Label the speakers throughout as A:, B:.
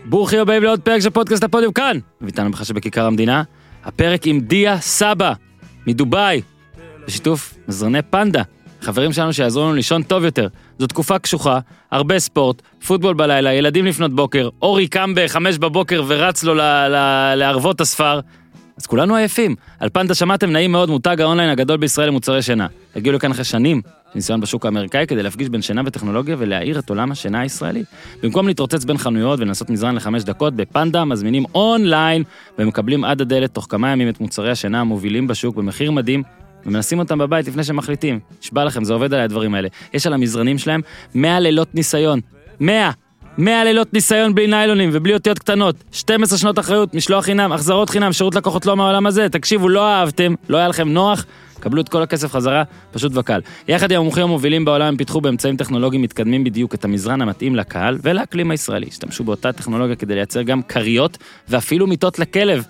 A: ברוכים הבאים לעוד פרק של פודקאסט הפודיום כאן, ואיתנו בחשב בכיכר המדינה, הפרק עם דיה סבא, מדובאי, בשיתוף מזרני פנדה, חברים שלנו שיעזרו לנו לישון טוב יותר. זו תקופה קשוחה, הרבה ספורט, פוטבול בלילה, ילדים לפנות בוקר, אורי קם ב-5 בבוקר ורץ לו לערבות הספר, אז כולנו עייפים. על פנדה שמעתם, נעים מאוד, מותג האונליין הגדול בישראל למוצרי שינה. הגיעו לכאן אחרי שנים ניסיון בשוק האמריקאי כדי להפגיש בין שינה וטכנולוגיה ולהאיר את עולם השינה הישראלי. במקום להתרוצץ בין חנויות ולנסות מזרן ל5 דקות, בפנדה מזמינים אונליין ומקבלים עד הדלת תוך כמה ימים את מוצרי השינה המובילים בשוק במחיר מדהים, ומנסים אותם בבית לפני שמחליטים. נשבע לכם, זה עובד עליי הדברים האלה. יש על המזרנים שלהם 100 לילות ניסיון. 100 לילות ניסיון בלי ניילונים ובלי אותיות קטנות. 12 שנות אחריות, משלוח חינם, החזרות חינם, שירות לקוחות לא מהעולם הזה. תקשיבו, לא אהבתם, לא היה לכם נוח, קבלו את כל הכסף חזרה, פשוט וקל. יחד עם המומחים המובילים בעולם הם פיתחו באמצעים טכנולוגיים מתקדמים בדיוק את המזרן המתאים לקהל ולאקלים הישראלי. השתמשו באותה טכנולוגיה כדי לייצר גם קריות ואפילו מיטות לכלב.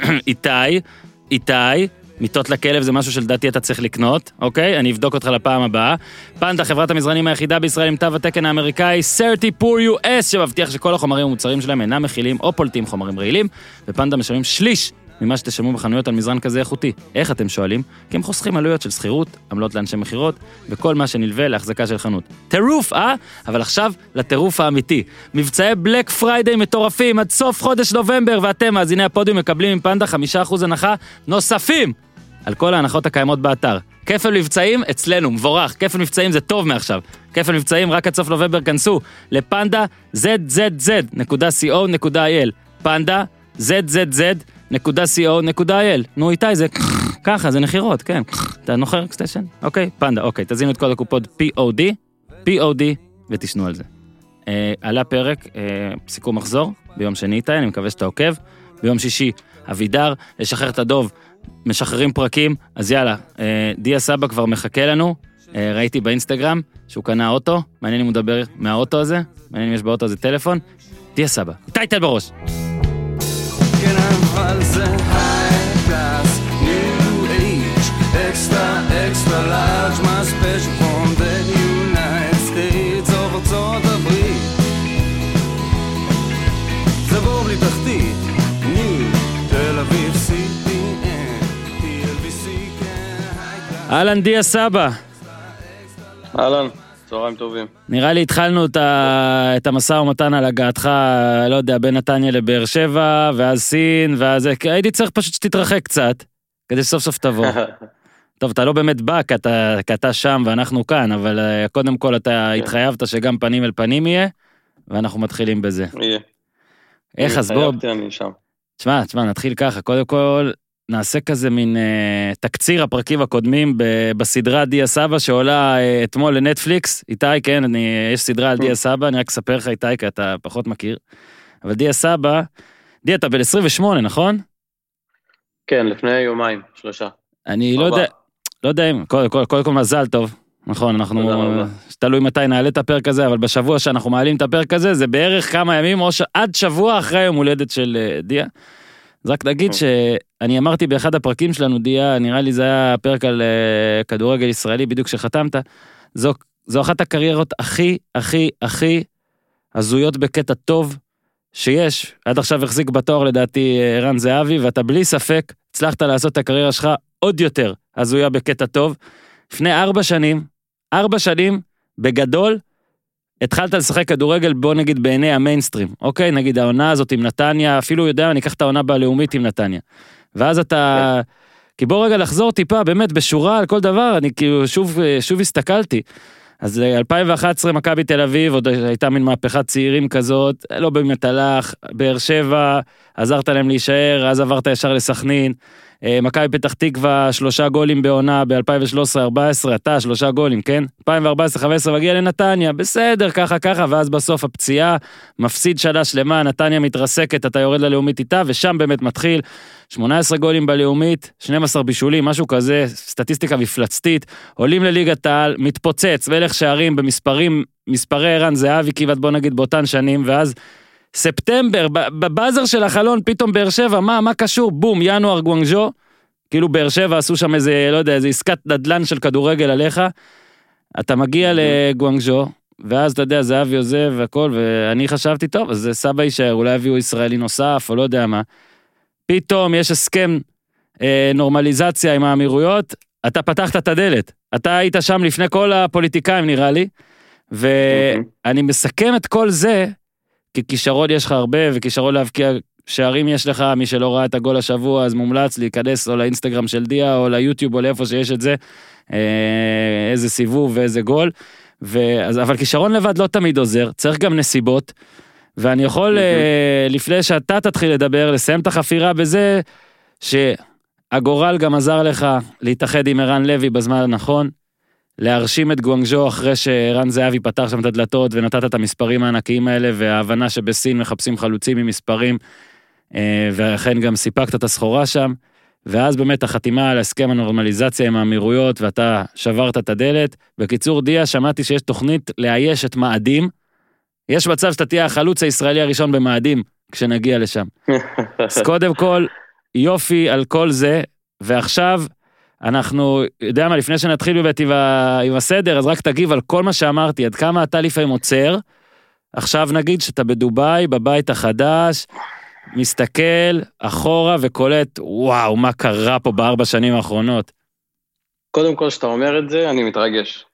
A: איתי, מיטות לכלב זה משהו שלדעתי אתה צריך לקנות, אוקיי? אני אבדוק אותך לפעם הבאה. פנדה, חברת המזרנים היחידה בישראל עם תו התקן האמריקאי Certi-Pure US, שמבטיח שכל החומרים המוצרים שלהם אינם מכילים או פולטים חומרים רעילים, ופנדה משלמים שליש ממה שתשלמו בחנויות על מזרן כזה איכותי. איך אתם שואלים? כי הם חוסכים עלויות של שכירות, עמלות לאנשי מחירות, וכל מה שנלווה להחזקה של חנות. טירוף, אבל עכשיו לטירוף האמיתי. מבצעי בלק פריידיי מטורפים עד סוף חודש נובמבר, ואתם, מאזיני הפודיום, מקבלים עם פנדה 5% הנחה נוספים על כל ההנחות הקיימות באתר. כפל מבצעים אצלנו, מבורך. כפל מבצעים זה טוב מעכשיו. כפל מבצעים רק עד סוף נובמבר, כנסו לפנדה zzz.co.il. פנדה zzz.co.il. נו איתי, זה ככה, זה נחירות, כן. אתה נוחר אקסטיישן? אוקיי, פנדה, אוקיי. תזינו את כל הקופות POD, ותשנו על זה. עלה פרק, סיכום מחזור, ביום שני איתי, אני מקווה שאתה עוקב. ביום שישי, אבידר, לשחרר את הדוב, משחררים פרקים, אז יאללה, דיה סבא כבר מחכה לנו, ראיתי באינסטגרם שהוא קנה אוטו, מעניין אם הוא מדבר מהאוטו הזה, מעניין אם יש באוטו הזה טלפון, דיה סבא, איתי תל בראש.
B: כן, אבל זה high class, new age, extra large, my special from the United States of ארצות הברית. זה בור בלי תחתית, new, תל אביב, CPN, TLBC, כן, high class.
A: אהלן דיה סבא.
C: אהלן, צהריים טובים.
A: נראה לי התחלנו את המשא ומתן על הגעתך, לא יודע, בין נתניה לבאר שבע, ואז סין, ואז הייתי צריך פשוט שתתרחק קצת, כדי שסוף סוף תבוא. טוב, אתה לא באמת בא, כי אתה שם ואנחנו כאן, אבל קודם כל אתה התחייבת שגם פנים אל פנים יהיה, ואנחנו מתחילים בזה.
C: יהיה.
A: איך, אז בוא...
C: אני שם.
A: תשמע, נתחיל ככה, קודם כל נעשה כזה מין תקציר הפרקים הקודמים בסדרה דיה סבא שעולה אתמול לנטפליקס. איתי, כן, יש סדרה על דיה סבא, אני רק אספר לך איתי, כי אתה פחות מכיר. אבל דיה סבא, דיה, אתה ב-28, נכון?
C: כן, לפני יומיים, 3.
A: אני לא יודע אם, קודם כל מזל טוב, נכון, אנחנו, תלוי מתי נעלה את הפרק הזה, אבל בשבוע שאנחנו מעלים את הפרק הזה, זה בערך כמה ימים, או עד שבוע אחרי יום הולדת של דיה. אז רק נגיד שאני אמרתי באחד הפרקים שלנו, דיה, נראה לי זה היה פרק על כדורגל ישראלי, בדיוק שחתמת, זו אחת הקריירות הכי הזויות בקטע טוב שיש. עד עכשיו החזיק בתואר לדעתי ערן זהבי, ואתה בלי ספק הצלחת לעשות את הקריירה שלך עוד יותר הזויה בקטע טוב. לפני 4 שנים, בגדול, התחלת לשחק כדורגל, בוא נגיד בעיני המיינסטרים, אוקיי? נגיד העונה הזאת עם נתניה, אפילו יודע, אני אקח את העונה בלאומית עם נתניה. ואז אתה, כי בוא רגע לחזור טיפה, באמת בשורה על כל דבר, אני כאילו שוב הסתכלתי. אז 2011 מכבי תל אביב, עוד הייתה מין מהפכת צעירים כזאת, לא באמת הלך, באר שבע, עזרת להם להישאר, אז עברת ישר לסכנין, מכבי פתח תקווה, 3 גולים בעונה, ב-2013-14, אתה 3 גולים, כן? 2014-15 מגיע לנתניה, בסדר, ככה, ואז בסוף הפציעה, מפסיד שנה שלמה, נתניה מתרסקת, אתה יורד ללאומית איתה, ושם באמת מתחיל 18 גולים בלאומית, 12 בישולים, משהו כזה, סטטיסטיקה מפלצתית, עולים לליגת העל, מתפוצץ, והלך שערים מספרי ערן זהבי, כמעט בוא נגיד באותן שנים, ואז ספטמבר, בבאזר של החלון, פתאום באר שבע, מה קשור? בום, ינואר גואנגז'ו, כאילו באר שבע עשו שם איזה, לא יודע, איזה עסקת נדל"ן של כדורגל עליך, אתה מגיע לגואנגז'ו, ואז אתה יודע, זהבי עוזב והכל, ואני חשבתי, טוב, אז זה סבא יישאר, אולי הביאו ישראלי נוסף, או לא יודע מה. פתאום יש הסכם נורמליזציה עם האמירויות, אתה פתחת את הדלת. אתה היית שם לפני כל הפוליטיקאים, נראה לי, ואני מסכם את כל זה, כי כישרון יש לך הרבה, וכישרון להבקיע שערים יש לך, מי שלא ראה את הגול השבוע, אז מומלץ להיכנס או לאינסטגרם של דיה, או ליוטיוב, או לאיפה שיש את זה, איזה סיבוב ואיזה גול, אבל כישרון לבד לא תמיד עוזר, צריך גם נסיבות, ואני יכול, לפני שאתה תתחיל לדבר, לסיים את החפירה בזה, שהגורל גם עזר לך להתאחד עם ערן לוי בזמן הנכון, להרשים את גואנגז'ו אחרי שערן זהבי פתח שם את הדלתות, ונתת את המספרים הענקיים האלה, וההבנה שבסין מחפשים חלוצים עם מספרים, ואכן גם סיפקת את הסחורה שם, ואז באמת החתימה על הסכם הנורמליזציה עם האמירויות, ואתה שברת את הדלת. בקיצור, דיה, שמעתי שיש תוכנית לאייש את מאדים, יש מצב שאתה תהיה החלוץ הישראלי הראשון במאדים, כשנגיע לשם. אז קודם כל, יופי על כל זה, ועכשיו אנחנו, יודע מה, לפני שנתחיל באמת עם הסדר, אז רק תגיב על כל מה שאמרתי, עד כמה אתה לפעמים עוצר, עכשיו נגיד שאתה בדוביי, בבית החדש, מסתכל אחורה וקולט, וואו, מה קרה פה ב4 שנים האחרונות?
C: קודם כל, שאתה אומר את זה, אני מתרגש.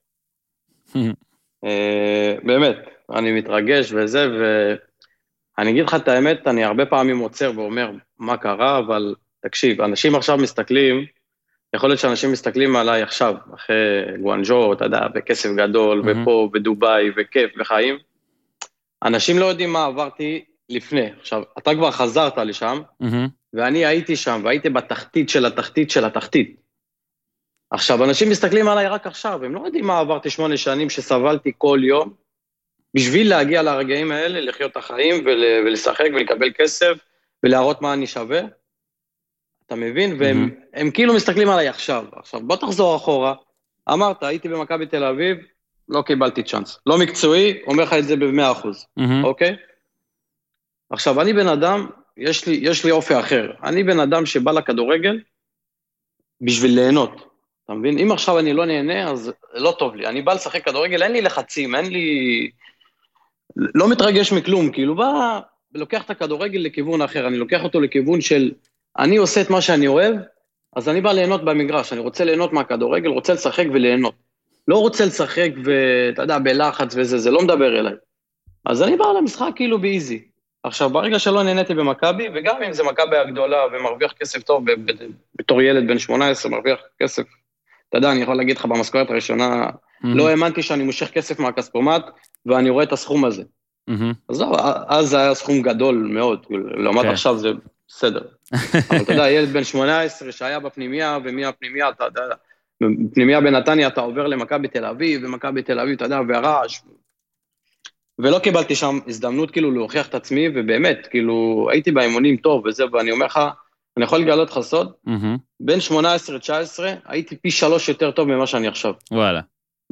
C: באמת, אני מתרגש וזה, ואני אגיד לך את האמת, אני הרבה פעמים עוצר ואומר מה קרה, אבל תקשיב, אנשים עכשיו מסתכלים, יכול להיות שאנשים מסתכלים עליי עכשיו, אחרי גואנג'ו, אתה יודע, בכסף גדול, ופה, בדוביי, וכיף, וחיים. אנשים לא יודעים מה עברתי לפני. עכשיו, אתה כבר חזרת לשם, ואני הייתי שם, והייתי בתחתית של התחתית של התחתית. עכשיו, אנשים מסתכלים עליי רק עכשיו, הם לא יודעים מה עברתי 8 שנים שסבלתי כל יום, בשביל להגיע לרגעים האלה, לחיות את החיים, ולשחק, ולקבל כסף, ולהראות מה אני שווה. אתה מבין? והם כאילו מסתכלים עליי עכשיו. עכשיו, בוא תחזור אחורה. אמרת, הייתי במכבי תל אביב, לא קיבלתי צ'אנס. לא מקצועי, אומר לך את זה ב100%. אוקיי? עכשיו, אני בן אדם, יש לי אופי אחר. אני בן אדם שבא לכדורגל בשביל ליהנות. אתה מבין? אם עכשיו אני לא נהנה, אז לא טוב לי. אני בא לשחק כדורגל, אין לי לחצים, אין לי... לא מתרגש מכלום, כאילו בא, לוקח את הכדורגל לכיוון אחר. אני לוקח אותו לכיוון של... אני עושה את מה שאני אוהב, אז אני בא ליהנות במגרש, אני רוצה ליהנות מהכדורגל, רוצה לשחק וליהנות. לא רוצה לשחק ואתה יודע, בלחץ וזה, זה לא מדבר אליי. אז אני בא למשחק כאילו באיזי. עכשיו, ברגע שלא נהניתי במכבי, וגם אם זה מכבי הגדולה ומרוויח כסף טוב, בתור ילד בן 18 מרוויח כסף, אתה יודע, אני יכול להגיד לך במשכורת הראשונה, לא האמנתי שאני מושך כסף מהכספומט, ואני רואה את הסכום הזה. אז זה היה סכום גדול מאוד, לעומת עכשיו זה בסדר. אבל אתה יודע, ילד בן 18 שהיה בפנימיה, ומהפנימיה, אתה יודע, בפנימיה בנתניה אתה עובר למכבי תל אביב, ומכבי תל אביב, אתה יודע, והרעש. ולא קיבלתי שם הזדמנות כאילו להוכיח את עצמי, ובאמת, כאילו, הייתי באימונים טוב וזה, ואני אומר לך, אני יכול לגלות לך סוד, בין 18-19 הייתי פי 3 יותר טוב ממה שאני עכשיו.
A: וואלה.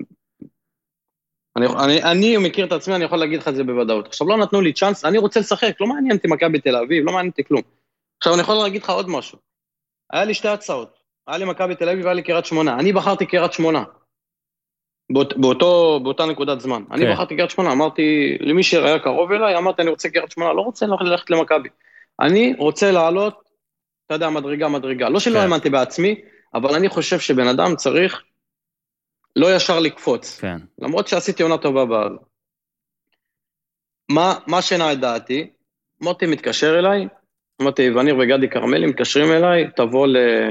C: אני מכיר את עצמי, אני יכול להגיד לך את זה בוודאות. עכשיו לא נתנו לי צ'אנס, אני רוצה לשחק, לא מעניין אותי מכבי תל אביב, לא מעניין אותי כלום. עכשיו אני יכול להגיד לך עוד משהו. היה לי 2 הצעות, היה לי מכבי תל אביב והיה לי קריית שמונה. אני בחרתי קריית שמונה, באותה נקודת זמן. אני בחרתי קריית שמונה, אמרתי, למי שהיה קרוב אליי, אמרתי אני רוצה קריית שמונה, לא רוצה ללכת למכבי. אני רוצה לעלות, אתה יודע, מדרגה. לא שלא האמנתי בעצמי, אבל אני חושב שבן אדם צריך לא ישר לקפוץ. כן. למרות שעשיתי עונה טובה בעל. מה שינה את דעתי? מוטי מתקשר אליי, מוטי וניר וגדי קרמלי מתקשרים אליי, תבוא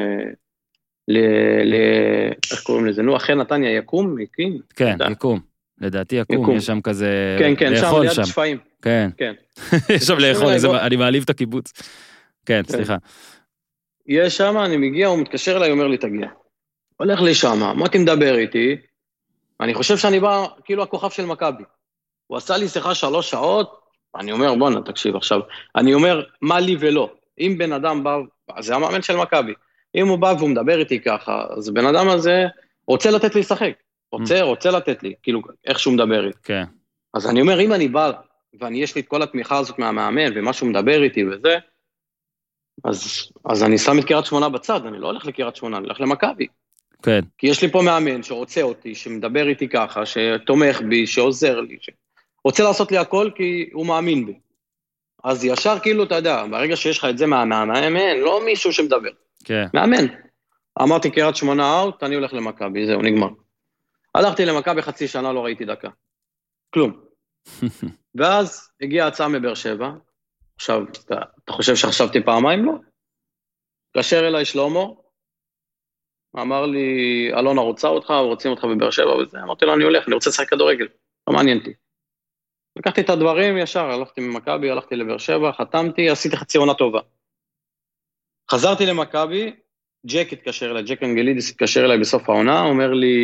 C: איך קוראים לזה? נו, אחרי נתניה יקום?
A: כן, יקום. לדעתי יקום, יש שם כזה...
C: כן, שם ליד שפעים.
A: כן. יש שם לאכול, אני מעליב את הקיבוץ. כן, סליחה.
C: יש שם, אני מגיע, הוא מתקשר אליי, אומר לי, תגיע. הולך לי שם, מוטי מדבר איתי, אני חושב שאני בא כאילו הכוכב של מכבי. הוא עשה לי שיחה 3 שעות, אני אומר, בוא תקשיב עכשיו, אני אומר, מה לי ולא? אם בן אדם בא, זה המאמן של מכבי, אם הוא בא והוא מדבר איתי ככה, אז בן אדם הזה רוצה לתת לי לשחק, רוצה לתת לי, כאילו, איך שהוא מדבר איתי.
A: כן.
C: אז אני אומר, אם אני בא, יש לי את כל התמיכה הזאת מהמאמן, ומה שהוא מדבר איתי וזה, אז אני שם את קריית שמונה בצד, אני לא הולך לקריית שמונה, אני הולך למכבי.
A: כן.
C: כי יש לי פה מאמן שרוצה אותי, שמדבר איתי ככה, שתומך בי, שעוזר לי, רוצה לעשות לי הכל כי הוא מאמין בי. אז ישר כאילו, אתה יודע, ברגע שיש לך את זה מהמאמן, לא מישהו שמדבר.
A: כן.
C: מאמן. אמרתי, קריית שמונה אאוט, אני הולך למכבי, זהו, נגמר. הלכתי למכבי חצי שנה, לא ראיתי דקה. כלום. ואז הגיעה הצעה מבאר שבע. עכשיו, אתה חושב שחשבתי פעמיים? לא. קשר אליי שלמה, אמר לי, אלונה רוצה אותך, רוצים אותך בבאר שבע וזה. אמרתי לו, אני הולך, אני רוצה לשחק כדורגל. לא מעניין אותי. לקחתי את הדברים ישר, הלכתי ממכבי, הלכתי לבאר שבע, חתמתי, עשיתי חצי עונה טובה. חזרתי למכבי, ג'ק התקשר אליי, ג'ק אנגלידיס התקשר אליי בסוף העונה, אומר לי,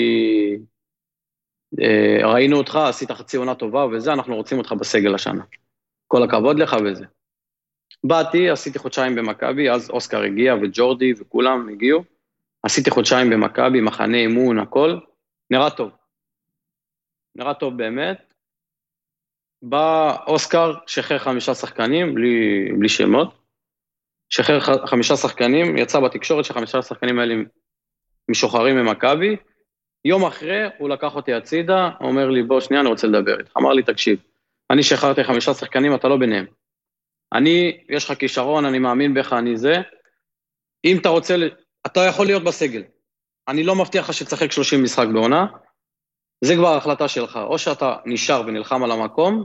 C: ראינו אותך, עשית חצי עונה טובה וזה, אנחנו רוצים אותך בסגל השנה. כל הכבוד לך וזה. באתי, עשיתי חודשיים במכבי, אז אוסקר הגיע וג'ורדי וכולם הגיעו, עשיתי חודשיים במכבי, מחנה אימון, הכל, נראה טוב. נראה טוב באמת. בא אוסקר, שחרר 5 שחקנים, בלי שמות, שחרר 5 שחקנים, יצא בתקשורת ש5 שחקנים האלה משוחררים ממכבי, יום אחרי הוא לקח אותי הצידה, אומר לי, בוא שנייה, אני רוצה לדבר איתך. אמר לי, תקשיב, אני שחררתי 5 שחקנים, אתה לא ביניהם. יש לך כישרון, אני מאמין בך, אני זה. אם אתה רוצה, אתה יכול להיות בסגל. אני לא מבטיח לך שתשחק 30 משחק בעונה, זה כבר ההחלטה שלך. או שאתה נשאר ונלחם על המקום,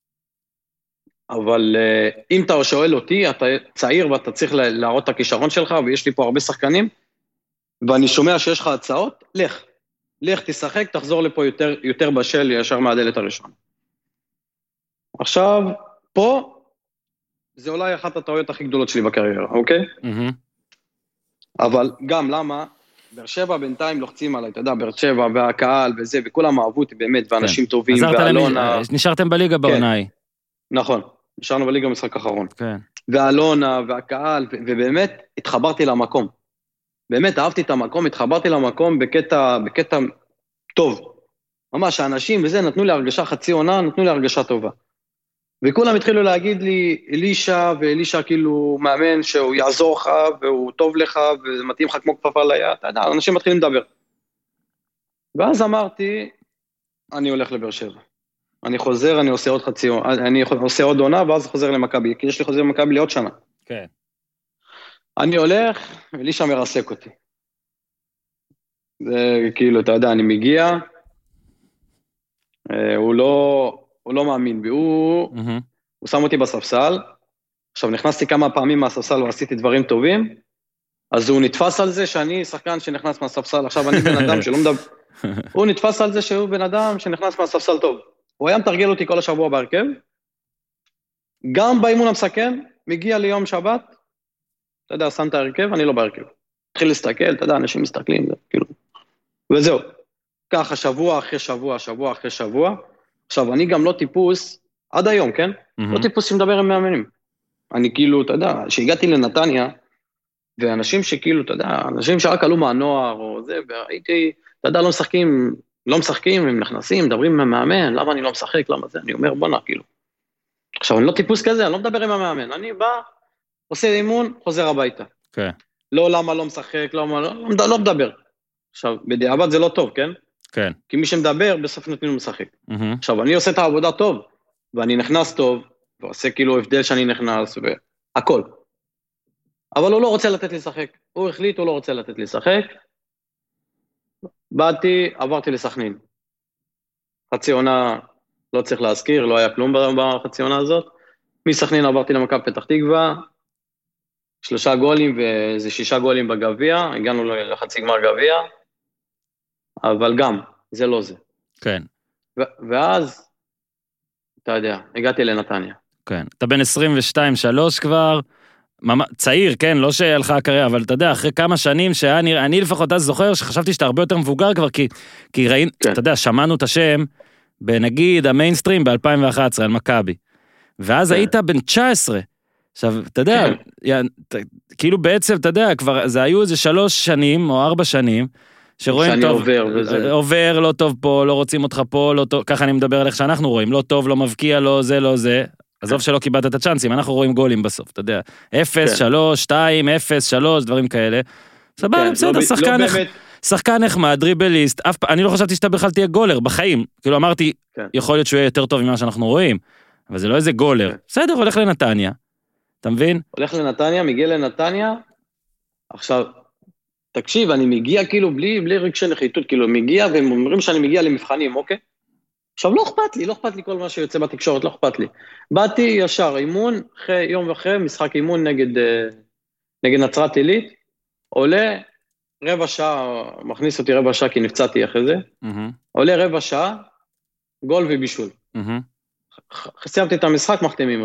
C: אבל אם אתה שואל אותי, אתה צעיר ואתה צריך להראות את הכישרון שלך, ויש לי פה הרבה שחקנים, ואני שומע שיש לך הצעות, לך תשחק, תחזור לפה יותר בשל, ישר מהדלת הראשון. עכשיו, פה, זה אולי אחת הטעויות הכי גדולות שלי בקריירה, אוקיי? אבל גם למה, באר שבע בינתיים לוחצים עליי, אתה יודע, באר שבע והקהל וזה, וכולם אהבו אותי באמת, ואנשים טובים, ואלונה...
A: נשארתם בליגה בעונה ההיא.
C: נכון, נשארנו בליגה במשחק האחרון.
A: כן.
C: ואלונה והקהל, ובאמת התחברתי למקום. באמת אהבתי את המקום, התחברתי למקום בקטע טוב. ממש, האנשים וזה נתנו לי הרגשה חצי עונה, נתנו לי הרגשה טובה. וכולם התחילו להגיד לי, ואלישה כאילו מאמן שהוא יעזור לך, והוא טוב לך, ומתאים לך כמו כפפה ליד, אתה יודע, אנשים מתחילים לדבר. ואז אמרתי, אני הולך לבאר שבע. אני חוזר, אני עושה עוד חצי עונה, אני עושה עוד עונה, ואז חוזר למכבי, כי יש לי חוזר למכבי לעוד שנה.
A: כן.
C: אני הולך, אלישה מרסק אותי. זה כאילו, אתה יודע, אני מגיע, הוא לא מאמין בי, הוא שם אותי בספסל, עכשיו נכנסתי כמה פעמים מהספסל ועשיתי דברים טובים, אז הוא נתפס על זה שאני שחקן שנכנס מהספסל, עכשיו אני בן אדם שלא מדבר, הוא נתפס על זה שהוא בן אדם שנכנס מהספסל טוב, הוא היה מתרגל אותי כל השבוע בהרכב, גם באימון המסכן, מגיע ליום שבת, אתה יודע, שם את ההרכב, אני לא בהרכב, התחיל להסתכל, אתה יודע, אנשים מסתכלים, כאילו, וזהו, ככה שבוע אחרי שבוע, שבוע אחרי שבוע, עכשיו, אני גם לא טיפוס, עד היום, כן? לא טיפוס שמדבר עם מאמנים. אני כאילו, אתה יודע, שהגעתי לנתניה, ואנשים שכאילו, אתה יודע, אנשים שרק עלו מהנוער, או זה, והייתי, אתה יודע, לא משחקים, הם נכנסים, מדברים עם המאמן, למה אני לא משחק, למה זה? אני אומר, בוא כאילו. עכשיו, אני לא טיפוס כזה, אני לא מדבר עם המאמן, אני בא, עושה אימון, חוזר הביתה.
A: כן.
C: לא למה לא משחק, לא מדבר. עכשיו, בדיעבד זה לא טוב, כן?
A: כן.
C: כי מי שמדבר, בסוף נותנים לו משחק. עכשיו, אני עושה את העבודה טוב, ואני נכנס טוב, ועושה כאילו הבדל שאני נכנס, והכל. אבל הוא לא רוצה לתת לי לשחק. הוא החליט, הוא לא רוצה לתת לי לשחק. באתי, עברתי לסכנין. חצי עונה, לא צריך להזכיר, לא היה כלום בחצי עונה הזאת. מסכנין עברתי למכבי פתח תקווה, 3 גולים ואיזה 6 גולים בגביע, הגענו לחצי גמר גביע, אבל גם, זה לא זה.
A: כן.
C: ואז, אתה יודע, הגעתי לנתניה.
A: כן. אתה בן 22-3 כבר, צעיר, כן, לא שהלכה הקריירה, אבל אתה יודע, אחרי כמה שנים אני לפחות אז זוכר שחשבתי שאתה הרבה יותר מבוגר כבר, כי ראינו, אתה יודע, שמענו את השם, בנגיד המיינסטרים ב-2011, על מכבי. ואז היית בן 19. עכשיו, אתה יודע, כאילו בעצם, אתה יודע, כבר, זה היו איזה 3 שנים או 4 שנים, שרואים טוב, עובר, לא טוב פה, לא רוצים אותך פה, לא טוב, ככה אני מדבר על איך שאנחנו רואים, לא טוב, לא מבקיע, לא זה, לא זה, עזוב שלא קיבלת את הצ'אנסים, אנחנו רואים גולים בסוף, אתה יודע, 0, 3, 2, 0, 3, דברים כאלה, סבבה, בסדר, שחקן נחמד, דריבליסט, אני לא חשבתי שאתה בכלל תהיה גולר, בחיים. כאילו אמרתי,
C: כן.
A: יכול להיות שהוא יהיה יותר טוב ממה שאנחנו רואים, אבל זה לא איזה גולר. בסדר, הולך לנתניה. אתה מבין?
C: הולך לנתניה, מגיע לנתניה, עכשיו, תקשיב, אני מגיע כאילו בלי רגשי נחיתות, כאילו מגיע, והם אומרים שאני מגיע למבחנים, אוקיי? עכשיו, לא אכפת לי כל מה שיוצא בתקשורת, לא אכפת לי. באתי ישר, אימון, יום אחרי, משחק אימון נגד נצרת עילית, עולה רבע שעה, מכניס אותי רבע שעה כי נפצעתי אחרי זה, עולה רבע שעה, גול ובישול. סיימתי את המשחק, מחתימים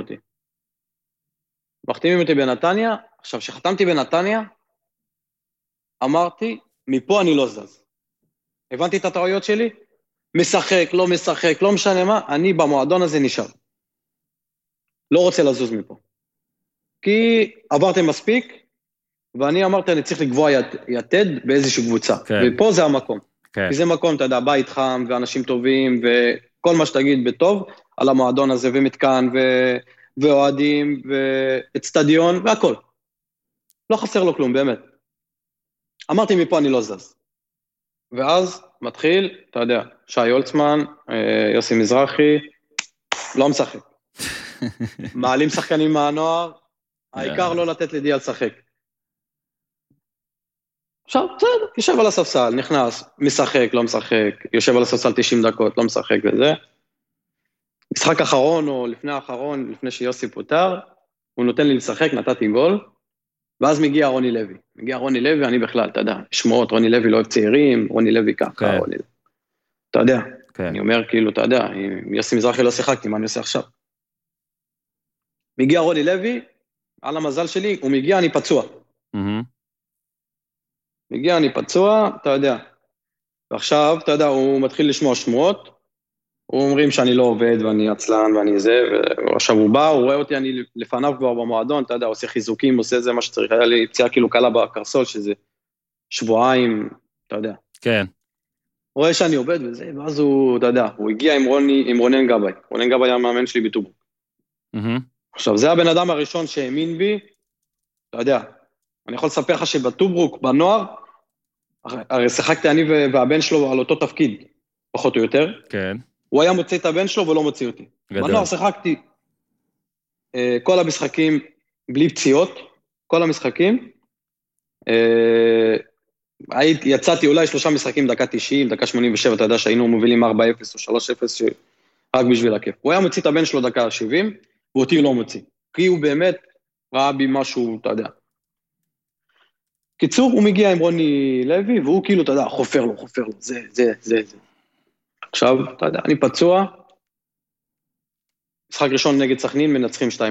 C: אותי בנתניה, עכשיו שחתמתי בנתניה, אמרתי, מפה אני לא זז. הבנתי את הטעויות שלי, משחק, לא משנה מה, אני במועדון הזה נשאר. לא רוצה לזוז מפה. כי עברתי מספיק, ואני אמרתי, אני צריך לקבוע יתד באיזושהי קבוצה.
A: כן.
C: ופה זה המקום.
A: כן.
C: כי זה מקום, אתה יודע, בית חם, ואנשים טובים, וכל מה שתגיד בטוב, על המועדון הזה, ומתקן, ואוהדים, ואצטדיון, והכל. לא חסר לו כלום, באמת. אמרתי, מפה אני לא זז. ואז מתחיל, אתה יודע, שי הולצמן, יוסי מזרחי, לא משחק. מעלים שחקנים מהנוער, העיקר לא לתת לידיעה לשחק. עכשיו, בסדר, יושב על הספסל, נכנס, משחק, לא משחק, יושב על הספסל 90 דקות, לא משחק וזה. משחק אחרון או לפני האחרון, לפני שיוסי פוטר, הוא נותן לי לשחק, נתתי גול, ואז מגיע רוני לוי, אני בכלל, אתה יודע, שמועות, רוני לוי לא אוהב צעירים, רוני לוי ככה, רוני לוי. אתה יודע, אני אומר כאילו, אתה יודע, אם יוסי מזרחי לא שיחקתי, מה אני עושה עכשיו? מגיע רוני לוי, על המזל שלי, הוא מגיע, אני פצוע. אתה יודע. ועכשיו, אתה יודע, הוא מתחיל לשמוע שמועות, הוא אומרים שאני לא עובד, ואני עצלן, ואני זה, ועכשיו הוא בא, הוא רואה אותי, אני לפניו כבר במועדון, אתה יודע, עושה חיזוקים, עושה זה מה שצריך, היה לי פציעה כאילו קלה בקרסול, שזה שבועיים, אתה יודע.
A: כן.
C: הוא רואה שאני עובד וזה, ואז הוא, אתה יודע, הוא הגיע עם רונן גבאי. רונן גבאי היה המאמן שלי בטוברוק. עכשיו, זה הבן אדם הראשון שהאמין בי, אתה יודע, אני יכול לספר לך שבטוברוק, בנוער, הרי שיחקתי אני והבן שלו על אותו תפקיד, פחות או יותר.
A: כן.
C: הוא היה מוציא את הבן שלו ולא מוציא אותי. בנוער שיחקתי כל המשחקים בלי פציעות, כל המשחקים. יצאתי אולי 3 משחקים, דקה 90, דקה 87, אתה יודע שהיינו מובילים 4-0 או 3-0, רק בשביל הכיף. הוא היה מוציא את הבן שלו דקה 70, ואותי הוא לא מוציא. כי הוא באמת ראה בי משהו, אתה יודע. קיצור, הוא מגיע עם רוני לוי, והוא כאילו, אתה יודע, חופר לו, זה. עכשיו, אתה יודע, אני פצוע, משחק ראשון נגד סכנין, מנצחים 2-0.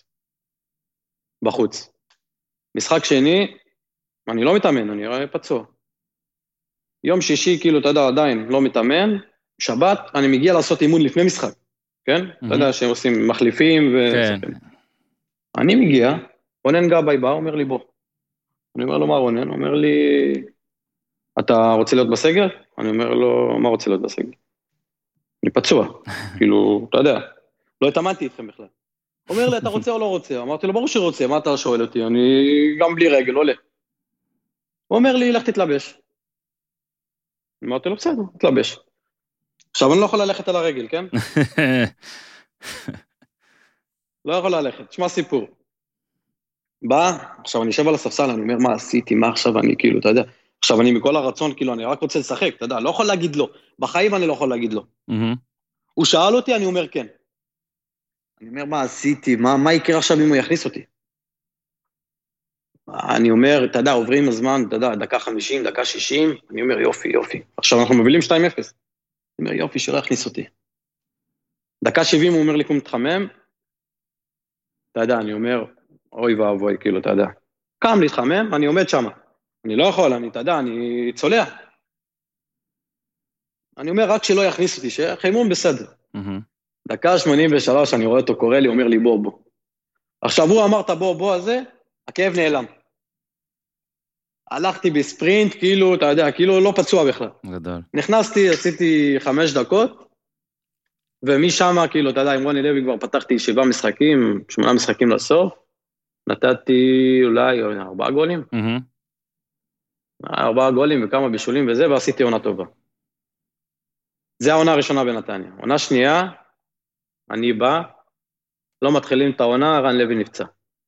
C: בחוץ. משחק שני, אני לא מתאמן, אני רואה פצוע. יום שישי, כאילו, אתה יודע, עדיין לא מתאמן, שבת, אני מגיע לעשות אימון לפני משחק, כן? אתה יודע שהם עושים מחליפים
A: כן.
C: אני מגיע, רונן גבאי בא, אומר לי בוא. אני אומר לו, מה רונן? הוא אומר לי, אתה רוצה להיות בסגל? אני אומר לו, מה רוצה להיות בסגל? אני פצוע, כאילו, אתה יודע, לא התאמנתי איתכם בכלל. הוא אומר לי, אתה רוצה או לא רוצה? אמרתי לו, ברור שרוצה, מה אתה שואל אותי? אני גם בלי רגל, עולה. הוא אומר לי, לך תתלבש. אמרתי לו, בסדר, תתלבש. עכשיו, אני לא יכול ללכת על הרגל, כן? לא יכול ללכת, תשמע סיפור. בא, עכשיו אני יושב על הספסל, אני אומר, מה עשיתי, מה עכשיו אני, כאילו, אתה יודע, עכשיו אני מכל הרצון, כאילו, אני רק רוצה לשחק, אתה יודע, לא יכול להגיד לו, בחיים אני לא יכול להגיד לו. הוא שאל אותי, אני אומר כן. אני אומר, מה עשיתי, מה יקרה עכשיו אם הוא יכניס אותי? אני אומר, אתה יודע, עוברים הזמן, אתה יודע, דקה 50, דקה 60, אני אומר, יופי. עכשיו אנחנו מובילים 2-0. אני אומר, יופי, שלא יכניס אותי. דקה 70 הוא אומר לי, קום תחמם, אתה יודע, אני אומר, אוי ואבוי, כאילו, אתה יודע. קם להתחמם, אני עומד שם. אני לא יכול, אתה יודע, אני צולע. אני אומר, רק שלא יכניס אותי, שחימום בסדר. דקה 83, אני רואה אותו קורא לי, אומר לי, בוא. עכשיו הוא אמר את בוא הזה, הכאב נעלם. הלכתי בספרינט, כאילו, אתה יודע, כאילו לא פצוע בכלל.
A: גדול.
C: נכנסתי, עשיתי 5 דקות, ומשם, כאילו, אתה יודע, עם רוני לוי כבר פתחתי 7 משחקים, 8 משחקים לסוף, נתתי אולי 4 גולים. 4 גולים וכמה בישולים וזה, ועשיתי עונה טובה. זה העונה הראשונה בנתניה. עונה שנייה, אני בא, לא מתחילים את העונה, רן לוי נפצע.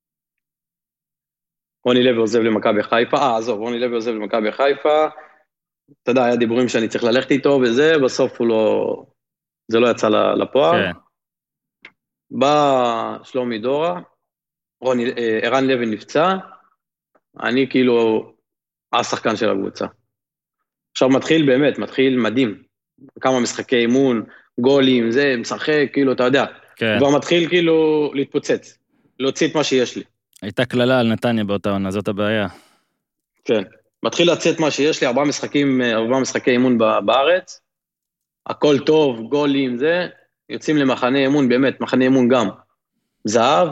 C: רוני לוי עוזב למכבי חיפה, עזוב, רוני לוי עוזב למכבי חיפה, אתה יודע, היה דיבורים שאני צריך ללכת איתו וזה, בסוף הוא לא, זה לא יצא לפועל.
A: כן.
C: בא שלומי דורה, ערן לוי נפצע, אני כאילו השחקן של הקבוצה. עכשיו מתחיל מדהים, כמה משחקי אימון, גולים, זה, משחק, כאילו, אתה יודע,
A: כן.
C: כבר מתחיל כאילו להתפוצץ, להוציא את מה שיש לי.
A: הייתה כללה על נתניה באותה עונה, זאת הבעיה.
C: כן, מתחיל לצאת מה שיש לי, 4 משחקי אימון בארץ, הכל טוב, גולים, זה, יוצאים למחנה אימון, באמת, מחנה אימון גם. זהב,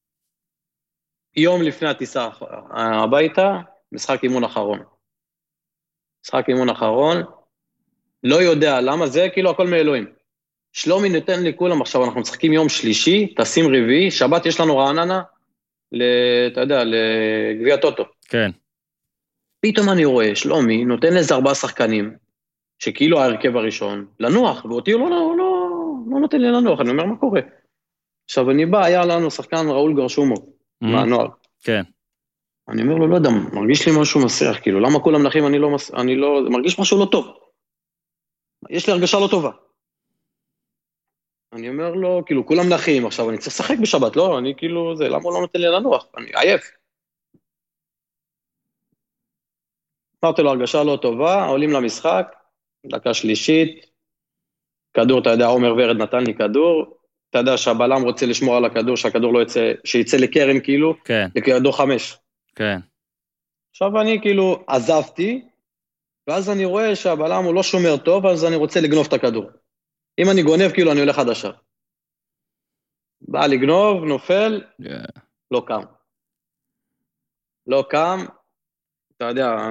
C: יום לפני הטיסה הביתה, משחק אימון אחרון. משחק אימון אחרון, לא יודע למה זה, כאילו הכל מאלוהים. שלומי נותן לי כולם, עכשיו אנחנו משחקים יום שלישי, תשים רביעי, שבת יש לנו רעננה, אתה יודע, לגביע טוטו.
A: כן.
C: פתאום אני רואה, שלומי נותן לזה 4 שחקנים, שכאילו ההרכב הראשון, לנוח, ואותי הוא לא נותן לי לנוח, אני אומר, מה קורה? עכשיו אני בא, היה לנו שחקן ראול גרשומו, מהנוער.
A: כן.
C: אני אומר לו, לא יודע, מרגיש לי משהו מסך, כאילו, למה כולם נחים, אני לא, מרגיש משהו לא טוב. יש לי הרגשה לא טובה. אני אומר לו, כאילו, כולם נחים, עכשיו אני צריך לשחק בשבת, לא, אני כאילו, זה, למה הוא לא נותן לי לנוח? אני עייף. אמרתי לו, הרגשה לא טובה, עולים למשחק, דקה שלישית, כדור, אתה יודע, עומר ורד נתן לי כדור, אתה יודע שהבלם רוצה לשמור על הכדור, שהכדור לא יצא, שיצא לקרן כאילו,
A: כן.
C: לכדור 5.
A: כן.
C: עכשיו אני כאילו עזבתי, ואז אני רואה שהבלם הוא לא שומר טוב, אז אני רוצה לגנוב את הכדור. אם אני גונב, כאילו אני הולך עד השאר. בא לגנוב, נופל, לא קם. לא קם, אתה יודע,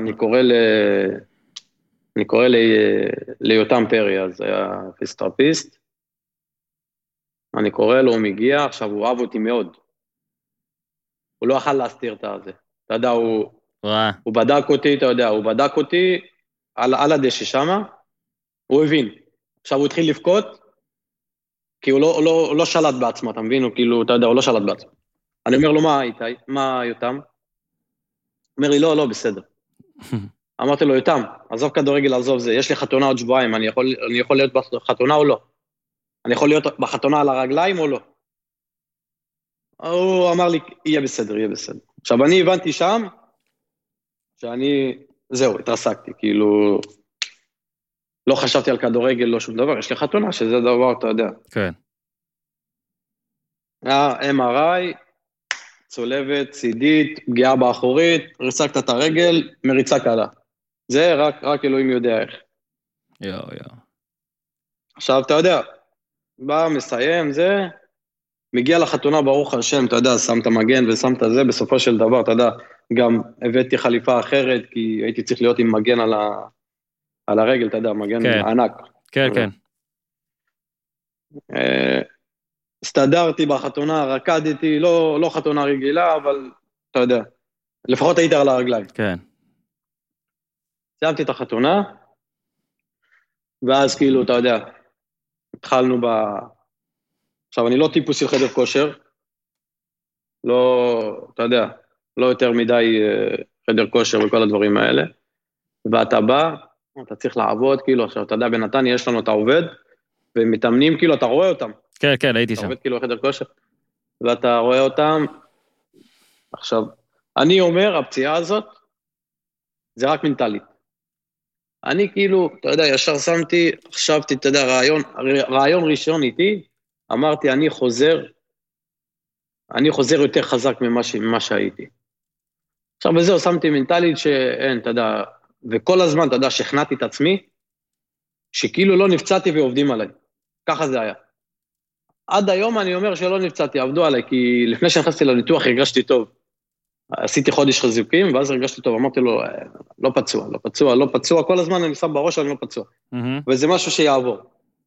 C: אני קורא ליותם פרי, אז היה פיסטרפיסט, אני קורא לו, הוא מגיע, עכשיו הוא אהב אותי מאוד. הוא לא יכול להסתיר את הזה. אתה יודע, הוא בדק אותי, אתה יודע, הוא בדק אותי על הדשא שמה, הוא הבין. עכשיו הוא התחיל לבכות, כי הוא לא שלט בעצמו, אתה מבין? הוא כאילו, אתה יודע, הוא לא שלט בעצמו. אני אומר לו, מה איתי? מה יותם? הוא אומר לי, לא, בסדר. אמרתי לו, יותם, עזוב כדורגל, עזוב זה, יש לי חתונה עוד שבועיים, אני יכול להיות בחתונה או לא? אני יכול להיות בחתונה על הרגליים או לא? הוא אמר לי, יהיה בסדר, יהיה בסדר. עכשיו, אני הבנתי שם, זהו, התרסקתי, כאילו, לא חשבתי על כדורגל, לא שום דבר, יש לי חתונה, שזה דבר, אתה יודע.
A: כן.
C: MRI, צולבת, צידית, פגיעה באחורית, ריסקת את הרגל, מריצה קלה. זה רק אלוהים יודע איך.
A: יו.
C: עכשיו, אתה יודע, בא, מסיים, זה, מגיע לחתונה ברוך השם, אתה יודע, שם את המגן ושם את זה, בסופו של דבר, אתה יודע, גם הבאתי חליפה אחרת, כי הייתי צריך להיות עם מגן על הרגל, אתה יודע, מגן ענק.
A: כן.
C: הסתדרתי בחתונה, רקדתי, לא חתונה רגילה, אבל אתה יודע, לפחות הייתי על הרגליים.
A: כן.
C: סיימתי את החתונה, ואז כאילו, אתה יודע, התחלנו עכשיו, אני לא טיפוס של חדר כושר, לא, אתה יודע, לא יותר מדי חדר כושר וכל הדברים האלה, ואתה בא, אתה צריך לעבוד, כאילו, עכשיו, אתה יודע, בנתניה יש לנו את העובד, ומתאמנים, כאילו, אתה רואה אותם.
A: כן, הייתי שם.
C: אתה עובד כאילו בחדר כושר, ואתה רואה אותם, עכשיו, אני אומר, הפציעה הזאת, זה רק מנטלית. אני כאילו, אתה יודע, ישר חשבתי, אתה יודע, רעיון ראשון איתי, אמרתי, אני חוזר יותר חזק ממה שהייתי. עכשיו בזהו, שמתי מנטלית שאין, אתה יודע, וכל הזמן, אתה יודע, שכנעתי את עצמי, שכאילו לא נפצעתי ועובדים עליי. ככה זה היה. עד היום אני אומר שלא נפצעתי, עבדו עליי, כי לפני שנכנסתי לניתוח הרגשתי טוב. עשיתי חודש חיזוקים, ואז הרגשתי טוב, אמרתי לו, לא פצוע, כל הזמן אני שם בראש, אני לא פצוע. וזה משהו שיעבור.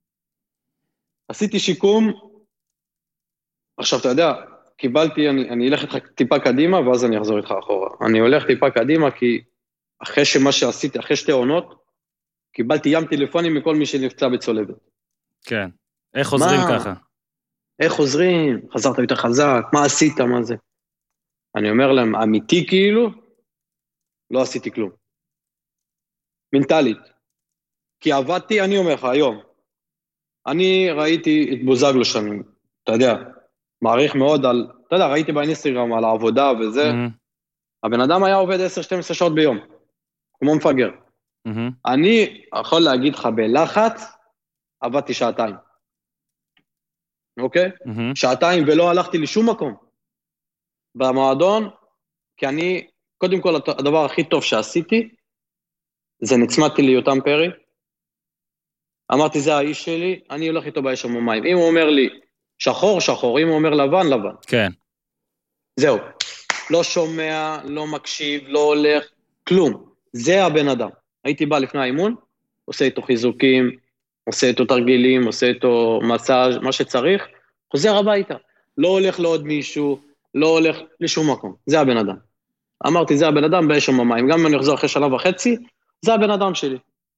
C: עשיתי שיקום, עכשיו אתה יודע, קיבלתי, אני אלך איתך טיפה קדימה, ואז אני אחזור איתך אחורה. אני הולך טיפה קדימה, כי אחרי שמה שעשיתי, אחרי 2 עונות, קיבלתי ים טלפונים מכל מי שנפצע בצולבת.
A: כן. איך חוזרים
C: מה?
A: ככה?
C: איך חוזרים? חזרת יותר חזק, מה עשית, מה זה? אני אומר להם, אמיתי כאילו, לא עשיתי כלום. מנטלית. כי עבדתי, אני אומר לך, היום, אני ראיתי את בוזגלו שנים, אתה יודע, מעריך מאוד על, אתה יודע, ראיתי באינסטגרם על העבודה וזה, הבן אדם היה עובד 10-12 שעות ביום, כמו מפגר. אני יכול להגיד לך בלחץ, עבדתי 2 שעתיים. אוקיי? 2 שעתיים ולא הלכתי לשום מקום. במועדון, כי אני, קודם כל הדבר הכי טוב שעשיתי, זה נצמדתי ליותם פרי, אמרתי זה האיש שלי, אני הולך איתו באש המומים. אם הוא אומר לי שחור, שחור, אם הוא אומר לבן, לבן.
A: כן.
C: זהו. לא שומע, לא מקשיב, לא הולך, כלום. זה הבן אדם. הייתי בא לפני האימון, עושה איתו חיזוקים, עושה איתו תרגילים, עושה איתו מסאז', מה שצריך, חוזר הביתה. לא הולך לעוד מישהו, לא הולך לשום מקום. זה הבן אדם. אמרתי, זה הבן אדם באש המומים. גם אם אני אחזור אחרי 1.5 שנה, זה הבן אדם שלי.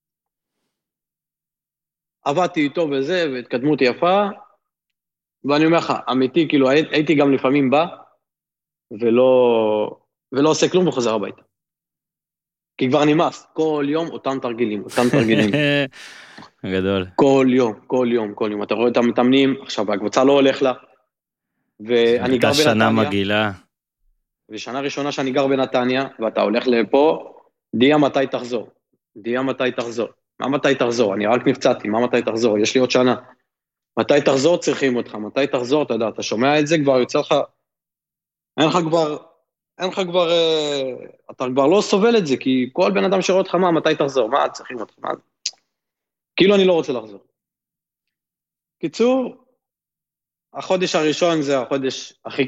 C: עבדתי איתו וזה, והתקדמות יפה, ואני אומר לך, אמיתי, כאילו, הייתי גם לפעמים בא, ולא עושה כלום וחוזר הביתה. כי כבר נמאס, כל יום אותם תרגילים.
A: גדול.
C: כל יום. אתה רואה את המתאמנים, עכשיו הקבוצה לא הולך לה, ואני גר בנתניה.
A: שנה מגעילה.
C: ושנה ראשונה שאני גר בנתניה, ואתה הולך לפה, דיה מתי תחזור. מה מתי תחזור? אני רק נפצעתי, מה מתי תחזור? יש לי עוד שנה. מתי תחזור? צריכים אותך. מתי תחזור? אתה יודע, אתה שומע את זה, כבר יוצא לך, אין לך כבר, אתה כבר לא סובל את זה, כי כל בן אדם שרואה אותך, מה, מתי תחזור? מה, צריכים אותך? מה? כאילו אני לא רוצה לחזור. קיצור, החודש הראשון זה החודש הכי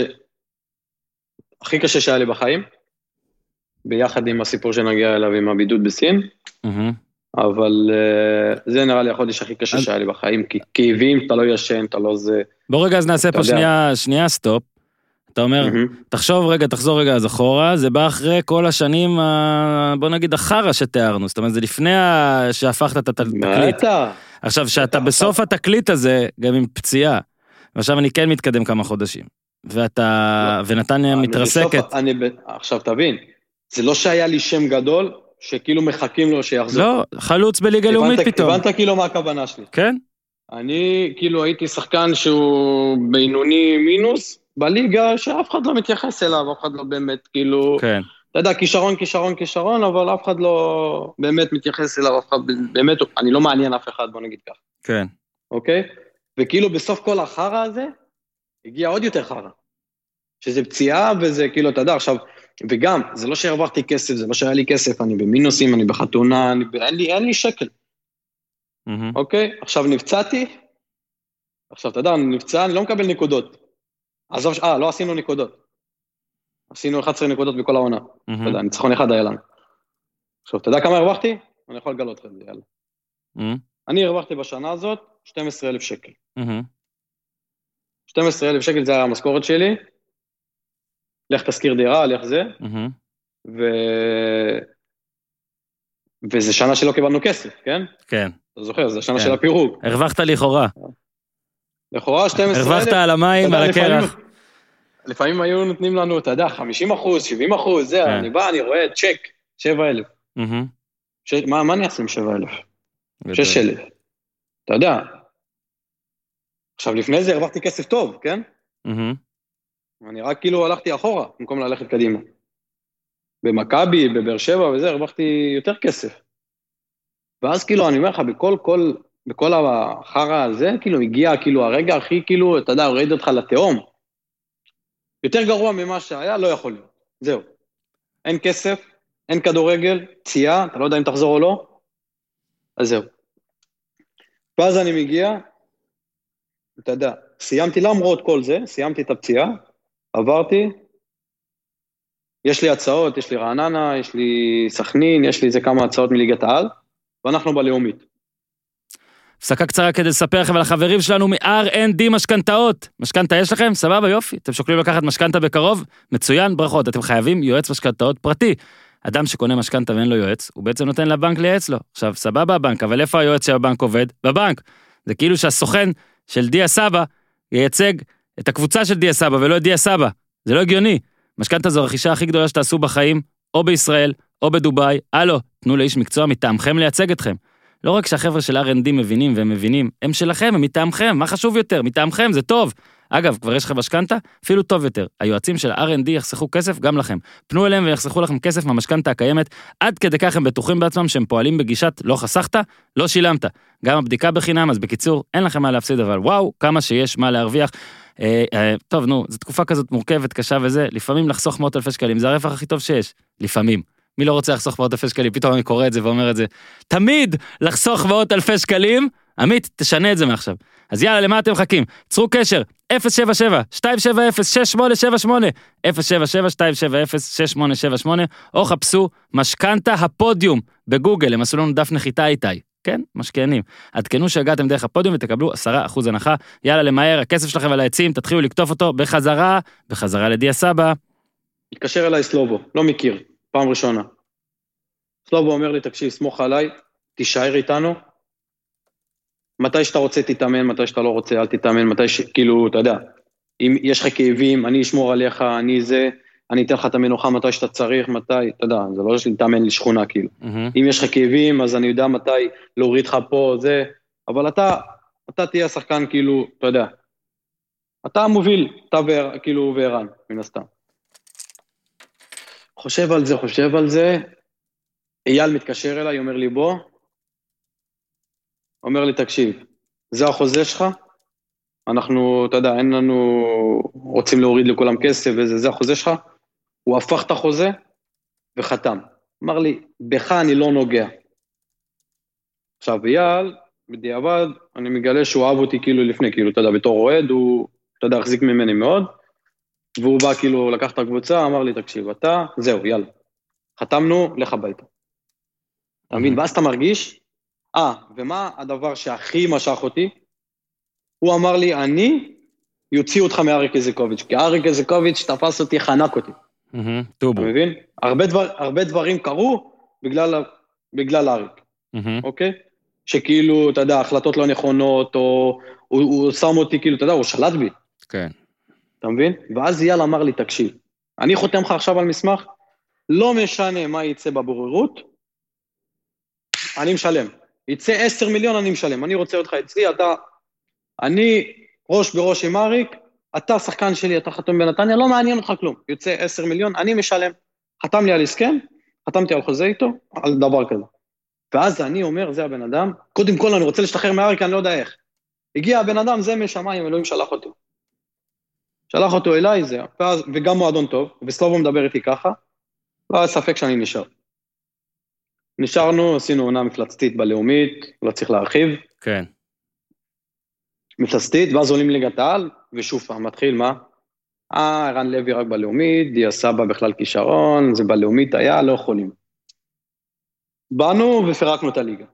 C: קשה שהיה לי בחיים, ביחד עם הסיפור שנגיע אליו עם הבידוד בסין, אבל זה נראה לי החודש הכי קשה שהיה לי בחיים, כי כאבים, אתה לא ישן, אתה לא זה...
A: בוא רגע, אז נעשה פה שנייה סטופ. אתה אומר, תחזור רגע אז אחורה, זה בא אחרי כל השנים, בוא נגיד, החרה שתיארנו, זאת אומרת, זה לפני שהפכת את התקליט. עכשיו, שאתה בסוף התקליט הזה, גם עם פציעה, ועכשיו אני כן מתקדם כמה חודשים, ונתניה מתרסקת.
C: עכשיו תבין, זה לא שהיה לי שם גדול, שכאילו מחכים לו שיחזור.
A: לא, חלוץ בליגה לאומית פתאום.
C: הבנת כאילו מה הכוונה שלי.
A: כן? אני
C: כאילו הייתי שחקן שהוא בינוני מינוס, בליגה שאף אחד לא מתייחס אליו, אף אחד לא באמת כאילו...
A: כן.
C: אתה יודע, כישרון, אבל אף אחד לא באמת מתייחס אליו, אף אחד באמת, אני לא מעניין אף אחד, בוא נגיד כך.
A: כן.
C: אוקיי? וכאילו בסוף כל החרה הזה, הגיע עוד יותר חרה. שזה פציעה וזה כאילו, אתה יודע, עכשיו, וגם, זה לא שהרווחתי כסף, זה לא שהיה לי כסף, אני במינוסים, אני בחתונה, אין לי שקל. אוקיי? עכשיו נפצעתי, עכשיו, אתה יודע, נפצע, אני לא מקבל נקודות. עזוב, לא עשינו נקודות. עשינו 11 נקודות בכל העונה. אתה יודע, ניצחון אחד היה לנו. עכשיו, אתה יודע כמה הרווחתי? אני יכול לגלות לך את זה, יאללה. אני הרווחתי בשנה הזאת 12,000 שקל. 12,000 שקל זה היה המשכורת שלי. לך תזכיר דירה, לך זה. וזה שנה שלא קיבלנו כסף, כן?
A: כן.
C: אתה זוכר, זה שנה של הפירוק.
A: הרווחת לכאורה.
C: לכאורה 12,000.
A: הרווחת על המים, על הקרח.
C: לפעמים היו נותנים לנו, אתה יודע, 50%, 70%, זה, אני בא, אני רואה, צ'ק, 7,000. מה אני אעשה עם 7,000? 6,000. אתה יודע. עכשיו, לפני זה הרווחתי כסף טוב, כן? אני רק כאילו הלכתי אחורה, במקום ללכת קדימה. במכבי, בבאר שבע וזה, הרווחתי יותר כסף. ואז כאילו, אני אומר לך, בכל החרה הזה, כאילו, הגיע כאילו הרגע הכי, כאילו, אתה יודע, הוריד אותך לתהום. יותר גרוע ממה שהיה, לא יכול להיות. זהו. אין כסף, אין כדורגל, פציעה, אתה לא יודע אם תחזור או לא, אז זהו. ואז אני מגיע, אתה יודע, סיימתי למרות כל זה, סיימתי את הפציעה, עברתי, יש לי הצעות, יש לי רעננה, יש לי סכנין, יש לי איזה כמה הצעות מליגת העל, ואנחנו בלאומית.
A: הפסקה קצרה כדי לספר לכם על החברים שלנו מ-R&D משכנתאות. משכנתה יש לכם? סבבה, יופי. אתם שוקלים לקחת משכנתה בקרוב? מצוין, ברכות. אתם חייבים יועץ משכנתאות פרטי. אדם שקונה משכנתה ואין לו יועץ, הוא בעצם נותן לבנק לייעץ לו. עכשיו, סבבה הבנק, אבל איפה היועץ שהבנק עובד? בבנק. זה כאילו שהסוכן של דיה סבא ייצג את הקבוצה של דיה סבא ולא את דיה סבא. זה לא הגיוני. משכנתה זו הרכישה הכי גדולה שתעשו בחיים, או בישראל, או בדוביי. הלו, תנו לאיש מקצוע מטעמכם לייצג אתכם. לא רק שהחבר'ה של R&D מבינים והם מבינים, הם שלכם, הם מטעמכם, מה חשוב יותר? מטעמכם, זה טוב. אגב, כבר יש לכם משכנתה, אפילו טוב יותר. היועצים של R&D יחסכו כסף גם לכם. פנו אליהם ויחסכו לכם כסף מהמשכנתה הקיימת, עד כדי כך הם בטוחים בעצמם שהם פועלים בגישת לא חסכת, לא שילמת. גם הבדיקה בחינם, אז בקיצור, אין לכם מה להפסיד, אבל וואו, כמה שיש מה להרוויח. טוב, נו, זו תקופה כזאת מורכבת, קשה וזה, לפעמים לחסוך מאות אלפי שקלים, זה הרווח הכי טוב שיש, לפעמים. מי לא רוצה לחסוך מאות אלפי שקלים? פתאום אני קורא את זה ואומר את זה. תמיד לחסוך מאות אלפי שקלים, עמית, תשנה את זה מעכשיו. אז יאללה, למה אתם מחכים? צרו קשר, 077-270-6878, 077-270-6878, או חפשו משכנתה הפודיום בגוגל, הם עשו לנו דף נחיתה איתי. כן, משקיענים. עדכנו שהגעתם דרך הפודיום ותקבלו 10% הנחה. יאללה, למהר, הכסף שלכם על העצים, תתחילו לקטוף אותו בחזרה לדיה סבא.
C: התקשר אליי סלובו, לא מכיר, פעם ראשונה. סלובו אומר לי, תקשיב, סמוך עליי, תישאר איתנו, מתי שאתה רוצה תתאמן, מתי שאתה לא רוצה אל תתאמן, כאילו, אתה יודע, אם יש לך כאבים, אני אשמור עליך, אני אתן לך את המנוחה מתי שאתה צריך, אתה יודע, זה לא שתתאמן לשכונה, כאילו. אם יש לך כאבים, אז אני יודע מתי להוריד לך פה, אבל אתה תהיה שחקן, כאילו, אתה יודע, אתה מוביל, אתה כאילו וערן, מן הסתם. חושב על זה, אייל מתקשר אליי, אומר לי בוא, אומר לי תקשיב, זה החוזה שלך, אנחנו, אתה יודע, אין לנו, רוצים להוריד לכולם כסף וזה, זה החוזה שלך, הוא הפך את החוזה וחתם. אמר לי, בך אני לא נוגע. עכשיו, אייל, בדיעבד, אני מגלה שהוא אהב אותי כאילו לפני, כאילו, אתה יודע, בתור אוהד, הוא, אתה יודע, החזיק ממני מאוד, והוא בא כאילו, לקח את הקבוצה, אמר לי, תקשיב, אתה, זהו, יאללה. חתמנו, לך הביתה. אתה מבין? ואז אתה מרגיש, ומה הדבר שהכי משך אותי? הוא אמר לי, אני יוציא אותך מאריק איזקוביץ', כי אריק איזקוביץ' תפס אותי, חנק אותי.
A: טובו.
C: אתה מבין? הרבה דברים קרו בגלל אריק, אוקיי? שכאילו, אתה יודע, החלטות לא נכונות, או הוא שם אותי, כאילו, אתה יודע, הוא שלט בי.
A: כן.
C: אתה מבין? ואז אייל אמר לי, תקשיב, אני חותם לך עכשיו על מסמך, לא משנה מה יצא בבוררות, אני משלם. יצא 10 מיליון, אני משלם. אני רוצה אותך אצלי, אני ראש בראש עם אריק, אתה שחקן שלי, אתה חתום בנתניה, לא מעניין אותך כלום. יוצא 10 מיליון, אני משלם. חתם לי על הסכם, חתמתי על חוזה איתו, על דבר כזה. ואז אני אומר, זה הבן אדם, קודם כל אני רוצה להשתחרר מאריק, אני לא יודע איך. הגיע הבן אדם, זה משמיים, אלוהים שלח אותו. שלח אותו אליי, זה, וגם מועדון טוב, וסלובו מדבר איתי ככה, לא היה ספק שאני נשאר. נשארנו, עשינו עונה מפלצתית בלאומית, לא צריך להרחיב.
A: כן.
C: מפלצתית, ואז עולים ליגת העל, ושוב פעם, מתחיל מה? ערן לוי רק בלאומית, דיה סבא בכלל כישרון, זה בלאומית היה, לא יכולים. באנו ופרקנו את הליגה.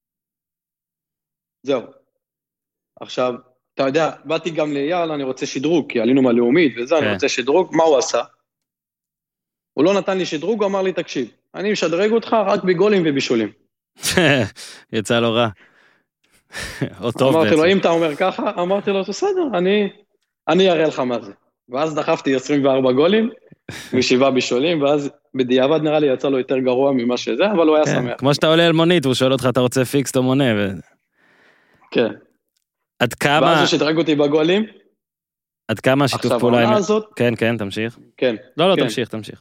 C: זהו. עכשיו, אתה יודע, באתי גם לאייל, אני רוצה שדרוג, כי עלינו מהלאומית וזה, אני רוצה שדרוג, מה הוא עשה? הוא לא נתן לי שדרוג, הוא אמר לי, תקשיב, אני משדרג אותך רק בגולים ובישולים.
A: יצא לא רע. או טוב בעצם.
C: אמרתי לו, אם אתה אומר ככה, אמרתי לו, בסדר, אני אראה לך מה זה. ואז דחפתי 24 גולים, ו7 בישולים, ואז בדיעבד נראה לי יצא לו יותר גרוע ממה שזה, אבל הוא היה שמח.
A: כמו שאתה עולה על מונית, והוא שואל אותך, אתה רוצה פיקס או מונה?
C: כן.
A: עד כמה...
C: ואז הוא שדרג אותי בגולים.
A: עד כמה שיתוף פעולה...
C: עכשיו, העונה הזאת...
A: כן, תמשיך.
C: כן.
A: לא, תמשיך.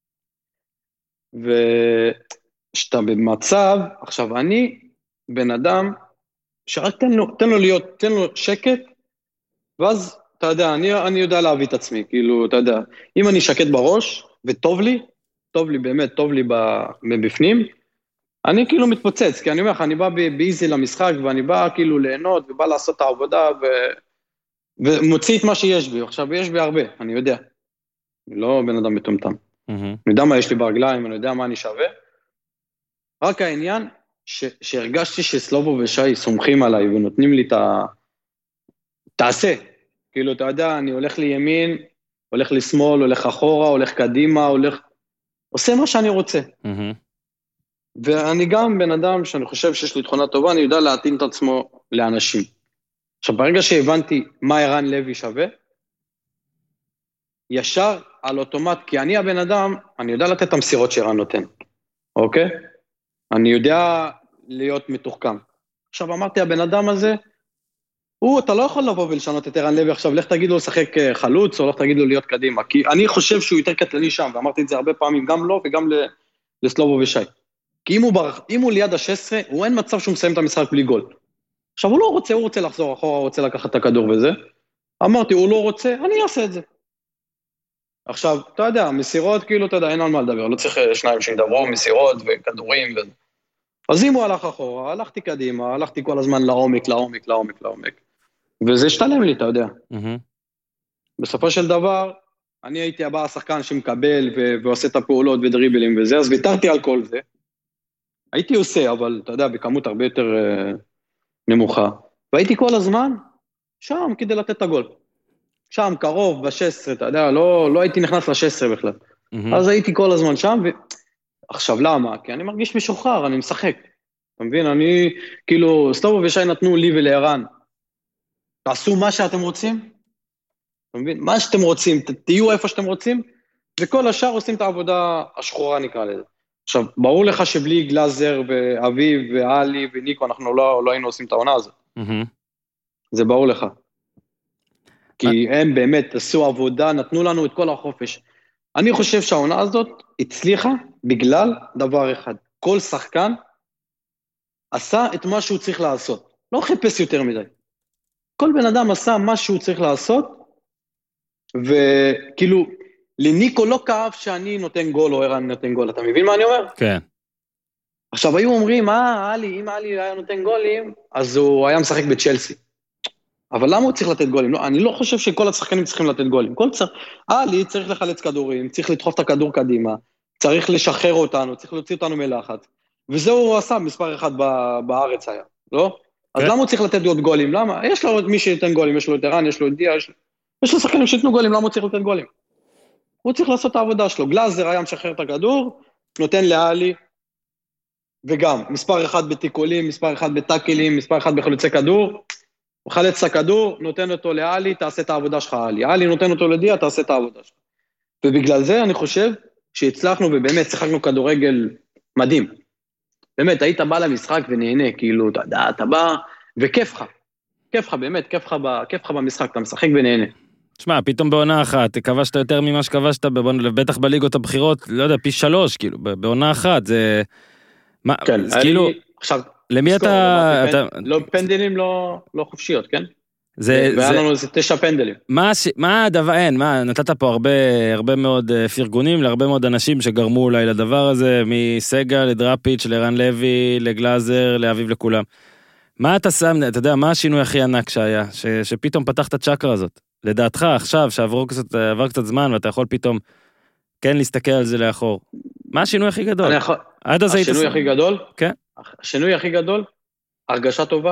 C: ושאתה במצב, עכשיו אני בן אדם, שרק תן לו שקט, ואז, אתה יודע, אני יודע להביא את עצמי, כאילו, אתה יודע, אם אני שקט בראש, וטוב לי באמת, טוב לי מבפנים, אני כאילו מתפוצץ, כי אני אומר לך, אני בא באיזי למשחק, ואני בא כאילו ליהנות, ובא לעשות את העבודה, ומוציא את מה שיש בי. עכשיו, יש בי הרבה, אני יודע. אני לא בן אדם מטומטם. אני יודע מה יש לי ברגליים, אני יודע מה אני שווה. רק העניין, שהרגשתי שסלובו ושי סומכים עליי, ונותנים לי תעשה. כאילו, אתה יודע, אני הולך לימין, הולך לשמאל, הולך אחורה, הולך קדימה, עושה מה שאני רוצה.
A: מהמם.
C: ואני גם בן אדם שאני חושב שיש לי תכונה טובה, אני יודע להתאים את עצמו לאנשים. עכשיו, ברגע שהבנתי מה ערן לוי שווה, ישר על אוטומט, כי אני הבן אדם, אני יודע לתת את המסירות שערן נותן, אוקיי? אני יודע להיות מתוחכם. עכשיו אמרתי, הבן אדם הזה, אתה לא יכול לבוא ולשנות את ערן לוי עכשיו, לך תגיד לו לשחק חלוץ, או לך תגיד לו להיות קדימה, כי אני חושב שהוא יותר קטלני שם, ואמרתי את זה הרבה פעמים, גם לו וגם לסלובו ושי. כי אם הוא ליד ה-16, הוא אין מצב שהוא מסיים את המשחק בלי גול. עכשיו הוא לא רוצה, הוא רוצה לחזור אחורה, הוא רוצה לקחת את הכדור וזה. אמרתי, הוא לא רוצה, אני אעשה את זה. עכשיו, אתה יודע, מסירות, כאילו, אתה יודע, אין על מה לדבר, לא צריך שניים שידברו, מסירות וכדורים וזה. אז אם הוא הלך אחורה, הלכתי קדימה, הלכתי כל הזמן לעומק, לעומק, לעומק, לעומק. וזה השתלם לי, אתה יודע.
A: מהמם.
C: בסופו של דבר, אני הייתי הבא השחקן שמקבל ועושה את הפעולות ודריבלים וזה, אז ויתרתי על כל זה. הייתי עושה, אבל אתה יודע, בכמות הרבה יותר נמוכה. והייתי כל הזמן שם כדי לתת את הגול. שם, קרוב, ב-16, אתה יודע, לא הייתי נכנס ל-16 בכלל.
A: מהמם.
C: אז הייתי כל הזמן שם, עכשיו למה? כי אני מרגיש משוחרר, אני משחק. אתה מבין? אני, כאילו, סלובו ושי נתנו לי ולערן. תעשו מה שאתם רוצים, אתה מבין? מה שאתם רוצים, תהיו איפה שאתם רוצים, וכל השאר עושים את העבודה השחורה, נקרא לזה. עכשיו, ברור לך שבלי גלאזר ואביב ואלי וניקו, אנחנו לא היינו עושים את העונה הזאת.
A: מהמם.
C: זה ברור לך. כי הם באמת עשו עבודה, נתנו לנו את כל החופש. אני חושב שהעונה הזאת הצליחה בגלל דבר אחד. כל שחקן עשה את מה שהוא צריך לעשות. לא חיפש יותר מדי. כל בן אדם עשה מה שהוא צריך לעשות, וכאילו, לניקו לא כאב שאני נותן גול או ערן נותן גול. אתה מבין מה אני אומר?
A: כן.
C: עכשיו, היו אומרים, אם אלי היה נותן גולים, אז הוא היה משחק בצ'לסי. אבל למה הוא צריך לתת גולים? לא, אני לא חושב שכל השחקנים צריכים לתת גולים. אלי צריך לחלץ כדורים, צריך לדחוף את הכדור קדימה, צריך לשחרר אותנו, צריך להוציא אותנו מלחץ. וזהו הוא עשה מספר אחד בארץ היה, לא? אז למה הוא צריך לתת עוד גולים? למה? יש לו מי שייתן גולים, יש לו את ערן, יש לו את דיה, יש לו שחקנים שיתנו גולים, למה הוא צריך לתת גולים? הוא צריך לעשות את העבודה שלו. גלאזר היה משחרר את הכדור, נותן לאלי, וגם, מספר אחד בתיקולים, מספר אחד בטאקלים, מספר אחד בחלוצי כדור, הוא חלץ את הכדור, נותן אותו לאלי, תעשה את העבודה שלך, אלי נותן אותו לדיה, תעשה את העבודה שלך. ובגלל זה אני חושב שהצלחנו ובאמת שיחקנו כדורגל מדהים. באמת, היית בא למשחק ונהנה, כאילו, אתה יודע, אתה בא, וכיף לך, באמת, כיף לך במשחק, אתה משחק ונהנה.
A: תשמע, פתאום בעונה אחת, כבשת יותר ממה שכבשת, בטח בליגות הבחירות, לא יודע, פי 3, כאילו, בעונה אחת, זה...
C: כן,
A: כאילו,
C: עכשיו...
A: למי אתה...
C: לא, פנדלים לא חופשיות, כן?
A: והיה
C: לנו איזה 9 פנדלים.
A: מה הדבר, נתת פה הרבה מאוד פרגונים, להרבה מאוד אנשים שגרמו אולי לדבר הזה, מסגה לדראפיץ', לערן לוי, לגלאזר, לאביב, לכולם. מה אתה שם, אתה יודע, מה השינוי הכי ענק שהיה, שפתאום פתח את הצ'קרה הזאת? לדעתך, עכשיו, שעבר קצת זמן, ואתה יכול פתאום כן להסתכל על זה לאחור. מה השינוי הכי גדול?
C: השינוי הכי גדול?
A: כן.
C: השינוי הכי גדול, הרגשה טובה.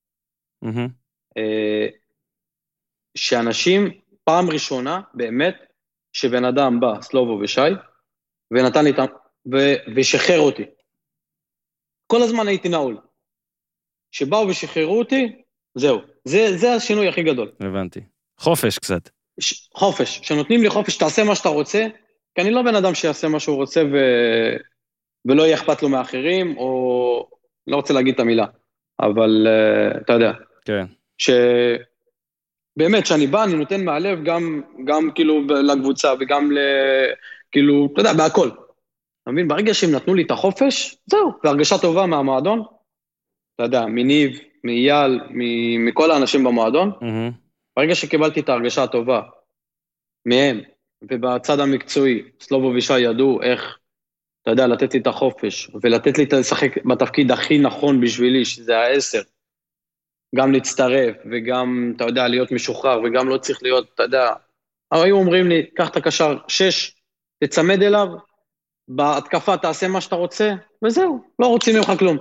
C: שאנשים, פעם ראשונה, באמת, שבן אדם בא, סלובו ושי, ונתן לי ושחרר אותי. כל הזמן הייתי נעול. שבאו ושחררו אותי, זהו. זה השינוי הכי גדול.
A: הבנתי. חופש קצת.
C: חופש. שנותנים לי חופש, תעשה מה שאתה רוצה, כי אני לא בן אדם שיעשה מה שהוא רוצה ולא יהיה אכפת לו מאחרים, או לא רוצה להגיד את המילה, אבל אתה יודע.
A: כן.
C: באמת, שאני בא, אני נותן מהלב גם כאילו לקבוצה, וגם כאילו, אתה יודע, בהכל. אתה מבין? ברגע שהם נתנו לי את החופש, זהו, והרגשה טובה מהמועדון, אתה יודע, מניב, מאייל, מכל האנשים במועדון, ברגע שקיבלתי את ההרגשה הטובה מהם, ובצד המקצועי, סלובו ושי ידעו איך, אתה יודע, לתת לי את החופש, ולתת לי לשחק בתפקיד הכי נכון בשבילי, שזה 10, גם להצטרף, וגם, אתה יודע, להיות משוחרר, וגם לא צריך להיות, אתה יודע, היו אומרים לי, קח את הקשר 6, תצמד אליו, בהתקפה תעשה מה שאתה רוצה, וזהו, לא רוצים ממך כלום.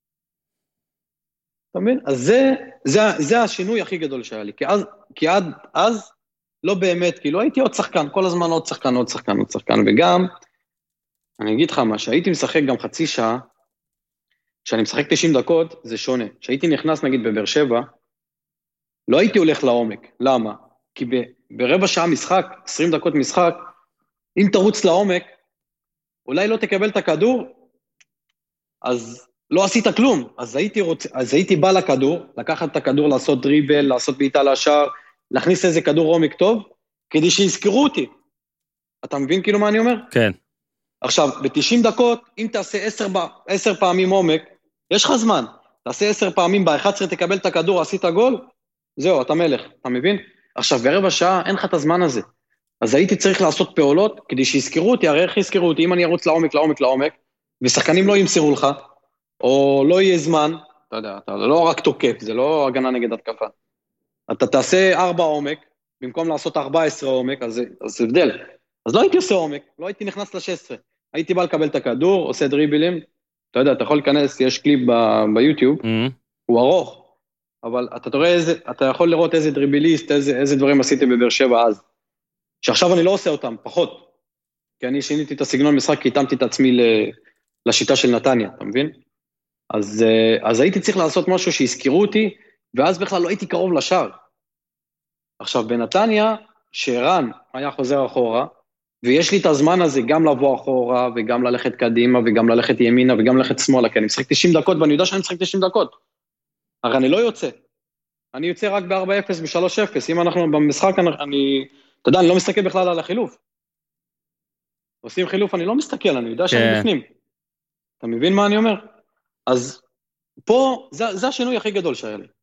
C: אתה מבין? אז זה השינוי הכי גדול שהיה לי, כי עד אז, לא באמת, כאילו הייתי עוד שחקן, כל הזמן עוד שחקן, וגם, אני אגיד לך מה, שהייתי משחק גם חצי שעה, כשאני משחק 90 דקות, זה שונה. כשהייתי נכנס, נגיד, בבאר שבע, לא הייתי הולך לעומק. למה? כי ברבע שעה משחק, 20 דקות משחק, אם תרוץ לעומק, אולי לא תקבל את הכדור, אז לא עשית כלום. אז הייתי בא לכדור, לקחת את הכדור, לעשות דריבל, לעשות בעיטה לשער, להכניס איזה כדור עומק טוב, כדי שיזכרו אותי. אתה מבין כאילו מה אני אומר?
A: כן.
C: עכשיו, ב-90 דקות, אם תעשה 10 פעמים עומק, יש לך זמן. תעשה 10 פעמים, ב-11 תקבל את הכדור, עשית גול, זהו, אתה מלך, אתה מבין? עכשיו, ברבע שעה אין לך את הזמן הזה. אז הייתי צריך לעשות פעולות, כדי שיזכרו אותי, הרי איך יזכרו אותי, אם אני ארוץ לעומק, ושחקנים לא ימסרו לך, או לא יהיה זמן, אתה יודע, אתה לא רק תוקף, זה לא הגנה נגד התקפה. אתה תעשה 4 עומק, במקום לעשות 14 עומק, אז זה הבדל. אז לא הייתי עושה עומק, לא הייתי נכנס ל-16. הייתי בא לקבל את הכדור, עושה דריבלים, אתה יודע, אתה יכול להיכנס, יש קליפ ביוטיוב, הוא ארוך, אבל אתה יכול לראות איזה דריבליסט, איזה דברים עשיתי בבאר שבע אז. שעכשיו אני לא עושה אותם, פחות. כי אני שיניתי את הסגנון משחק, כי התאמתי את עצמי לשיטה של נתניה, אתה מבין? אז הייתי צריך לעשות משהו שיזכרו אותי, ואז בכלל לא הייתי קרוב לשער. עכשיו, בנתניה, שרן היה חוזר אחורה, ויש לי את הזמן הזה גם לבוא אחורה, וגם ללכת קדימה, וגם ללכת ימינה, וגם ללכת שמאלה, כי אני משחק 90 דקות, ואני יודע שאני משחק 90 דקות. הרי אני לא יוצא. אני יוצא רק ב-4-0, ב-3-0. אם אנחנו במשחק, אתה יודע, אני לא מסתכל בכלל על החילוף. עושים חילוף, אני לא מסתכל, אני יודע שאני בפנים. אתה מבין מה אני אומר? אז פה, זה השינוי הכי גדול שהיה לי.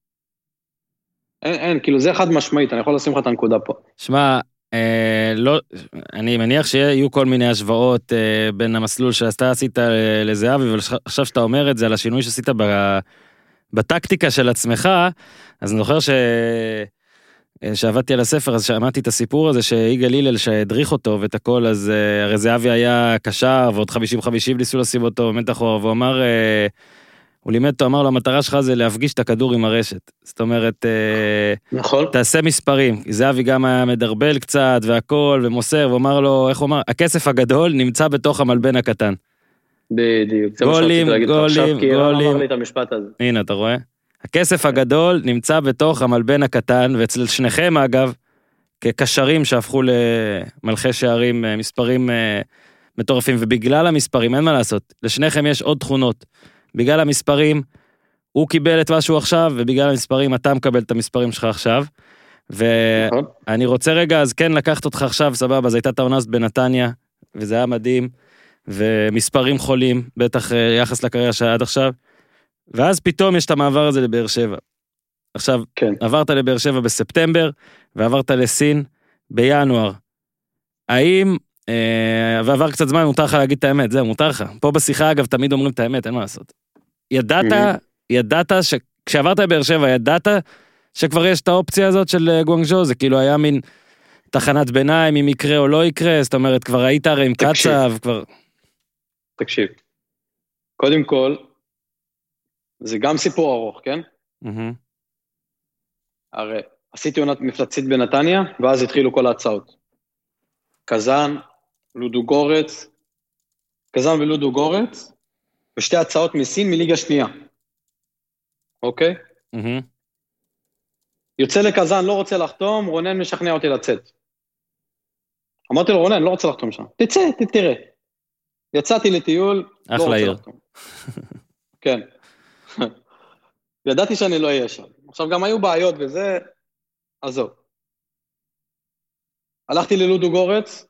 C: אין, כאילו זה חד משמעית, אני יכול לשים לך את הנקודה פה.
A: שמע, לא, אני מניח שיהיו כל מיני השוואות בין המסלול שאתה עשית לזהבי, ועכשיו שאתה אומר את זה על השינוי שעשית בטקטיקה של עצמך, אז אני זוכר שעבדתי על הספר, אז שמעתי את הסיפור הזה שיגאל הלל שהדריך אותו ואת הכל, אז הרי זהבי היה קשר, ועוד 50-50 ניסו לשים אותו באמת אחורה, והוא אמר, הוא לימד אותו, אמר לו, המטרה שלך זה להפגיש את הכדור עם הרשת. זאת אומרת,
C: נכון.
A: תעשה מספרים. זהבי גם היה מדרבל קצת והכל, ומוסר, ואומר לו, איך הוא אמר? הכסף הגדול נמצא בתוך המלבן הקטן.
C: בדיוק.
A: גולים, גולים, גולים.
C: אמר לי את המשפט הזה.
A: הנה, אתה רואה? הכסף הגדול נמצא בתוך המלבן הקטן, ואצל שניכם, אגב, כקשרים שהפכו למלכי שערים, מספרים מטורפים, ובגלל המספרים, אין מה לעשות. לשניכם יש עוד תכונות. בגלל המספרים, הוא קיבל את משהו עכשיו, ובגלל המספרים, אתה מקבל את המספרים שלך עכשיו. ואני רוצה רגע, אז כן, לקחת אותך עכשיו, סבבה, אז הייתה טעונסת בנתניה, וזה היה מדהים, ומספרים חולים, בטח יחס לקריירה שעד עכשיו, ואז פתאום יש את המעבר הזה לבאר שבע. עכשיו,
C: כן.
A: עברת לבאר שבע בספטמבר, ועברת לסין בינואר. האם, ועבר קצת זמן, מותר לך להגיד את האמת, זהו, מותר לך. פה בשיחה, אגב, תמיד אומרים את האמת, אין מה לעשות. ידעת כשעברת לבאר שבע, ידעת שכבר יש את האופציה הזאת של גואנגז'ו, זה כאילו היה מין תחנת ביניים, אם יקרה או לא יקרה, זאת אומרת, כבר היית הרי עם קצב, כבר...
C: תקשיב, קודם כל, זה גם סיפור ארוך, כן? הרי עשיתי עונת מפלצית בנתניה, ואז התחילו כל ההצעות. קזן, לודו גורץ, קזן ולודו גורץ, ושתי הצעות מסין מליגה שנייה. אוקיי? יוצא לקזן, לא רוצה לחתום, רונן משכנע אותי לצאת. אמרתי לו, רונן, לא רוצה לחתום שם. תצא, תראה. יצאתי לטיול, לא רוצה לחתום. כן. ידעתי שאני לא אהיה שם. עכשיו גם היו בעיות וזה, עזוב. הלכתי ללודו גורץ,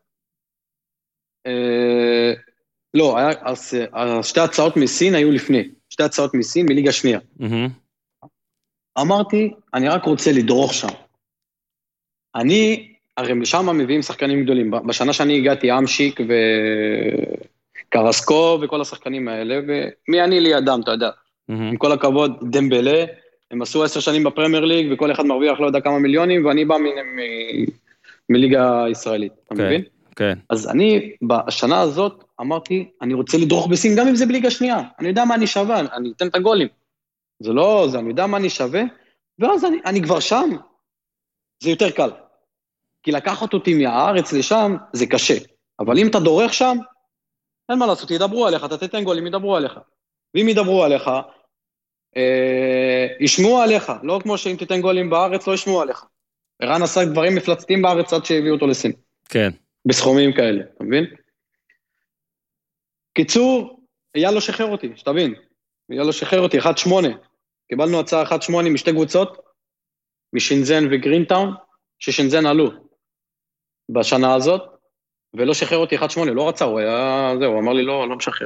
C: לא, שתי הצעות מסין היו לפני, שתי הצעות מסין מליגה שנייה. אמרתי, אני רק רוצה לדרוך שם. הרי משם מביאים שחקנים גדולים, בשנה שאני הגעתי, אמשיק וקרסקו וכל השחקנים האלה, ומי אני לידם, אתה יודע. עם כל הכבוד, דמבלה, הם עשו 10 שנים בפרמייר ליג, וכל אחד מרוויח לא יודע כמה מיליונים, ואני בא מליגה ישראלית, אתה מבין?
A: כן.
C: אז אני, בשנה הזאת, אמרתי, אני רוצה לדרוך בסין, גם אם זה בליגה שנייה, אני יודע מה אני שווה, אני אתן את הגולים. זה לא, אני יודע מה אני שווה, ואז אני כבר שם, זה יותר קל. כי לקחת אותי מהארץ לשם, זה קשה. אבל אם אתה דורך שם, אין מה לעשות, ידברו עליך, אתה תתן גולים, ידברו עליך. ואם ידברו עליך, ישמעו עליך, לא כמו שאם תתן גולים בארץ, לא ישמעו עליך. ערן עשה דברים מפלצתיים בארץ עד שהביאו אותו לסין.
A: כן.
C: בסכומים כאלה, אתה מבין? קיצור, אייל לא שחרר אותי, שתבין. אייל לא שחרר אותי, 1-8. קיבלנו הצעה 1-8 משתי קבוצות, משינזן וגרינטאון, ששינזן עלו בשנה הזאת, ולא שחרר אותי 1-8, לא רצה, הוא היה, זהו, הוא אמר לי לא משחרר.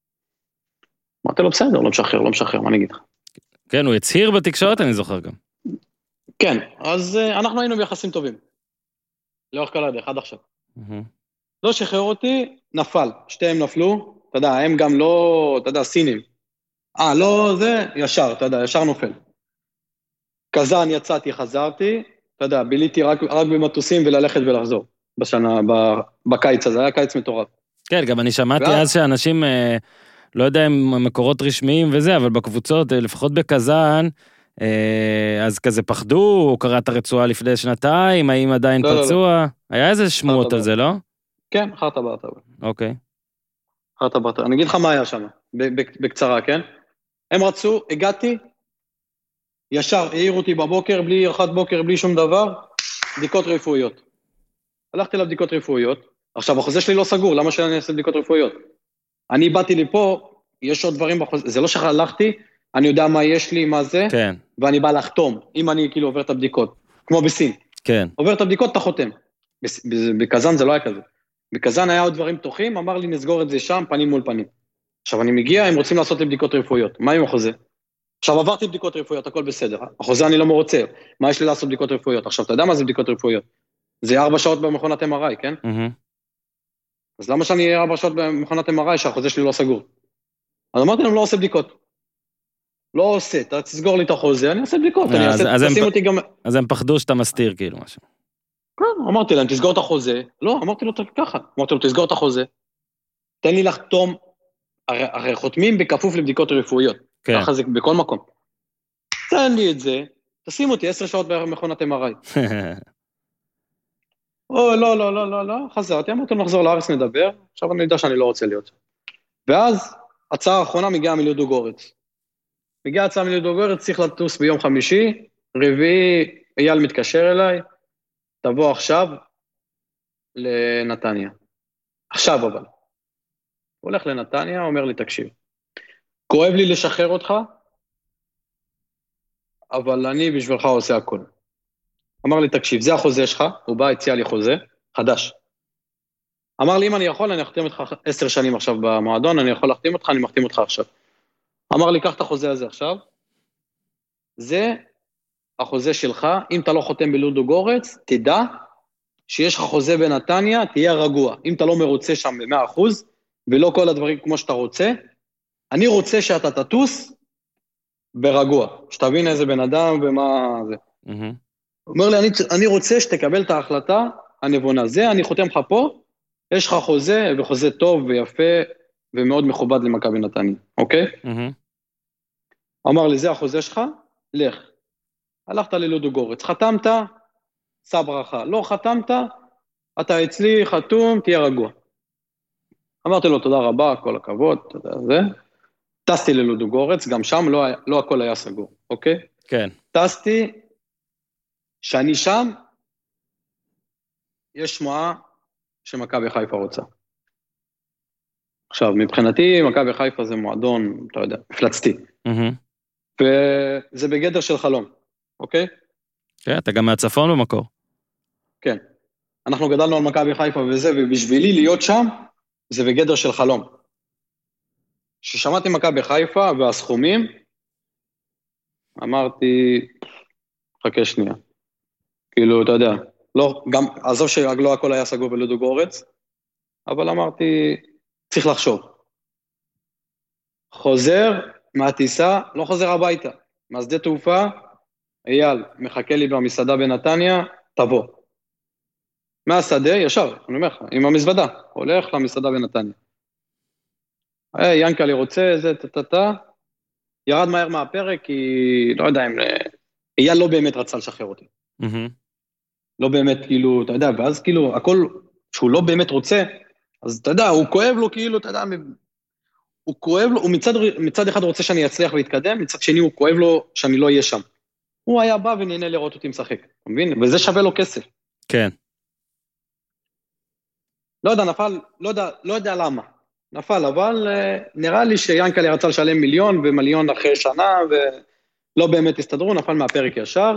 C: אמרתי לו, בסדר, לא משחרר, מה אני אגיד לך?
A: כן, הוא הצהיר בתקשורת, אני זוכר גם.
C: כן, אז אנחנו היינו ביחסים טובים. לאורך כל הדרך, עד עכשיו. לא שחרר אותי, נפל. שתיהם נפלו, אתה יודע, הם גם לא, אתה יודע, סינים. לא, זה, ישר, אתה יודע, ישר נופל. קזן יצאתי, חזרתי, אתה יודע, ביליתי רק במטוסים וללכת ולחזור. בשנה, בקיץ הזה, היה קיץ מטורף.
A: כן, גם אני שמעתי אז שאנשים, לא יודע אם מקורות רשמיים וזה, אבל בקבוצות, לפחות בקזן, אז כזה פחדו, הוא קרא את הרצועה לפני שנתיים, האם עדיין פצוע? היה איזה שמועות על זה, לא?
C: כן, חרטה ברטה.
A: אוקיי.
C: חרטה ברטה. אני אגיד לך מה היה שם, בקצרה, כן? הם רצו, הגעתי, ישר העירו אותי בבוקר, בלי ארוחת בוקר, בלי שום דבר, בדיקות רפואיות. הלכתי לבדיקות רפואיות, עכשיו החוזה שלי לא סגור, למה שאני אעשה בדיקות רפואיות? אני באתי לפה, יש עוד דברים בחוזה, זה לא שהלכתי, אני יודע מה יש לי, מה זה,
A: כן.
C: ואני בא לחתום, אם אני כאילו עובר את הבדיקות, כמו בסין.
A: כן.
C: עובר את הבדיקות, אתה חותם. בקזן זה לא היה כזה. בקזן היה עוד דברים תוכים, אמר לי נסגור את זה שם, פנים מול פנים. עכשיו אני מגיע, הם רוצים לעשות לי בדיקות רפואיות. מה עם החוזה? עכשיו עברתי בדיקות רפואיות, הכל בסדר. החוזה אני לא מרוצה. מה יש לי לעשות בדיקות רפואיות? עכשיו אתה יודע מה זה בדיקות רפואיות? זה 4 שעות במכונת MRI, כן? אז למה שאני אהיה 4 שעות במכונת MRI שהחוזה שלי לא סגור? אז אמרתי להם, לא עושה בדיקות. לא עושה, אתה תסגור לי את החוזה, אני אעשה בדיקות, תשים אותי גם...
A: אז הם פחדו שאתה מסתיר כאילו משהו.
C: כן, אמרתי להם, תסגור את החוזה. לא, אמרתי לו ככה. אמרתי לו, תסגור את החוזה. תן לי לחתום, הרי חותמים בכפוף לבדיקות רפואיות. ככה זה בכל מקום. תן לי את זה, תשים אותי 10 שעות במכונת MRI. לא, חזרתי, אמרתי לו, נחזור לארץ נדבר, עכשיו אני יודע שאני לא רוצה להיות. ואז, הצעה האחרונה מגיעה מליודו גורץ. מגיעה הצעה מליודו גורץ, צריך לטוס ביום חמישי, רביעי, אייל מתקשר אליי, תבוא עכשיו לנתניה. עכשיו אבל. הוא הולך לנתניה, אומר לי, תקשיב, כואב לי לשחרר אותך, אבל אני בשבילך עושה הכל. אמר לי, תקשיב, זה החוזה שלך, הוא בא, הציע לי חוזה, חדש. אמר לי, אם אני יכול, אני אחתים אותך 10 שנים עכשיו במועדון, אני יכול להחתים אותך, אני מחתים אותך עכשיו. אמר לי, קח את החוזה הזה עכשיו, זה החוזה שלך, אם אתה לא חותם בלודו גורץ, תדע שיש לך חוזה בנתניה, תהיה רגוע. אם אתה לא מרוצה שם ב100%, ולא כל הדברים כמו שאתה רוצה, אני רוצה שאתה תטוס ברגוע, שתבין איזה בן אדם ומה זה. הוא אומר לי, אני רוצה שתקבל את ההחלטה הנבונה. זה, אני חותם לך פה, יש לך חוזה, וחוזה טוב ויפה, ומאוד מכובד למכבי נתניה, אוקיי? אמר לי, זה החוזה שלך, לך. הלכת ללודו גורץ, חתמת, שא ברכה. לא חתמת, אתה אצלי, חתום, תהיה רגוע. אמרתי לו, תודה רבה, כל הכבוד, תודה זה. טסתי ללודו גורץ, גם שם לא הכל היה סגור, אוקיי?
A: כן.
C: טסתי, שאני שם, יש שמועה שמכבי חיפה רוצה. עכשיו, מבחינתי, מכבי חיפה זה מועדון, אתה יודע, מפלצתי. וזה בגדר של חלום, אוקיי?
A: כן, אתה גם מהצפון במקור.
C: כן. אנחנו גדלנו על מכבי חיפה וזה, ובשבילי להיות שם, זה בגדר של חלום. כששמעתי מכבי חיפה והסכומים, אמרתי, חכה שנייה. כאילו, אתה יודע, לא, גם, עזוב שלא הכל היה סגור בלודו גורץ, אבל אמרתי, צריך לחשוב. חוזר מהטיסה, לא חוזר הביתה. מהשדה תעופה, אייל, מחכה לי במסעדה בנתניה, תבוא. מהשדה, ישר, אני אומר לך, עם המזוודה, הולך למסעדה בנתניה. ינקלי רוצה, זה, ירד מהר מהפרק, כי לא יודע אם, אייל לא באמת רצה לשחרר אותי. לא באמת, כאילו, אתה יודע, ואז כאילו, הכל שהוא לא באמת רוצה, אז אתה יודע, הוא כואב לו כאילו, אתה יודע, הוא כואב לו, הוא מצד אחד רוצה שאני אצליח להתקדם, מצד שני הוא כואב לו שאני לא אהיה שם. הוא היה בא ונהנה לראות אותי משחק, אתה מבין? וזה שווה לו כסף.
A: כן.
C: לא יודע, נפל, לא יודע למה. נפל, אבל נראה לי שיאנקל'ה רצה לשלם מיליון, ומיליון אחרי שנה, ולא באמת הסתדרו, נפל מהפרק ישר,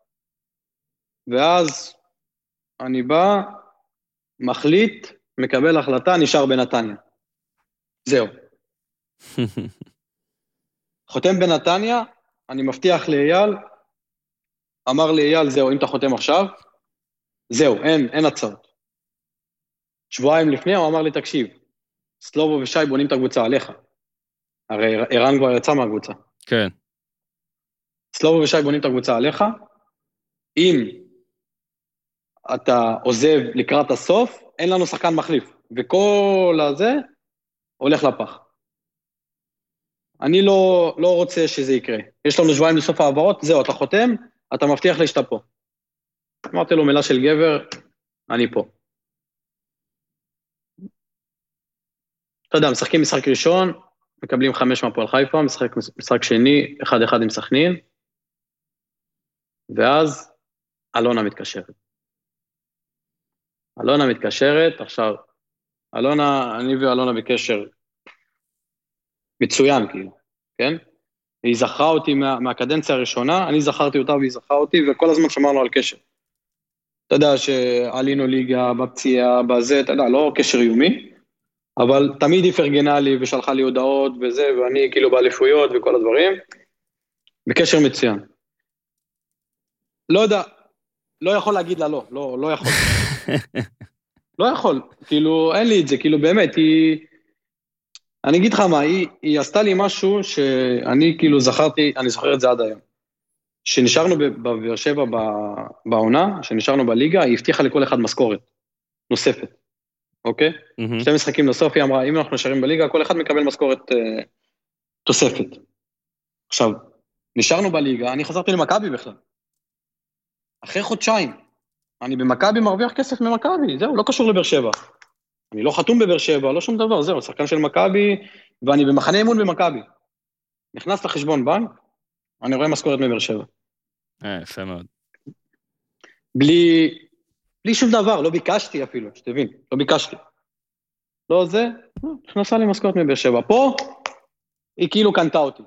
C: ואז אני בא, מחליט, מקבל החלטה, נשאר בנתניה. זהו. חותם בנתניה, אני מבטיח לאייל, אמר לאייל, זהו, אם אתה חותם עכשיו, זהו, אין הצעות. שבועיים לפני הוא אמר לי, תקשיב, סלובו ושי בונים את הקבוצה עליך. הרי ערן כבר יצא מהקבוצה.
A: כן.
C: סלובו ושי בונים את הקבוצה עליך, אם אתה עוזב לקראת הסוף, אין לנו שחקן מחליף, וכל הזה הולך לפח. אני לא רוצה שזה יקרה. יש לנו שבועיים לסוף העברות, זהו, אתה חותם, אתה מבטיח לי שאתה פה. אמרתי לו מילה של גבר, אני פה. אתה יודע, משחקים משחק ראשון, מקבלים 5 מהפועל חיפה, משחק שני, 1-1 עם סכנין, ואז אלונה מתקשרת. עכשיו, אני ואלונה בקשר מצוין, כאילו, כן? היא זכרה אותי מהקדנציה הראשונה, אני זכרתי אותה והיא זכרה אותי, וכל הזמן שמרנו על קשר. אתה יודע שעלינו ליגה, בפציעה, בזה, אתה יודע, לא קשר איומי, אבל תמיד היא פרגנה לי ושלחה לי הודעות וזה, ואני כאילו באליפויות וכל הדברים, בקשר מצוין. לא יודע, לא יכול להגיד לה לא יכול. לא יכול, כאילו אין לי את זה, כאילו באמת, אני אגיד לך מה, היא עשתה לי משהו שאני כאילו זכרתי, אני זוכר את זה עד היום. שנשארנו בבאר שבע בעונה, שנשארנו בליגה, היא הבטיחה לכל אחד משכורת נוספת, אוקיי? 2 משחקים לסוף, היא אמרה, אם אנחנו נשארים בליגה, כל אחד מקבל משכורת תוספת. עכשיו, נשארנו בליגה, אני חזרתי למכבי בכלל. אחרי חודשיים, אני במכבי מרוויח כסף ממכבי, זהו, לא קשור לבאר שבע. אני לא חתום בבאר שבע, לא שום דבר, זהו, שחקן של מכבי, ואני במחנה אימון במכבי. נכנס לחשבון בנק, אני רואה משכורת מבאר שבע.
A: יפה מאוד.
C: בלי שום דבר, לא ביקשתי אפילו, שתבין, לא ביקשתי. לא זה, נכנסה לי משכורת מבאר שבע. פה, היא כאילו קנתה אותי.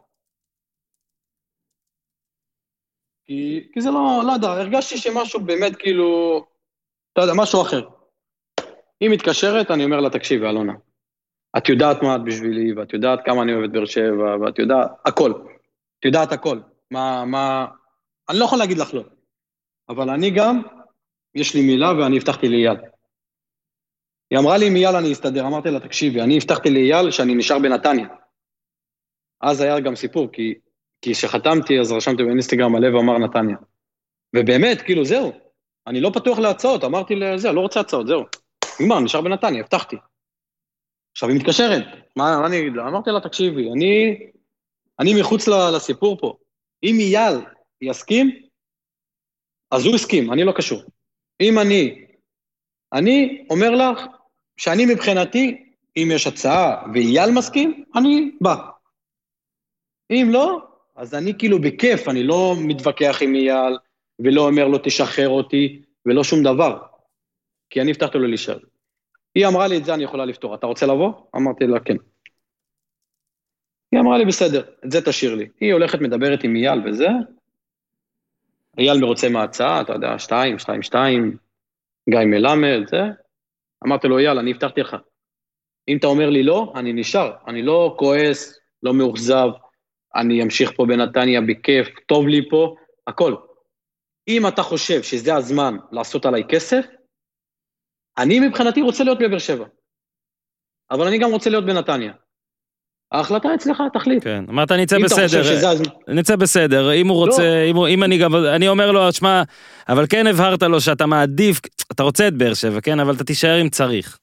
C: כי זה לא יודע, הרגשתי שמשהו באמת כאילו, אתה יודע, משהו אחר. היא מתקשרת, אני אומר לה, תקשיבי, אלונה, את יודעת מה את בשבילי, ואת יודעת כמה אני אוהבת באר שבע, ואת יודעת הכל. את יודעת הכל. אני לא יכול להגיד לך לא. אבל אני גם, יש לי מילה ואני הבטחתי לאייל. היא אמרה לי, עם אייל אני אסתדר, אמרתי לה, תקשיבי, אני הבטחתי לאייל שאני נשאר בנתניה. אז היה גם סיפור, כי שחתמתי, אז רשמתי באינסטגרם הלב ואמר נתניה. ובאמת, כאילו, זהו. אני לא פתוח להצעות, אמרתי לזה, לא רוצה הצעות, זהו. נגמר, נשאר בנתניה, הבטחתי. עכשיו היא מתקשרת, מה אני אגיד לה? אמרתי לה, תקשיבי, אני מחוץ לסיפור פה. אם אייל יסכים, אז הוא הסכים, אני לא קשור. אם אני אומר לך שאני מבחינתי, אם יש הצעה ואייל מסכים, אני בא. אם לא, אז אני כאילו בכיף, אני לא מתווכח עם אייל, ולא אומר לו תשחרר אותי, ולא שום דבר. כי אני הבטחתי לו להישאר. היא אמרה לי את זה, אני יכולה לפתור. אתה רוצה לבוא? אמרתי לה, כן. היא אמרה לי, בסדר, את זה תשאיר לי. היא הולכת, מדברת עם אייל וזה. אייל מרוצה מההצעה, אתה יודע, 2, גיא מלמד, זה. אמרתי לו, אייל, אני הבטחתי לך. אם אתה אומר לי לא, אני נשאר. אני לא כועס, לא מאוכזב. אני אמשיך פה בנתניה בכיף, טוב לי פה, הכל. אם אתה חושב שזה הזמן לעשות עליי כסף, אני מבחינתי רוצה להיות בבאר שבע. אבל אני גם רוצה להיות בנתניה. ההחלטה אצלך, תחליט.
A: כן, אמרת, נצא בסדר, אם הוא רוצה, אם אני אומר לו, שמה, אבל כן הבהרת לו שאתה מעדיף, אתה רוצה את באר שבע, כן, אבל אתה תישאר אם צריך.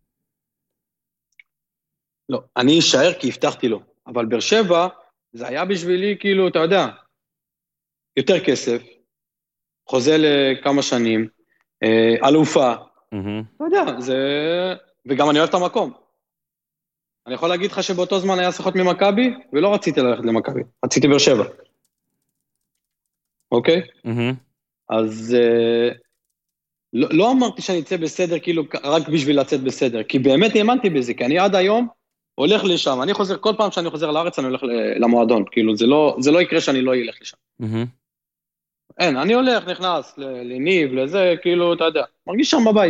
C: לא, אני אשאר כי הבטחתי לו, אבל באר שבע, זה היה בשבילי, כאילו, אתה יודע, יותר כסף, חוזה לכמה שנים, אלופה, אתה יודע, וגם אני אוהב את המקום. אני יכול להגיד לך שבאותו זמן היה שיחות ממכבי, ולא רציתי ללכת למכבי, רציתי באר שבע. אוקיי? אז לא אמרתי שאני אצא בסדר, כאילו, רק בשביל לצאת בסדר, כי באמת האמנתי בזה, כי אני עד היום הולך לשם, אני חוזר, כל פעם שאני חוזר לארץ, אני הולך למועדון, כאילו, זה לא יקרה שאני לא אלך לשם. אין, אני הולך, נכנס לניב, לזה, כאילו, אתה יודע, מרגיש שם בבית.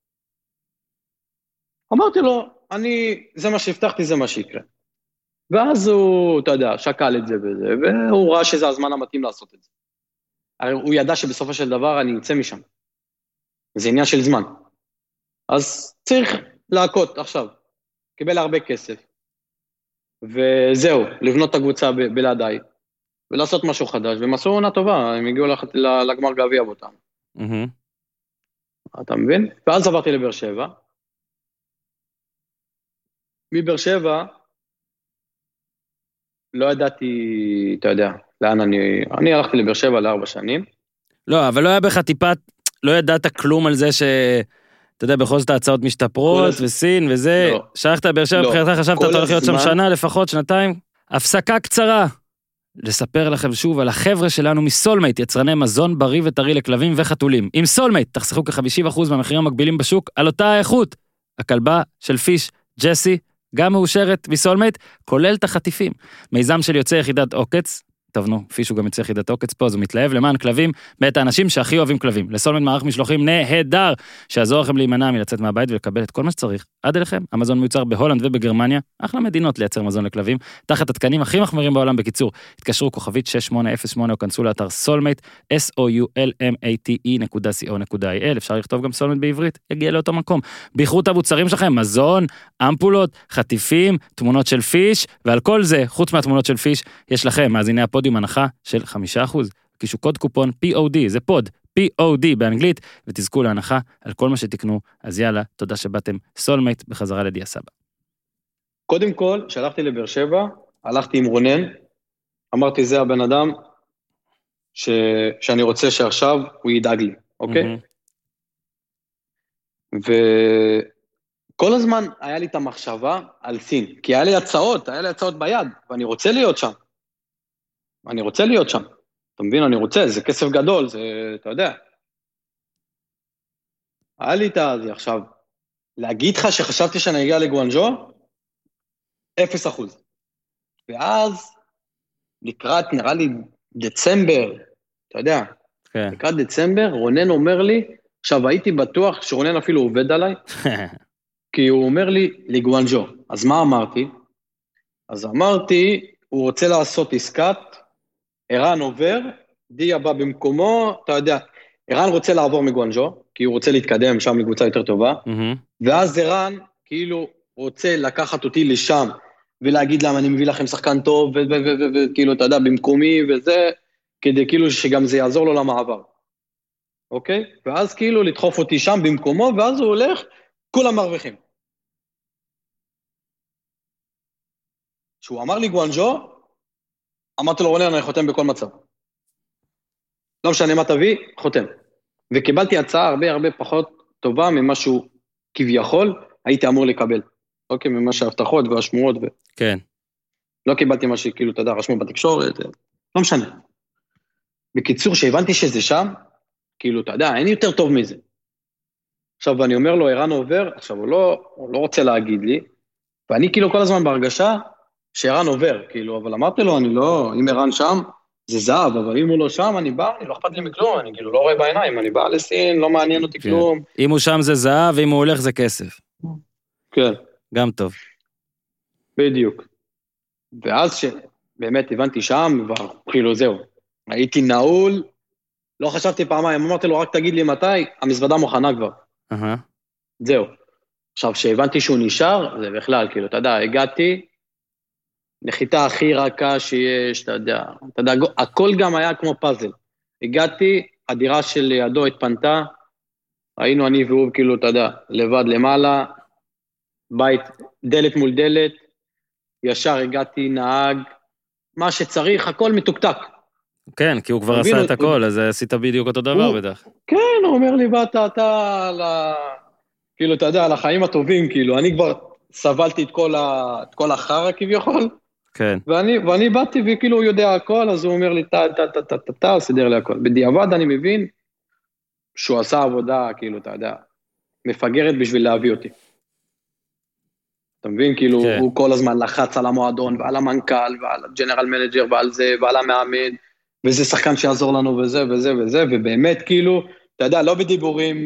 C: אמרתי לו, זה מה שהבטחתי, זה מה שיקרה. ואז הוא, אתה יודע, שקל את זה וזה, והוא ראה שזה הזמן המתאים לעשות את זה. הרי הוא ידע שבסופו של דבר אני אצא משם. זה עניין של זמן. אז צריך להכות עכשיו. קיבל הרבה כסף. וזהו, לבנות את הקבוצה בלעדיי. ולעשות משהו חדש, והם עשו עונה טובה, הם הגיעו לגמר גביע באותם. אתה מבין? ואז עברתי לבאר שבע. מבאר שבע, לא ידעתי, אתה יודע, לאן אני הלכתי לבאר שבע ל4 שנים.
A: לא, אבל לא היה בך טיפת, לא ידעת כלום על זה ש... אתה יודע, בכל זאת ההצעות משתפרות, וסין וזה, שלחת לבאר שבע, מבחינתך חשבת, אתה הולך להיות שם שנה, לפחות שנתיים. הפסקה קצרה. לספר לכם שוב על החבר'ה שלנו מסולמייט, יצרני מזון בריא וטרי לכלבים וחתולים. עם סולמייט, תחסכו כ50% מהמחירים המקבילים בשוק, על אותה האיכות. הכלבה של פיש, ג'סי, גם מאושרת מסולמייט, כולל את החטיפים. מיזם של יוצא יחידת עוקץ, טוב נו, פיש הוא גם יוצא יחידת עוקץ פה, אז הוא מתלהב למען כלבים, בית האנשים שהכי אוהבים כלבים. לסולמייט מערך משלוחים נהדר, שיעזור לכם להימנע מלצאת מהבית ולקבל את כל מה שצריך. עד אליכם, המזון מיוצר בהולנד ובגרמניה, אחלה מדינות לייצר מזון לכלבים, תחת התקנים הכי מחמירים בעולם. בקיצור, התקשרו כוכבית 6808 או כנסו לאתר סולמייט, soulmate.co.il, אפשר לכתוב גם סולמייט בעברית, יגיע לאותו מקום. בייחרו את המוצרים שלכם, מזון, אמפולות, חטיפים, תמונות של פיש, ועל כל זה, חוץ מהתמונות של פיש, יש לכם, מאזיני הפודיום, הנחה של 5%. קישו קוד קופון POD, זה פוד, POD באנגלית, ותזכו להנחה על כל מה שתקנו. אז יאללה, תודה שבאתם. סולמייט בחזרה לדיה סבא.
C: קודם כל, שלחתי לבאר שבע, הלכתי עם רונן, אמרתי, זה הבן אדם שאני רוצה שעכשיו הוא ידאג לי, אוקיי? וכל הזמן היה לי את המחשבה על סין, כי היה לי הצעות ביד, ואני רוצה להיות שם. אתה מבין, אני רוצה, זה כסף גדול, זה, אתה יודע. היה לי את זה עכשיו, להגיד לך שחשבתי שאני אגיע לגואנג'ו, 0%. ואז, לקראת, נראה לי, דצמבר, אתה יודע, לקראת דצמבר, רונן אומר לי, עכשיו הייתי בטוח שרונן אפילו עובד עליי, כי הוא אומר לי, לגואנג'ו. אז מה אמרתי? אז אמרתי, הוא רוצה לעשות עסקת, ערן עובר, דיה בא במקומו, אתה יודע, ערן רוצה לעבור מגואנג'ו, כי הוא רוצה להתקדם שם לקבוצה יותר טובה, ואז ערן כאילו רוצה לקחת אותי לשם, ולהגיד להם אני מביא לכם שחקן טוב, וכאילו אתה יודע, במקומי וזה, כדי כאילו שגם זה יעזור לו למעבר. אוקיי? ואז כאילו לדחוף אותי שם במקומו, ואז הוא הולך, כולם מרוויחים. כשהוא אמר לי גואנג'ו, אמרתי לו, רונן, אני חותם בכל מצב. לא משנה מה תביא, חותם. וקיבלתי הצעה הרבה פחות טובה ממשהו כביכול, הייתי אמור לקבל. אוקיי, ממה שההבטחות והשמועות
A: כן.
C: לא קיבלתי מה שכאילו, אתה יודע, רשמו בתקשורת, לא משנה. בקיצור, שהבנתי שזה שם, כאילו, אתה יודע, אין יותר טוב מזה. עכשיו, אני אומר לו, ערן עובר, עכשיו, הוא לא רוצה להגיד לי, ואני כאילו כל הזמן בהרגשה, שערן עובר, כאילו, אבל אמרתי לו, אני לא, אם ערן שם, זה זהב, אבל אם הוא לא שם, אני בא, אני לא אכפת לי מכלום, אני כאילו לא רואה בעיניים, אני בא לסין, לא מעניין אותי כלום.
A: אם הוא שם זה זהב, ואם הוא הולך זה כסף.
C: כן.
A: גם טוב.
C: בדיוק. ואז שבאמת הבנתי שם, וכאילו זהו, הייתי נעול, לא חשבתי פעמיים, אמרתי לו, רק תגיד לי מתי, המזוודה מוכנה כבר. זהו. עכשיו, שהבנתי שהוא נשאר, זה בכלל, כאילו, אתה יודע, הגעתי, נחיתה הכי רכה שיש, אתה יודע, הכל גם היה כמו פאזל. הגעתי, הדירה של ידו התפנתה, היינו אני והוא, כאילו, אתה יודע, לבד למעלה, בית, דלת מול דלת, ישר הגעתי, נהג, מה שצריך, הכל מתוקתק.
A: כן, כי הוא כבר עשה את הכל, אז עשית בדיוק אותו דבר בטח.
C: כן, הוא אומר לי, באת אתה כאילו, אתה יודע, על החיים הטובים, כאילו, אני כבר סבלתי את כל החרא כביכול,
A: כן.
C: ואני באתי וכאילו הוא יודע הכל, אז הוא אומר לי, הוא סידר לי הכל. בדיעבד אני מבין שהוא עשה עבודה, כאילו, אתה יודע, מפגרת בשביל להביא אותי. אתה מבין? כאילו,
A: כן.
C: הוא כל הזמן לחץ על המועדון, ועל המנכ"ל, ועל הג'נרל מנג'ר, ועל זה, ועל המאמן, וזה שחקן שיעזור לנו, וזה, וזה, וזה, ובאמת, כאילו, אתה יודע, לא בדיבורים,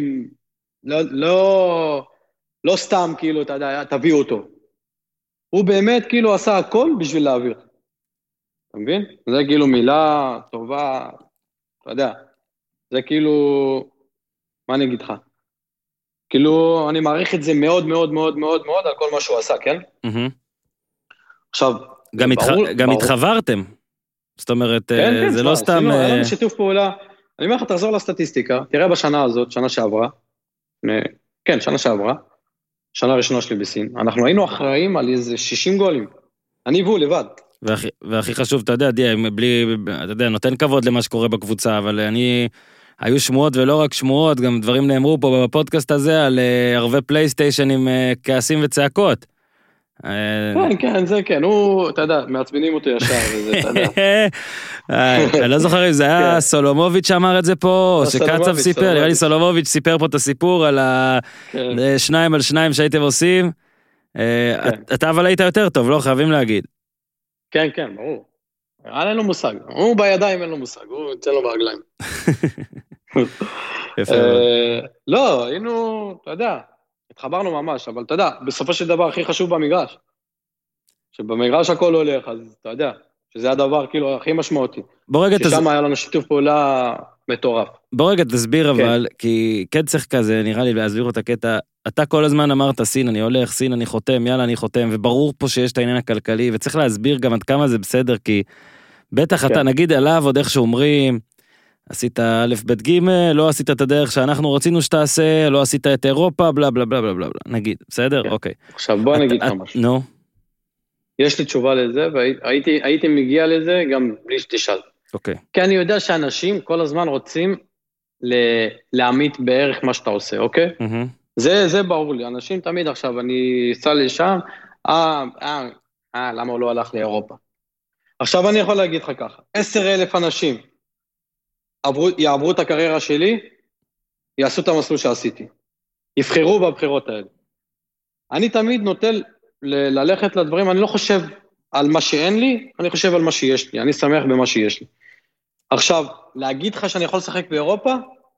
C: לא סתם, כאילו, אתה יודע, תביאו אותו. הוא באמת, כאילו, עשה הכל בשביל להעביר. אתה מבין? זה כאילו מילה טובה, אתה יודע, זה כאילו, מה אני אגיד לך? כאילו, אני מעריך את זה מאוד מאוד מאוד מאוד מאוד על כל מה שהוא עשה, כן? עכשיו,
A: גם התחברתם. זאת אומרת, זה לא סתם...
C: היה לנו שיתוף פעולה. אני אומר לך, תחזור לסטטיסטיקה, תראה בשנה הזאת, שנה שעברה, כן, שנה שעברה, שנה ראשונה שלי בסין, אנחנו היינו אחראים על איזה 60 גולים. אני והוא לבד.
A: והכי חשוב, אתה יודע, אתה יודע, נותן כבוד למה שקורה בקבוצה, אבל היו שמועות ולא רק שמועות, גם דברים נאמרו פה בפודקאסט הזה על ערבי פלייסטיישן עם כעסים וצעקות.
C: כן, זה כן, הוא, אתה יודע, מעצבנים אותו ישר, וזה, אתה יודע.
A: אני לא זוכר אם זה היה סולומוביץ' שאמר את זה פה, או שקצב סיפר, נראה לי סולומוביץ' סיפר פה את הסיפור על 2 על 2 שהייתם עושים. אתה אבל היית יותר טוב, לא חייבים להגיד.
C: כן, כן, ברור. אין לו מושג, הוא בידיים אין לו מושג, הוא יוצא לו ברגליים. לא, היינו, אתה יודע, התחברנו ממש, אבל אתה יודע, בסופו של דבר הכי חשוב במגרש, שבמגרש הכל הולך, אז אתה יודע, שזה הדבר כאילו הכי משמעותי. ששם היה לנו שיתוף פעולה מטורף.
A: בוא רגע תסביר אבל, כי כן צריך כזה, נראה לי להסביר את הקטע, אתה כל הזמן אמרת סין אני הולך, סין אני חותם, יאללה אני חותם, וברור פה שיש את העניין הכלכלי, וצריך להסביר גם עד כמה זה בסדר, כי בטח אתה נגיד עליו עוד איך שאומרים, עשית א' ב' ג', לא עשית את הדרך שאנחנו רצינו שתעשה, לא עשית את אירופה, בלה בלה בלה בלה בלה, נגיד, בסדר? אוקיי.
C: עכשיו בוא נגיד לך משהו.
A: נו.
C: יש לי תשובה לזה, והייתי מגיע לזה גם בלי שתשאל.
A: אוקיי.
C: כי אני יודע שאנשים כל הזמן רוצים להעמיד בערך מה שאתה עושה, אוקיי? זה ברור לי, אנשים תמיד עכשיו, אני אסע לשם, למה הוא לא הלך לאירופה? עכשיו אני יכול להגיד לך ככה, 10,000 אנשים יעברו את הקריירה שלי, יעשו את המסלול שעשיתי, יבחרו בבחירות האלה. אני תמיד נוטל ללכת לדברים, אני לא חושב על מה שאין לי, אני חושב על מה שיש לי, אני שמח במה שיש לי. עכשיו, להגיד לך שאני יכול לשחק באירופה,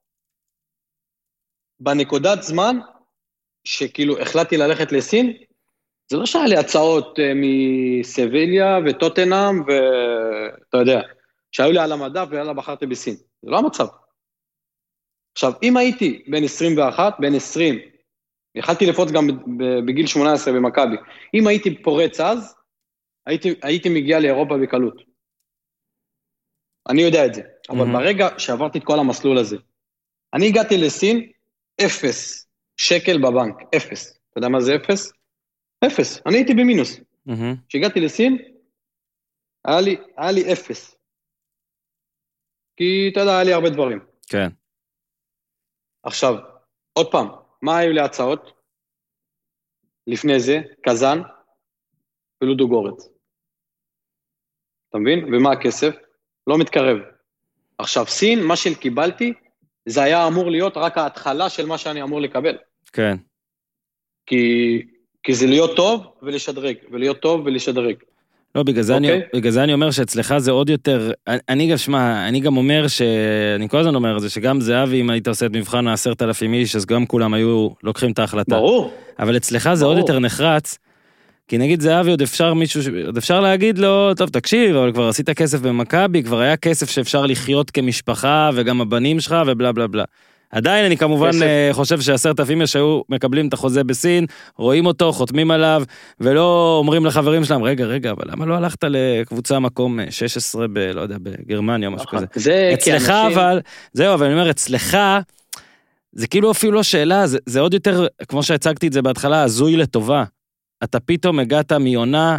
C: בנקודת זמן, שכאילו החלטתי ללכת לסין, זה לא שהיה לי הצעות מסביליה וטוטנאם, ואתה יודע, שהיו לי על המדף ויאללה בחרתי בסין. זה לא המצב. עכשיו, אם הייתי בין 21, בין 20, יכלתי לפרוץ גם בגיל 18 במכבי, אם הייתי פורץ אז, הייתי מגיע לאירופה בקלות. אני יודע את זה. אבל ברגע שעברתי את כל המסלול הזה, אני הגעתי לסין, 0 שקל בבנק, 0. אתה יודע מה זה 0? 0. אני הייתי במינוס. כשהגעתי לסין, היה לי 0. כי אתה יודע, היה לי הרבה דברים.
A: כן.
C: עכשיו, עוד פעם, מה היו לי הצעות? לפני זה, קזן ולודוגורץ. אתה מבין? ומה הכסף? לא מתקרב. עכשיו, סין, מה שקיבלתי, זה היה אמור להיות רק ההתחלה של מה שאני אמור לקבל.
A: כן.
C: כי זה להיות טוב ולשדרג, ולהיות טוב ולשדרג.
A: לא, בגלל זה אני אומר שאצלך זה עוד יותר, אני גם אומר אני כל הזמן אומר זה, שגם זהבי, אם היית עושה את מבחן 10,000 איש, אז גם כולם היו לוקחים את ההחלטה.
C: ברור.
A: אבל אצלך זה עוד יותר נחרץ, כי נגיד זהבי עוד אפשר להגיד לו, טוב תקשיב, אבל כבר עשית כסף במכבי, כבר היה כסף שאפשר לחיות כמשפחה, וגם הבנים שלך ובלה בלה בלה. עדיין אני כמובן חושב ש10,000 שהיו מקבלים את החוזה בסין, רואים אותו, חותמים עליו, ולא אומרים לחברים שלהם, רגע, אבל למה לא הלכת לקבוצה מקום 16 לא יודע, בגרמניה או משהו כזה. אצלך אבל, זהו, אבל אני אומר, אצלך, זה כאילו אפילו לא שאלה, זה עוד יותר, כמו שהצגתי את זה בהתחלה, הזוי לטובה. אתה פתאום הגעת מעונה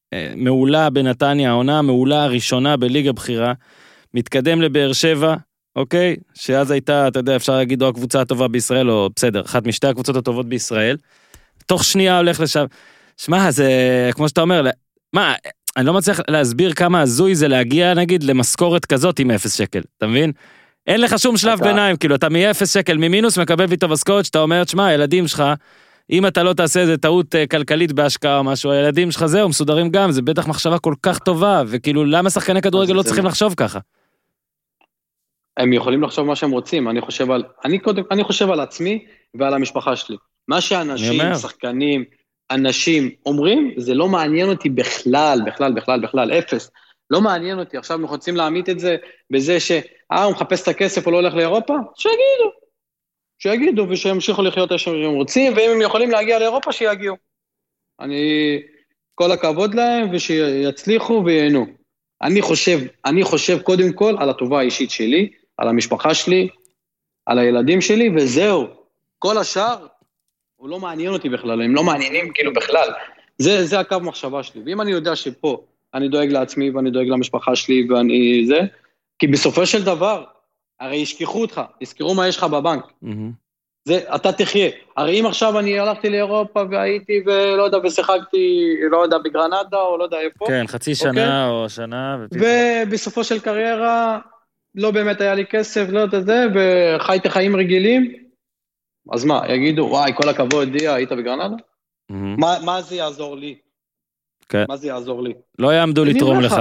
A: מעולה בנתניה, העונה המעולה הראשונה בליגה בחירה, מתקדם לבאר שבע, אוקיי? שאז הייתה, אתה יודע, אפשר להגיד, או הקבוצה הטובה בישראל, או בסדר, אחת משתי הקבוצות הטובות בישראל, תוך שנייה הולך לשם. שמע, זה, כמו שאתה אומר, מה, אני לא מצליח להסביר כמה הזוי זה להגיע, נגיד, למשכורת כזאת עם 0 שקל, אתה מבין? אין לך שום שלב ביניים, כאילו, אתה מ-0 שקל, ממינוס, מקבל פתאום משכורת, שאתה אומר, שמע, הילדים שלך, אם אתה לא תעשה איזה טעות כלכלית בהשקעה או משהו, הילדים שלך זהו, מסודרים גם, זה בטח מחשבה כל כך טובה, וכאילו, למה שחקני כדורגל לא צריכים לחשוב ככה?
C: הם יכולים לחשוב מה שהם רוצים, אני חושב על עצמי ועל המשפחה שלי. מה שאנשים, שחקנים, אנשים אומרים, זה לא מעניין אותי בכלל, אפס. לא מעניין אותי, עכשיו אנחנו רוצים להעמיד את זה בזה הוא מחפש את הכסף או לא הולך לאירופה, שיגידו ושימשיכו לחיות איך שהם רוצים, ואם הם יכולים להגיע לאירופה, שיגיעו. כל הכבוד להם ושיצליחו וייהנו. אני חושב קודם כל על הטובה האישית שלי, על המשפחה שלי, על הילדים שלי, וזהו. כל השאר, הוא לא מעניין אותי בכלל, הם לא מעניינים כאילו בכלל. זה הקו מחשבה שלי. ואם אני יודע שפה אני דואג לעצמי ואני דואג למשפחה שלי ואני זה, כי בסופו של דבר, הרי ישכחו אותך, יזכרו מה יש לך בבנק. זה, אתה תחיה. הרי אם עכשיו אני הלכתי לאירופה והייתי ולא יודע, ושיחקתי, לא יודע, בגרנדה או לא יודע איפה.
A: כן, חצי שנה או שנה.
C: ובסופו של קריירה, לא באמת היה לי כסף, לא יודע זה, וחייתי חיים רגילים, אז מה, יגידו, וואי, כל הכבוד, דיה, היית בגרנדה? מה זה יעזור לי? מה זה יעזור לי?
A: לא יעמדו לתרום לך.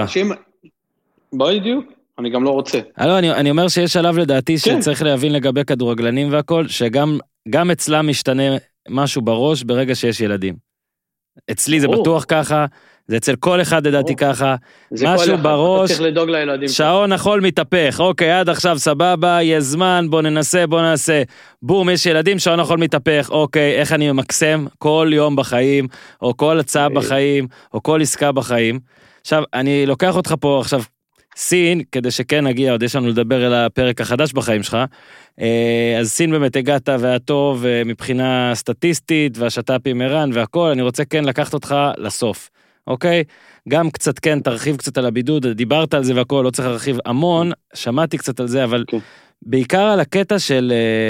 C: בדיוק, אני גם לא רוצה.
A: אני אומר שיש שלב לדעתי שצריך להבין לגבי כדורגלנים והכל, שגם אצלם משתנה משהו בראש ברגע שיש ילדים. אצלי זה בטוח ככה, זה אצל כל אחד לדעתי ככה, משהו בראש, שעון החול מתהפך, אוקיי, עד עכשיו סבבה, יש זמן, בוא נעשה, בום, יש ילדים, שעון החול מתהפך, אוקיי, איך אני ממקסם כל יום בחיים, או כל הצעה בחיים, או כל עסקה בחיים. עכשיו, אני לוקח אותך פה עכשיו, סין, כדי שכן נגיע, עוד יש לנו לדבר על הפרק החדש בחיים שלך, אז סין באמת הגעת והטוב מבחינה סטטיסטית, והשת"פים ערן והכל, אני רוצה כן לקחת אותך לסוף. אוקיי? גם קצת כן, תרחיב קצת על הבידוד, דיברת על זה והכל, לא צריך להרחיב המון, שמעתי קצת על זה, אבל בעיקר על הקטע של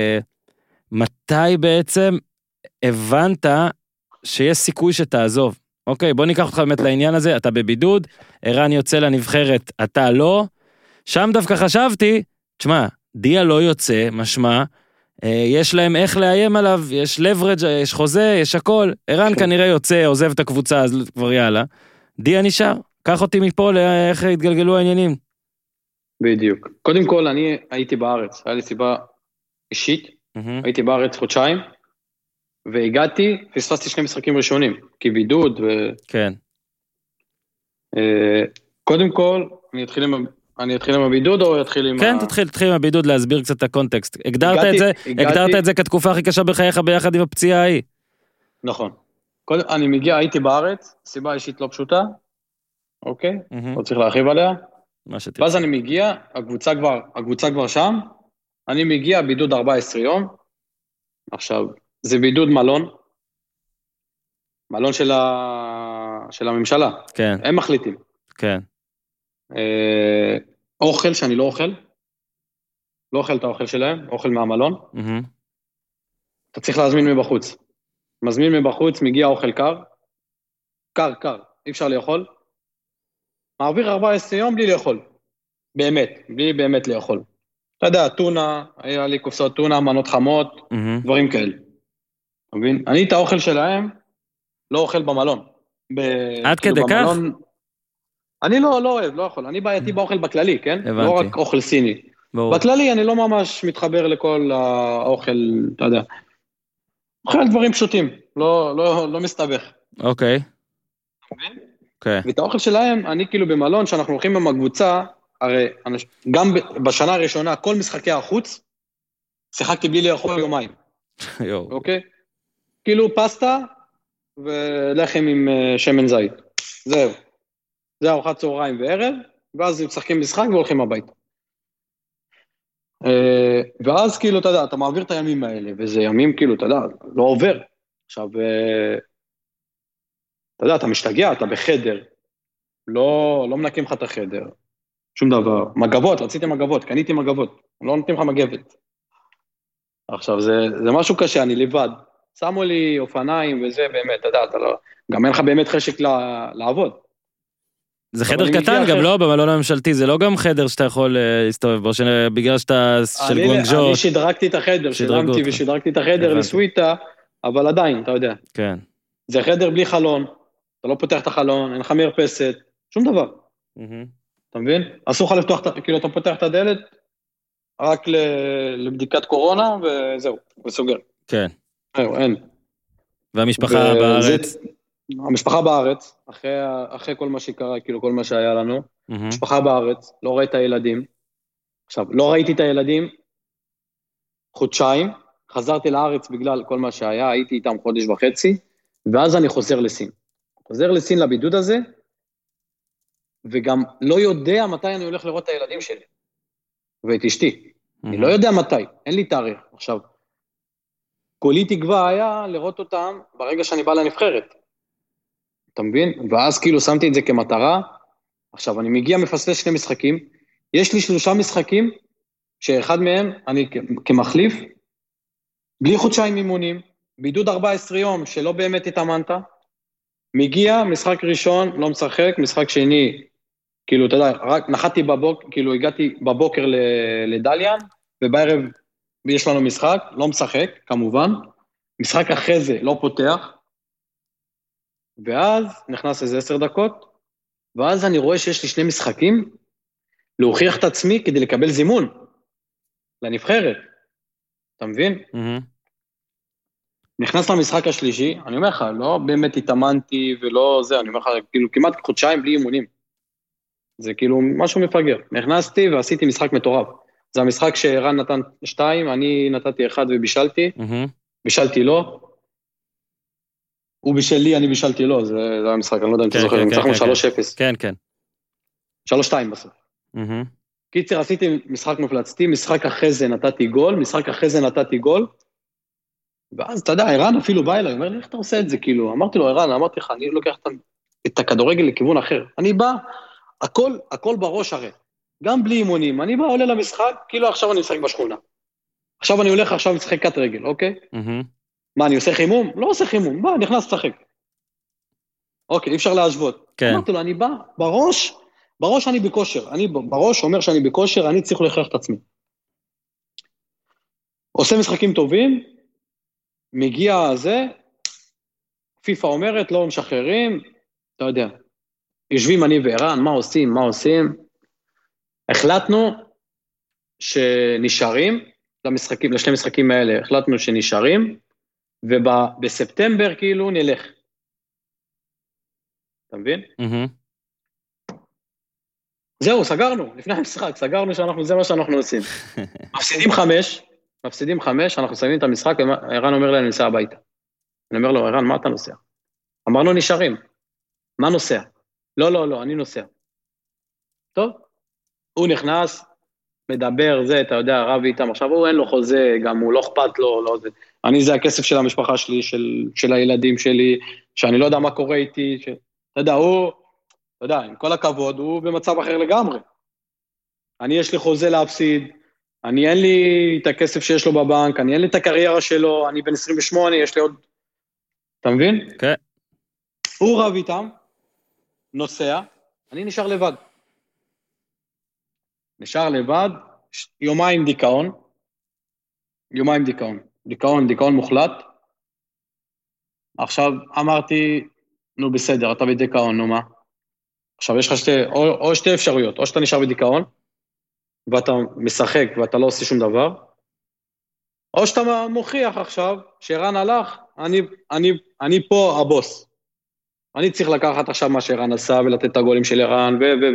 A: מתי בעצם הבנת שיש סיכוי שתעזוב. אוקיי, בוא ניקח אותך באמת לעניין הזה, אתה בבידוד, ערן יוצא לנבחרת, אתה לא, שם דווקא חשבתי, תשמע, דיה לא יוצא, משמע, יש להם איך לאיים עליו, יש לברג', יש חוזה, יש הכל, ערן כנראה יוצא, עוזב את הקבוצה, אז כבר יאללה, דיה נשאר, קח אותי מפה לאיך התגלגלו העניינים.
C: בדיוק. קודם כל, אני הייתי בארץ, היה לי סיבה אישית, הייתי בארץ חודשיים, והגעתי, פספסתי 2 משחקים ראשונים, כי בידוד
A: כן.
C: קודם כל, אני אתחיל עם הבידוד או אתחיל עם
A: כן, תתחיל עם הבידוד להסביר קצת את הקונטקסט. הגדרת את זה כתקופה הכי קשה בחייך ביחד עם הפציעה ההיא.
C: נכון. אני מגיע, הייתי בארץ, סיבה אישית לא פשוטה, אוקיי? לא צריך להרחיב עליה. ואז אני מגיע, הקבוצה כבר שם, אני מגיע בידוד 14 יום, עכשיו, זה בידוד מלון של הממשלה.
A: כן.
C: הם מחליטים.
A: כן.
C: אוכל שאני לא אוכל את האוכל שלהם, אוכל מהמלון. אתה צריך להזמין מבחוץ. מזמין מבחוץ, מגיע אוכל קר, אי אפשר לאכול. מעביר 14 יום בלי לאכול. בלי באמת לאכול. אתה יודע, טונה, היה לי קופסאות טונה, מנות חמות, דברים כאלה. אתה מבין? אני את האוכל שלהם לא אוכל במלון.
A: עד כדי כך?
C: אני לא אוהב, לא יכול. אני בעייתי באוכל בכללי, כן? לא רק אוכל סיני. בכללי אני לא ממש מתחבר לכל האוכל, אתה יודע. אוכל דברים פשוטים, לא מסתבך.
A: אוקיי.
C: ואת האוכל שלהם, אני כאילו במלון, שאנחנו הולכים עם הקבוצה, הרי גם בשנה הראשונה, כל משחקי החוץ, שיחקתי בלי לאכול יומיים. אוקיי? כאילו פסטה ולחם עם שמן זית. זהו. זה ארוחת צהריים וערב, ואז משחקים משחק והולכים הביתה. ואז כאילו, אתה יודע, אתה מעביר את הימים האלה, וזה ימים כאילו, אתה יודע, לא עובר. עכשיו, אתה יודע, אתה משתגע, אתה בחדר, לא מנקים לך את החדר, שום דבר. מגבות, רציתי מגבות, קניתי מגבות. לא נותנים לך מגבת. עכשיו, זה משהו קשה, אני לבד. שמו לי אופניים וזה באמת, אתה יודע, גם אין לך באמת חשק לעבוד.
A: זה חדר קטן גם לא במלון הממשלתי, זה לא גם חדר שאתה יכול להסתובב בו, בגלל שאתה של גואנגז'ו.
C: אני שדרגתי את החדר, שילמתי ושדרגתי את החדר לסוויטה, אבל עדיין, אתה יודע.
A: כן.
C: זה חדר בלי חלון, אתה לא פותח את החלון, אין לך מרפסת, שום דבר. אתה מבין? אסור לך לפתוח, כאילו אתה פותח את הדלת, רק לבדיקת קורונה, וזהו, וסוגר.
A: כן.
C: אין.
A: והמשפחה בארץ?
C: המשפחה בארץ, אחרי כל מה שקרה, כאילו כל מה שהיה לנו, משפחה בארץ, לא ראיתי את הילדים. עכשיו, לא ראיתי את הילדים חודשיים, חזרתי לארץ בגלל כל מה שהיה, הייתי איתם חודש וחצי, ואז אני חוזר לסין. חוזר לסין לבידוד הזה, וגם לא יודע מתי אני הולך לראות את הילדים שלי, ואת אשתי. אני לא יודע מתי, אין לי תאריך. עכשיו, כולי תקווה היה לראות אותם ברגע שאני בא לנבחרת. אתה מבין? ואז כאילו שמתי את זה כמטרה. עכשיו, אני מגיע מפספס 2 משחקים, יש לי 3 משחקים, שאחד מהם, אני כמחליף, בלי חודשיים אימונים, בידוד 14 יום, שלא באמת התאמנת, מגיע, משחק ראשון, לא משחק, משחק שני, כאילו, אתה יודע, רק נחתי בבוקר, כאילו, הגעתי בבוקר לדליאן, ובערב יש לנו משחק, לא משחק, כמובן, משחק אחרי זה לא פותח, ואז נכנס איזה 10 דקות, ואז אני רואה שיש לי 2 משחקים, להוכיח את עצמי כדי לקבל זימון, לנבחרת, אתה מבין? נכנס למשחק השלישי, אני אומר לך, לא באמת התאמנתי ולא זה, אני אומר לך, כאילו כמעט חודשיים בלי אימונים. זה כאילו משהו מפגר. נכנסתי ועשיתי משחק מטורף. זה המשחק שרן נתן 2, אני נתתי 1 ובישלתי, בישלתי לו, הוא בישל לי, אני בישלתי לו, זה המשחק, אני לא יודע אם אתה זוכר, ניצחנו 3-0.
A: כן, כן.
C: 3-2 בסוף. קיצר, עשיתי משחק מפלצתי, משחק אחרי זה נתתי גול, משחק אחרי זה נתתי גול, ואז אתה יודע, ערן אפילו בא אליי, אומר לי, איך אתה עושה את זה, כאילו, אמרתי לו, ערן, אמרתי לך, אני לוקח את הכדורגל לכיוון אחר, אני בא, הכל בראש הרי, גם בלי אימונים, אני בא, עולה למשחק, כאילו עכשיו אני משחק בשכונה, עכשיו אני הולך עכשיו לשחק קט רגל, אוקיי? מה, אני עושה חימום? לא עושה חימום, בא, נכנס לשחק. אוקיי, אי אפשר להשוות. אמרתי לו, אני בא, בראש אני בכושר, אני בראש אומר שאני בכושר, אני צריך להכרח את עצמי. עושה משחקים טובים, מגיע זה, פיפה אומרת, לא משחררים, אתה יודע, יושבים אני וערן, מה עושים? החלטנו שנשארים למשחקים, לשני משחקים האלה, החלטנו שנשארים, ובספטמבר כאילו נלך. אתה מבין? זהו, סגרנו, לפני המשחק, סגרנו זה מה שאנחנו עושים. מפסידים 5, אנחנו שמים את המשחק, ערן אומר לי, אני נוסע הביתה. אני אומר לו, ערן, מה אתה נוסע? אמרנו, נשארים. מה נוסע? לא, אני נוסע. טוב, הוא נכנס, מדבר, זה, אתה יודע, רב איתם, עכשיו הוא אין לו חוזה, גם הוא לא אכפת לו, לא זה. אני זה הכסף של המשפחה שלי, של הילדים שלי, שאני לא יודע מה קורה איתי, אתה יודע, אתה יודע, עם כל הכבוד, הוא במצב אחר לגמרי. יש לי חוזה להפסיד, אין לי את הכסף שיש לו בבנק, אין לי את הקריירה שלו, אני בן 28, יש לי עוד... אתה מבין?
A: כן.
C: הוא רב איתם, נוסע, אני נשאר לבד. יומיים דיכאון מוחלט. עכשיו אמרתי, נו בסדר, אתה בדיכאון, נו מה? עכשיו יש לך שתי אפשרויות, או שאתה נשאר בדיכאון, ואתה משחק ואתה לא עושה שום דבר, או שאתה מוכיח עכשיו, שרן הלך, אני פה הבוס. אני צריך לקחת עכשיו מה שרן עשה, ולתת את הגולים של רן,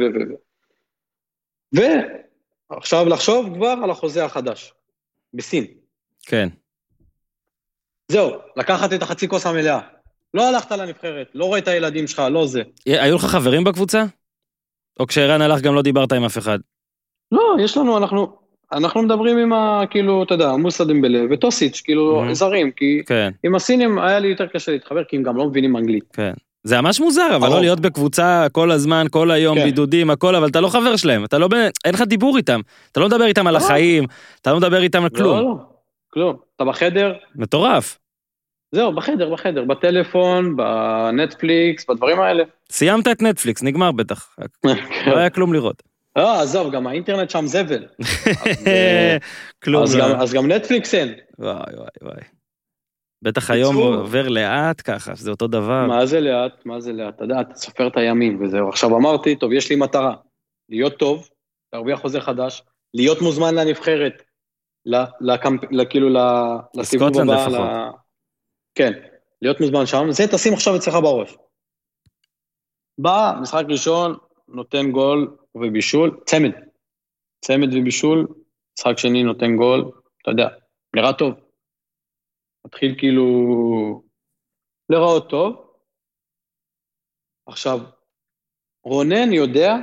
C: ועכשיו לחשוב כבר על החוזה החדש, בסין.
A: כן.
C: זהו, לקחת את החצי כוס המלאה. לא הלכת לנבחרת, לא רואה את הילדים שלך, לא זה.
A: היו לך חברים בקבוצה? או כשרן הלך גם לא דיברת עם אף אחד?
C: לא, יש לנו, אנחנו מדברים עם כאילו, אתה יודע, מוסא דמבלה וטוסיץ', כאילו, זרים, כי עם הסינים היה לי יותר קשה להתחבר, כי הם גם לא מבינים אנגלית.
A: כן. זה ממש מוזר, אבל לא להיות בקבוצה כל הזמן, כל היום, בידודים, הכל, אבל אתה לא חבר שלהם, אתה לא, אין לך דיבור איתם, אתה לא מדבר איתם על החיים, אתה לא מדבר איתם על כלום.
C: לא, כלום. אתה בחדר?
A: מטורף.
C: זהו, בחדר, בטלפון, בנטפליקס, בדברים האלה.
A: סיימת את נטפליקס, נגמר בטח. לא היה כלום לראות.
C: עזוב, גם האינטרנט שם זבל.
A: כלום.
C: אז גם נטפליקס אין.
A: וואי. בטח היום עובר לאט ככה, זה אותו דבר.
C: מה זה לאט? אתה יודע, אתה סופר את הימים וזהו. עכשיו אמרתי, טוב, יש לי מטרה, להיות טוב, להרוויח חוזה חדש, להיות מוזמן לנבחרת, כאילו לסיבוב הבא, כן, להיות מוזמן שם, זה תשים עכשיו אצלך בראש. בא, משחק ראשון, נותן גול ובישול, צמד ובישול, משחק שני נותן גול, אתה יודע, נראה טוב. מתחיל כאילו לראות טוב. עכשיו, רונן יודע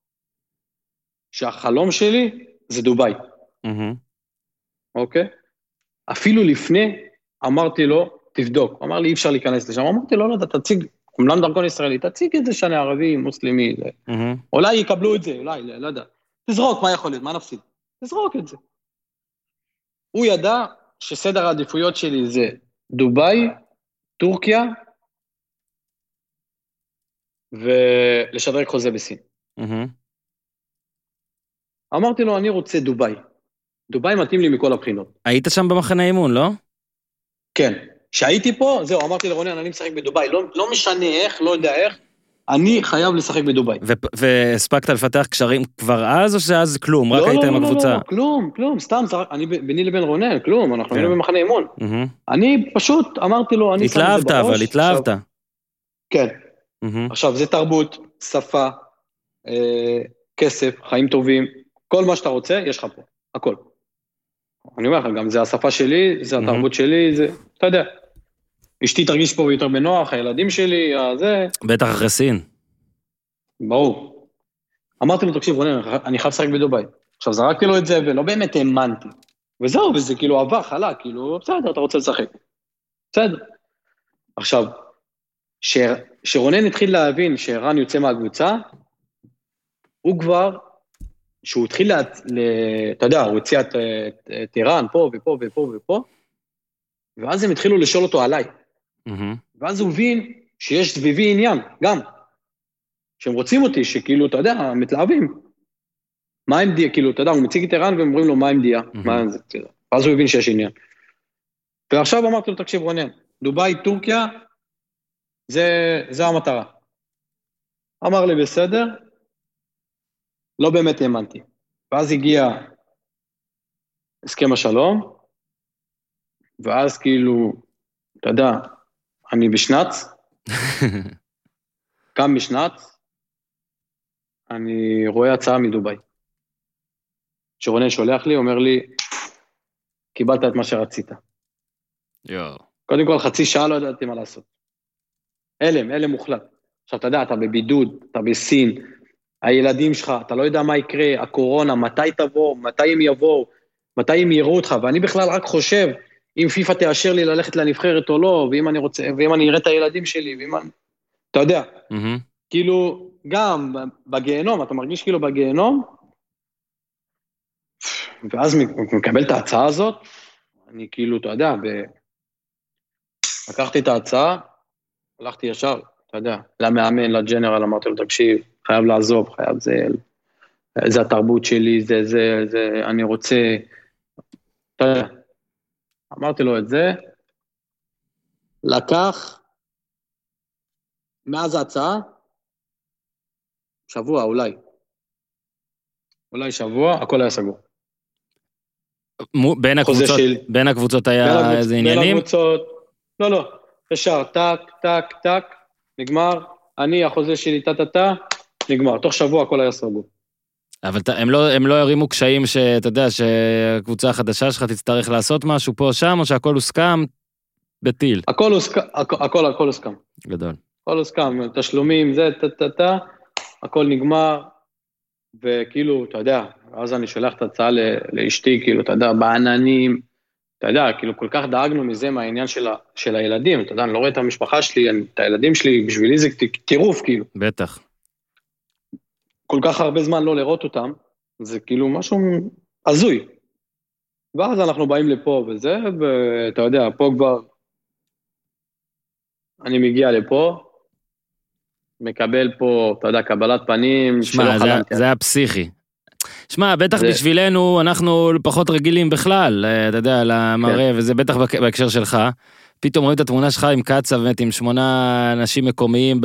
C: שהחלום שלי זה דוביי. אוקיי? אפילו לפני אמרתי לו, תבדוק. הוא אמר לי, אי אפשר להיכנס לשם. אמרתי לו, לא יודע, תציג, אומנם דרכון ישראלי, תציג את זה שאני ערבי, מוסלמי. אולי יקבלו את זה, אולי, לא יודע. תזרוק, מה יכול להיות? מה נפסיד? תזרוק את זה. הוא ידע שסדר העדיפויות שלי זה דוביי, טורקיה, ולשדרג חוזה בסין. אמרתי לו, אני רוצה דוביי. דוביי מתאים לי מכל הבחינות.
A: היית שם במחנה אימון, לא?
C: כן. שהייתי פה, זהו, אמרתי לרונן, אני משחק בדוביי. לא משנה איך, לא יודע איך, אני חייב לשחק בדוביי.
A: והספקת לפתח קשרים כבר אז, או שאז כלום? רק היית עם הקבוצה?
C: לא, כלום, סתם, אני ביני לבין רונן, כלום, אנחנו היינו במחנה אימון. אני פשוט אמרתי לו, אני שם את זה בראש.
A: התלהבת.
C: כן. עכשיו, זה תרבות, שפה, כסף, חיים טובים, כל מה שאתה רוצה, יש לך פה, הכל. אני אומר לך, גם זה השפה שלי, זה התרבות שלי, זה, אתה יודע. אשתי תרגיש פה יותר בנוח, הילדים שלי, זה...
A: בטח אחרי סין.
C: ברור. אמרתי לו, תקשיב, רונן, אני חייב לשחק בדוביי. עכשיו, זרקתי לו את זה, ולא באמת האמנתי. וזהו, וזה כאילו עבר, חלה, כאילו, בסדר, אתה רוצה לשחק. בסדר. עכשיו, שרונן התחיל להבין שערן יוצא מהקבוצה, הוא כבר, שהוא התחיל, אתה יודע, הוא הציע את ערן פה ופה ופה ופה, ואז הם התחילו לשאול אותו עליי. ואז הוא הבין שיש סביבי עניין, גם. שהם רוצים אותי, שכאילו, אתה יודע, מתלהבים. מה עם דיה? כאילו, אתה יודע, הוא מציג את ערן והם אומרים לו, מה עם דיה? ואז הוא הבין שיש עניין. ועכשיו אמרתי לו, תקשיב רונן, דוביי, טורקיה, זה המטרה. אמר לי, בסדר, לא באמת האמנתי. ואז הגיע הסכם השלום, ואז כאילו, אתה יודע, אני בשנץ, קם בשנץ, אני רואה הצעה מדוביי. שרונן שולח לי, אומר לי, קיבלת את מה שרצית. קודם כל, חצי שעה לא ידעתי מה לעשות. הלם מוחלט. עכשיו, אתה יודע, אתה בבידוד, אתה בסין, הילדים שלך, אתה לא יודע מה יקרה, הקורונה, מתי תבוא, מתי הם יבואו, מתי הם יראו אותך, ואני בכלל רק חושב, אם פיפה תאשר לי ללכת לנבחרת או לא, ואם אני אראה את הילדים שלי, אתה יודע, כאילו, גם בגיהנום, אתה מרגיש כאילו בגיהנום, ואז מקבל את ההצעה הזאת, אני כאילו, אתה יודע, לקחתי את ההצעה, הלכתי ישר, אתה יודע, למאמן, לג'נרל, אמרתי לו, תקשיב, חייב לעזוב, חייב זה התרבות שלי, זה, אני רוצה, אתה יודע, אמרתי לו את זה, לקח, מאז ההצעה, שבוע אולי שבוע, הכל היה סגור.
A: בין הקבוצות היה איזה עניינים?
C: בין הקבוצות, לא, ישר, טק, נגמר, החוזה שלי, נגמר, תוך שבוע הכל היה סגור.
A: אבל הם לא הרימו קשיים שאתה יודע שהקבוצה החדשה שלך תצטרך לעשות משהו פה או שם, או שהכל הוסכם בטיל?
C: הכל הוסכם.
A: גדול.
C: הכל הוסכם, תשלומים, זה, הכל נגמר, וכאילו, אתה יודע, אז אני שולח את ההצעה לאשתי, כאילו, אתה יודע, בעננים, אתה יודע, כאילו כל כך דאגנו מזה מהעניין של הילדים, אתה יודע, אני לא רואה את המשפחה שלי, את הילדים שלי, בשבילי זה טירוף, כאילו.
A: בטח.
C: כל כך הרבה זמן לא לראות אותם, זה כאילו משהו הזוי. ואז אנחנו באים לפה וזה, ואתה יודע, פה כבר, אני מגיע לפה, מקבל פה, אתה יודע, קבלת פנים,
A: שמע, זה היה פסיכי. שמע, בטח בשבילנו, אנחנו פחות רגילים בכלל, אתה יודע, למראה, וזה בטח בהקשר שלך. פתאום רואים את התמונה שלך עם קצה, באמת, עם 8 אנשים מקומיים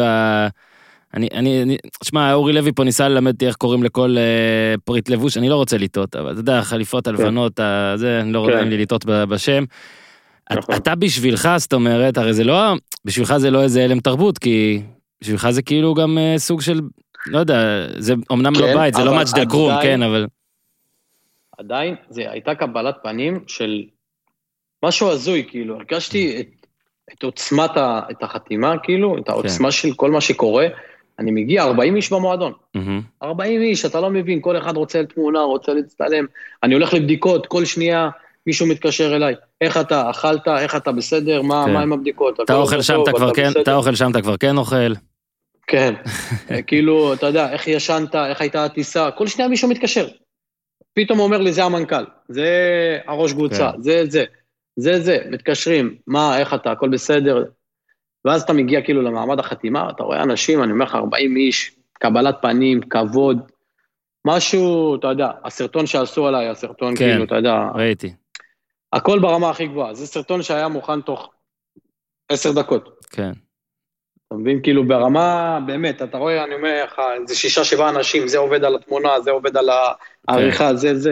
A: שמע, אורי לוי פה ניסה ללמד אותי איך קוראים לכל פריט לבוש, אני לא רוצה לטעות, אבל אתה יודע, חליפות הלבנות, אני לא רוצה לי לטעות בשם. אתה בשבילך, זאת אומרת, הרי זה לא, בשבילך זה לא איזה אלם תרבות, כי בשבילך זה כאילו גם סוג של, לא יודע, זה אמנם לא בית, זה לא מג'דל כרום, כן, אבל...
C: עדיין, זה הייתה קבלת פנים של משהו הזוי, כאילו, הרגשתי את עוצמת, את החתימה, כאילו, את העוצמה של כל מה שקורה, אני מגיע 40 איש במועדון, 40 איש, אתה לא מבין, כל אחד רוצה תמונה, רוצה להצטלם, אני הולך לבדיקות, כל שנייה מישהו מתקשר אליי, איך אתה, אכלת, איך אתה בסדר, מה עם הבדיקות?
A: אתה אוכל שם, אתה כבר כן אוכל.
C: כן, כאילו, אתה יודע, איך ישנת, איך הייתה הטיסה, כל שנייה מישהו מתקשר. פתאום אומר לי, זה המנכ"ל, זה הראש קבוצה, זה, מתקשרים, מה, איך אתה, הכל בסדר. ואז אתה מגיע כאילו למעמד החתימה, אתה רואה אנשים, אני אומר לך, 40 איש, קבלת פנים, כבוד, משהו, אתה יודע, הסרטון שעשו עליי, הסרטון כאילו, אתה יודע.
A: ראיתי.
C: הכל ברמה הכי גבוהה, זה סרטון שהיה מוכן תוך 10 דקות.
A: כן.
C: אתה מבין, כאילו ברמה, באמת, אתה רואה, אני אומר לך, זה 6-7 אנשים, זה עובד על התמונה, זה עובד על העריכה, זה.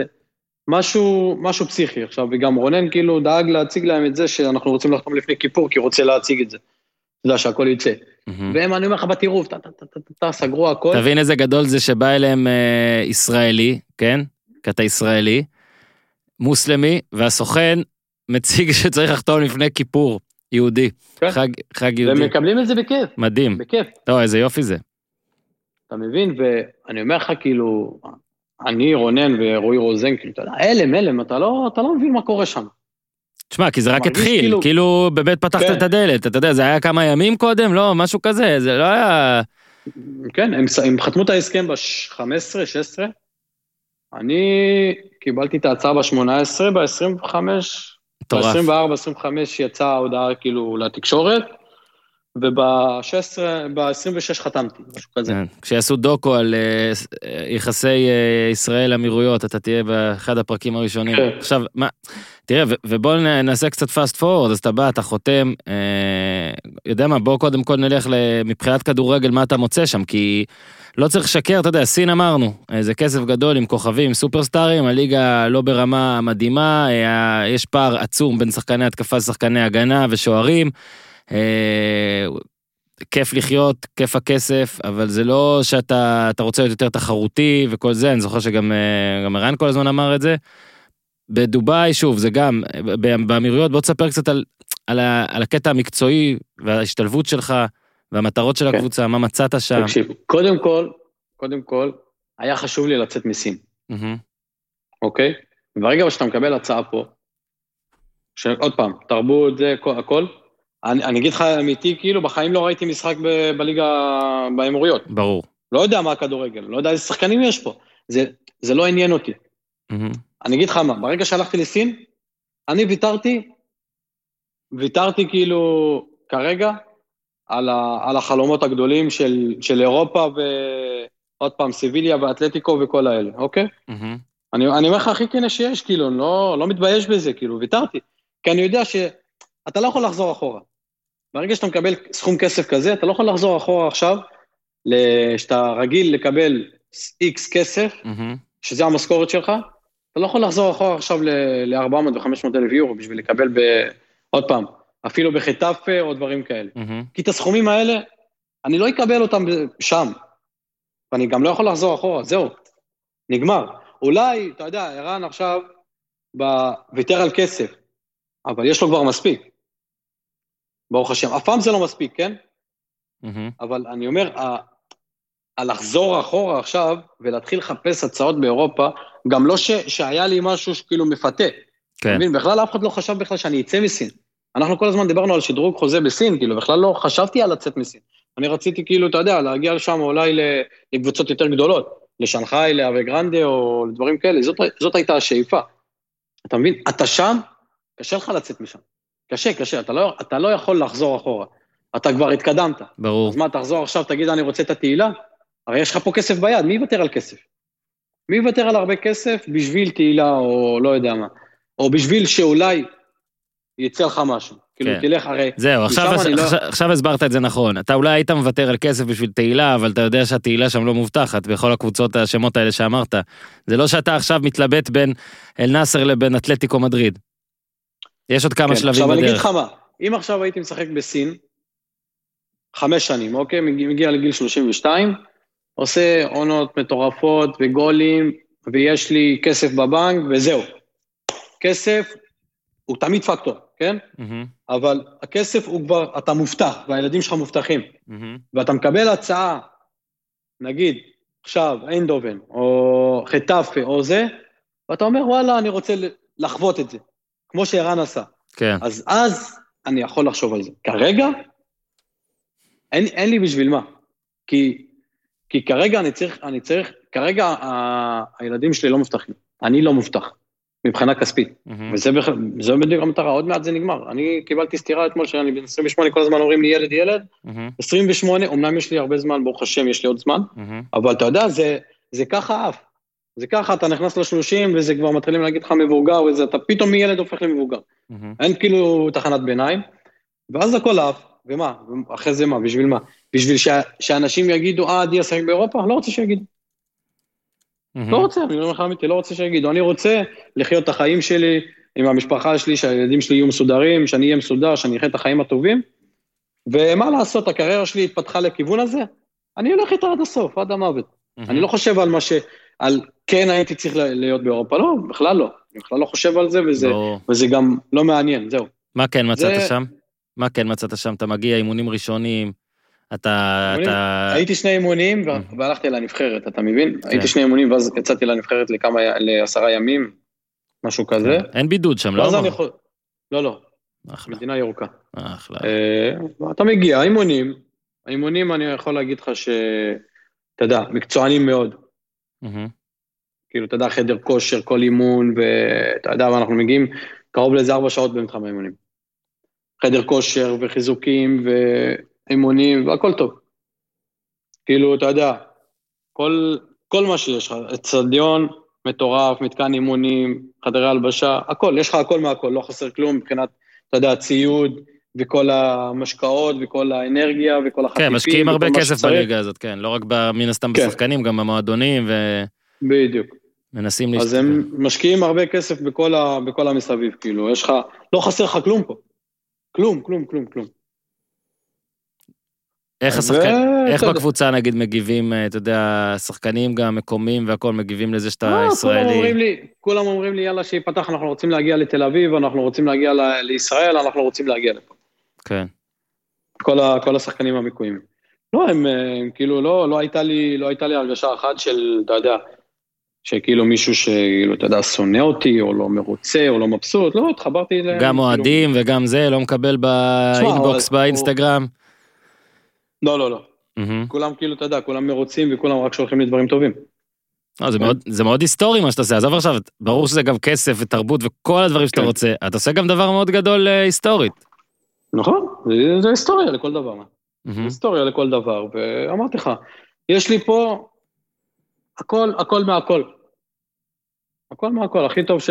C: משהו פסיכי עכשיו, וגם רונן כאילו דאג להציג להם את זה, שאנחנו רוצים לחתום לפני כיפור, כי הוא רוצה להציג את זה. אתה יודע, שהכל יצא. והם, אני אומר לך, בטירוף, סגרו הכל.
A: תבין איזה גדול זה שבא אליהם ישראלי, כן? כי אתה ישראלי, מוסלמי, והסוכן מציג שצריך לחתום לפני כיפור. יהודי, חג יהודי.
C: ומקבלים את זה בכיף.
A: מדהים.
C: בכיף.
A: לא, איזה יופי זה.
C: אתה מבין, ואני אומר לך כאילו, אני, רונן ורועי רוזן, כאילו, אתה יודע, אלם, אתה לא מבין מה קורה שם.
A: תשמע, כי זה רק התחיל, כאילו באמת פתחת את הדלת, אתה יודע, זה היה כמה ימים קודם, לא, משהו כזה, זה לא היה...
C: כן, הם חתמו את ההסכם ב-15, 16, אני קיבלתי את ההצעה ב-18, ב-25, ב-24-25 יצאה ההודעה כאילו לתקשורת, וב-26 חתמתי, משהו כזה.
A: כשיעשו דוקו על יחסי ישראל אמירויות, אתה תהיה באחד הפרקים הראשונים. עכשיו, מה, תראה, ובואו נעשה קצת פאסט פורוד, אז אתה בא, אתה חותם, יודע מה, בואו קודם כל נלך מבחינת כדורגל, מה אתה מוצא שם, כי לא צריך לשקר, אתה יודע, סין אמרנו, זה כסף גדול עם כוכבים, סופרסטארים, הליגה לא ברמה מדהימה, יש פער עצום בין שחקני התקפה, שחקני הגנה ושוערים, כיף לחיות, כיף הכסף, אבל זה לא שאתה רוצה להיות יותר תחרותי וכל זה, אני זוכר שגם ערן כל הזמן אמר את זה, בדובאי, שוב, זה גם, באמירויות, בוא תספר קצת על הקטע המקצועי וההשתלבות שלך, והמטרות של הקבוצה, מה מצאת שם?
C: תקשיב, קודם כל, היה חשוב לי לצאת מסין. אוקיי? ברגע שאתה מקבל הצעה פה, עוד פעם, תרבות, זה, הכל, אני אגיד לך אמיתי, כאילו, בחיים לא ראיתי משחק בליגה באמירויות.
A: ברור.
C: לא יודע מה הכדורגל, לא יודע איזה שחקנים יש פה. זה לא עניין אותי. אני אגיד לך מה, ברגע שהלכתי לסין, אני ויתרתי כאילו, כרגע, על החלומות הגדולים של אירופה, ועוד פעם, סיביליה ואתלטיקו וכל האלה, אוקיי? אני אומר לך הכי כן שיש, כאילו, לא מתבייש בזה, כאילו, ויתרתי. כי אני יודע שאתה לא יכול לחזור אחורה. ברגע שאתה מקבל סכום כסף כזה, אתה לא יכול לחזור אחורה עכשיו, שאתה רגיל לקבל X כסף, שזה המשכורת שלך, אתה לא יכול לחזור אחורה עכשיו ל-400 ו-500 אלף יורו, בשביל לקבל עוד פעם, אפילו בחטאפה או דברים כאלה. כי את הסכומים האלה, אני לא אקבל אותם שם, ואני גם לא יכול לחזור אחורה, זהו, נגמר. אולי, אתה יודע, ערן עכשיו, ויתר על כסף, אבל יש לו כבר מספיק. ברוך השם, אף פעם זה לא מספיק, כן? אבל אני אומר, לחזור אחורה עכשיו, ולהתחיל לחפש הצעות באירופה, גם לא שהיה לי משהו שכאילו מפתה.
A: כן.
C: בכלל אף אחד לא חשב בכלל שאני אצא מסין. אנחנו כל הזמן דיברנו על שדרוג חוזה בסין, כאילו בכלל לא חשבתי על לצאת מסין. אני רציתי כאילו, אתה יודע, להגיע לשם אולי לקבוצות יותר גדולות, לשנחאי, לאבי גרנדה או לדברים כאלה, זאת הייתה השאיפה. אתה מבין? אתה שם, קשה לך לצאת משם. קשה, אתה לא יכול לחזור אחורה. אתה כבר התקדמת.
A: ברור.
C: אז מה, תחזור עכשיו, תגיד, אני רוצה את התהילה? הרי יש לך פה כסף ביד, מי יוותר על כסף? מי יוותר על הרבה כסף בשביל תהילה או לא יודע מה? או בשביל שאולי יצא לך משהו. כאילו, תלך הרי...
A: זהו, עכשיו הסברת את זה נכון. אתה אולי היית מוותר על כסף בשביל תהילה, אבל אתה יודע שהתהילה שם לא מובטחת, בכל הקבוצות השמות האלה שאמרת. זה לא שאתה עכשיו מתלבט בין אל-נאסר לבין אתלטיקו מדריד. יש עוד כמה שלבים בדרך.
C: עכשיו אני אגיד לך מה, אם עכשיו הייתי משחק בסין, 5 שנים, אוקיי? מגיע לגיל 32, עושה עונות מטורפות וגולים, ויש לי כסף בבנק, וזהו. כסף הוא תמיד פקטור, כן? אבל הכסף הוא כבר, אתה מובטח, והילדים שלך מובטחים. ואתה מקבל הצעה, נגיד, עכשיו, אינדובן, או חטאפה, או זה, ואתה אומר, וואלה, אני רוצה לחוות את זה, כמו שערן עשה.
A: כן.
C: אז אני יכול לחשוב על זה. כרגע, אין לי בשביל מה. כי כרגע אני צריך, כרגע הילדים שלי לא מובטחים. אני לא מובטח, מבחינה כספית. וזה בדיוק המטרה, עוד מעט זה נגמר. אני קיבלתי סתירה אתמול שאני בן 28, כל הזמן אומרים לי ילד. 28, אומנם יש לי הרבה זמן, ברוך השם, יש לי עוד זמן, אבל אתה יודע, זה ככה אף. זה ככה, אתה נכנס ל30, וזה כבר מתחילים להגיד לך מבוגר, אתה פתאום מילד הופך למבוגר. אין כאילו תחנת ביניים, ואז הכל אף, ומה? אחרי זה מה? בשביל מה? בשביל שאנשים יגידו, עדי אשחק באירופה? לא רוצה שיגידו. לא רוצה, אני לא אומר אמיתי, לא רוצה שיגידו. אני רוצה לחיות את החיים שלי, עם המשפחה שלי, שהילדים שלי יהיו מסודרים, שאני אהיה מסודר, שאני אחיה את החיים הטובים, ומה לעשות, הקריירה שלי התפתחה לכיוון הזה, אני הולך איתה עד הסוף, עד המוות. אני לא חושב על מה על כן הייתי צריך להיות באירופה, לא, בכלל לא. אני בכלל לא חושב על זה, וזה גם לא מעניין, זהו.
A: מה כן מצאת שם? מה כן מצאת שם? אתה מגיע אימונים ראשונים,
C: הייתי 2 אימונים, והלכתי לנבחרת, אתה מבין? הייתי 2 אימונים, ואז יצאתי לנבחרת ל10 ימים, משהו כזה.
A: אין בידוד שם, לא?
C: לא. מדינה ירוקה.
A: אחלה.
C: אתה מגיע, האימונים אני יכול להגיד לך אתה יודע, מקצוענים מאוד. כאילו, אתה יודע, חדר כושר, כל אימון, ואתה יודע, ואנחנו מגיעים קרוב לאיזה 4 שעות במתחם האימונים. חדר כושר וחיזוקים ואימונים, והכל טוב. כאילו, אתה יודע, כל מה שיש לך, אצטדיון מטורף, מתקן אימונים, חדרי הלבשה, הכל, יש לך הכל מהכל, לא חסר כלום מבחינת, אתה יודע, ציוד, וכל המשקעות, וכל האנרגיה, וכל החטיפים.
A: כן, משקיעים הרבה כסף בליגה הזאת, כן, לא רק מן הסתם בשחקנים, גם במועדונים,
C: בדיוק.
A: מנסים להשתתף.
C: אז הם משקיעים הרבה כסף בכל המסביב, כאילו, יש לך, לא חסר לך כלום פה. כלום.
A: איך בקבוצה, נגיד, מגיבים, אתה יודע, שחקנים גם מקומיים והכל, מגיבים לזה שאתה ישראלי?
C: כולם אומרים לי, יאללה, שיפתח, אנחנו רוצים להגיע לתל אביב, אנחנו רוצים להגיע לישראל, אנחנו רוצים להגיע לפה. כן. כל השחקנים המקויים. לא, הם כאילו, לא הייתה לי הרגשה אחת של, אתה יודע, שכאילו מישהו שכאילו, אתה יודע, שונא אותי, או לא מרוצה, או לא מבסוט, לא, התחברתי
A: גם אוהדים וגם זה, לא מקבל באינבוקס, באינסטגרם.
C: לא. כולם כאילו, אתה יודע, כולם מרוצים, וכולם רק שולחים לי דברים טובים.
A: זה מאוד היסטורי מה שאתה עושה, עזוב עכשיו, ברור שזה גם כסף ותרבות וכל הדברים שאתה רוצה, אתה עושה גם דבר מאוד גדול היסטורית.
C: נכון, זה היסטוריה לכל דבר. היסטוריה לכל דבר, ואמרתי לך, יש לי פה הכל מהכל. הכל מהכל, הכי טוב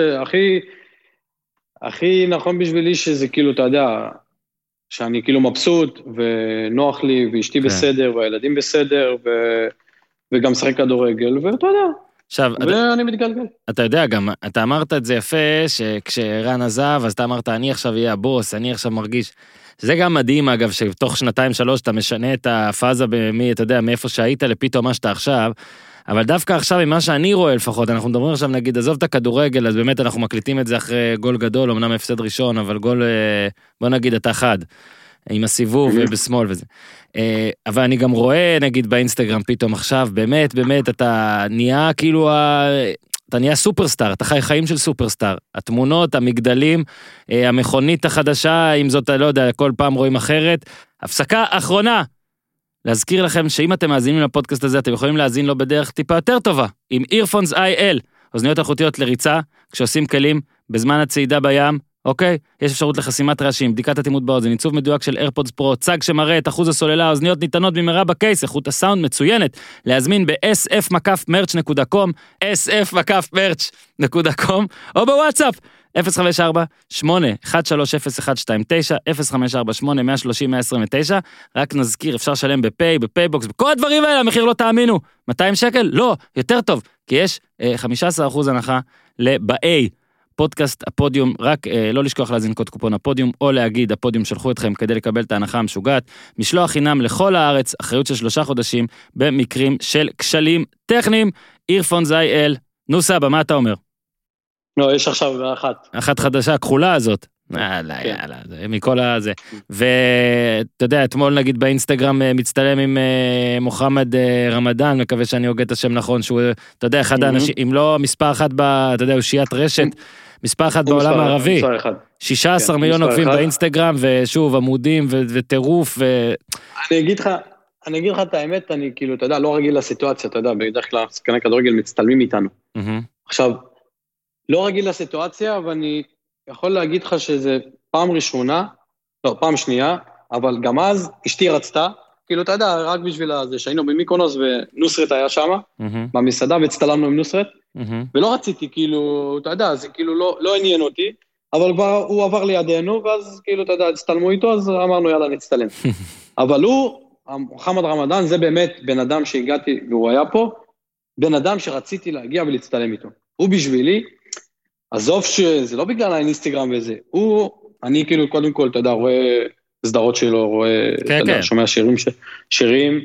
C: הכי נכון בשבילי שזה כאילו, אתה יודע, שאני כאילו מבסוט, ונוח לי, ואשתי בסדר, והילדים בסדר, וגם שחק כדורגל, ואתה יודע, ואני מתגלגל.
A: אתה יודע, גם, אתה אמרת את זה יפה, שכשרן עזב, אז אתה אמרת, אני עכשיו אהיה הבוס, אני עכשיו מרגיש, זה גם מדהים, אגב, שתוך 2-3 אתה משנה את הפאזה אתה יודע, מאיפה שהיית לפתאום מה שאתה עכשיו, אבל דווקא עכשיו, ממה שאני רואה לפחות, אנחנו מדברים עכשיו, נגיד, עזוב את הכדורגל, אז באמת אנחנו מקליטים את זה אחרי גול גדול, אמנם הפסד ראשון, אבל גול, בוא נגיד, אתה חד, עם הסיבוב ובשמאל וזה. אבל אני גם רואה, נגיד, באינסטגרם פתאום עכשיו, באמת, אתה נהיה כאילו, אתה נהיה סופרסטאר, אתה חי חיים של סופרסטאר. התמונות, המגדלים, המכונית החדשה, אם זאת, לא יודע, כל פעם רואים אחרת. הפסקה אחרונה. להזכיר לכם שאם אתם מאזינים לפודקאסט הזה, אתם יכולים להאזין לו בדרך טיפה יותר טובה, עם Earphones IL, אוזניות אלחוטיות לריצה, כשעושים כלים, בזמן הצעידה בים, אוקיי? יש אפשרות לחסימת רעשים, בדיקת אטימות באוזן, עיצוב מדויק של AirPods Pro, צג שמראה את אחוז הסוללה, האוזניות ניתנות במהרה בקייס, איכות הסאונד מצוינת, להזמין ב-sf-merch.com, sf-merch.com, או בוואטסאפ, 054-8130129, 054-8130129, רק נזכיר, אפשר לשלם בפיי, בפייבוקס, בכל הדברים האלה, המחיר לא תאמינו, 200 שקל? לא, יותר טוב, כי יש 15% הנחה ל-A, פודקאסט הפודיום, רק לא לשכוח להזין קוד קופון הפודיום, או להגיד, הפודיום שלחו אתכם כדי לקבל את ההנחה המשוגעת, משלוח חינם לכל הארץ, אחריות של 3 חודשים, במקרים של כשלים טכניים, Earphones IL, נו סבא, מה אתה אומר?
C: לא, יש עכשיו אחת
A: חדשה, הכחולה הזאת. יאללה, מכל הזה. ואתה יודע, אתמול נגיד באינסטגרם מצטלם עם מוחמד רמדאן, מקווה שאני הוגה את השם נכון, שהוא, אתה יודע, אחד האנשים, אם לא מספר אחד, אתה יודע, הוא שיית רשת, מספר אחד בעולם הערבי, 16 מיליון עוקבים באינסטגרם, ושוב, עמודים וטירוף.
C: אני אגיד לך את האמת, אני כאילו, אתה יודע, לא רגיל לסיטואציה, אתה יודע, בדרך כלל שחקני כדורגל מצטלמים איתנו. עכשיו, לא רגיל לסיטואציה, ואני יכול להגיד לך שזה פעם שנייה, אבל גם אז אשתי רצתה, כאילו אתה יודע, רק בשביל זה, שהיינו במיקונוס ונוסרת היה שם, במסעדה והצטלמנו עם נוסרת, ולא רציתי, כאילו, אתה יודע, זה כאילו לא עניין אותי, אבל כבר הוא עבר לידינו, ואז כאילו, אתה יודע, הצטלמו איתו, אז אמרנו, יאללה, נצטלם. אבל מוחמד רמדאן, זה באמת בן אדם שהגעתי, והוא היה פה, בן אדם שרציתי להגיע ולהצטלם איתו. הוא בשבילי, עזוב שזה לא בגלל האינסטגרם וזה, אני כאילו קודם כל, אתה יודע, רואה סדרות שלו, שומע שירים,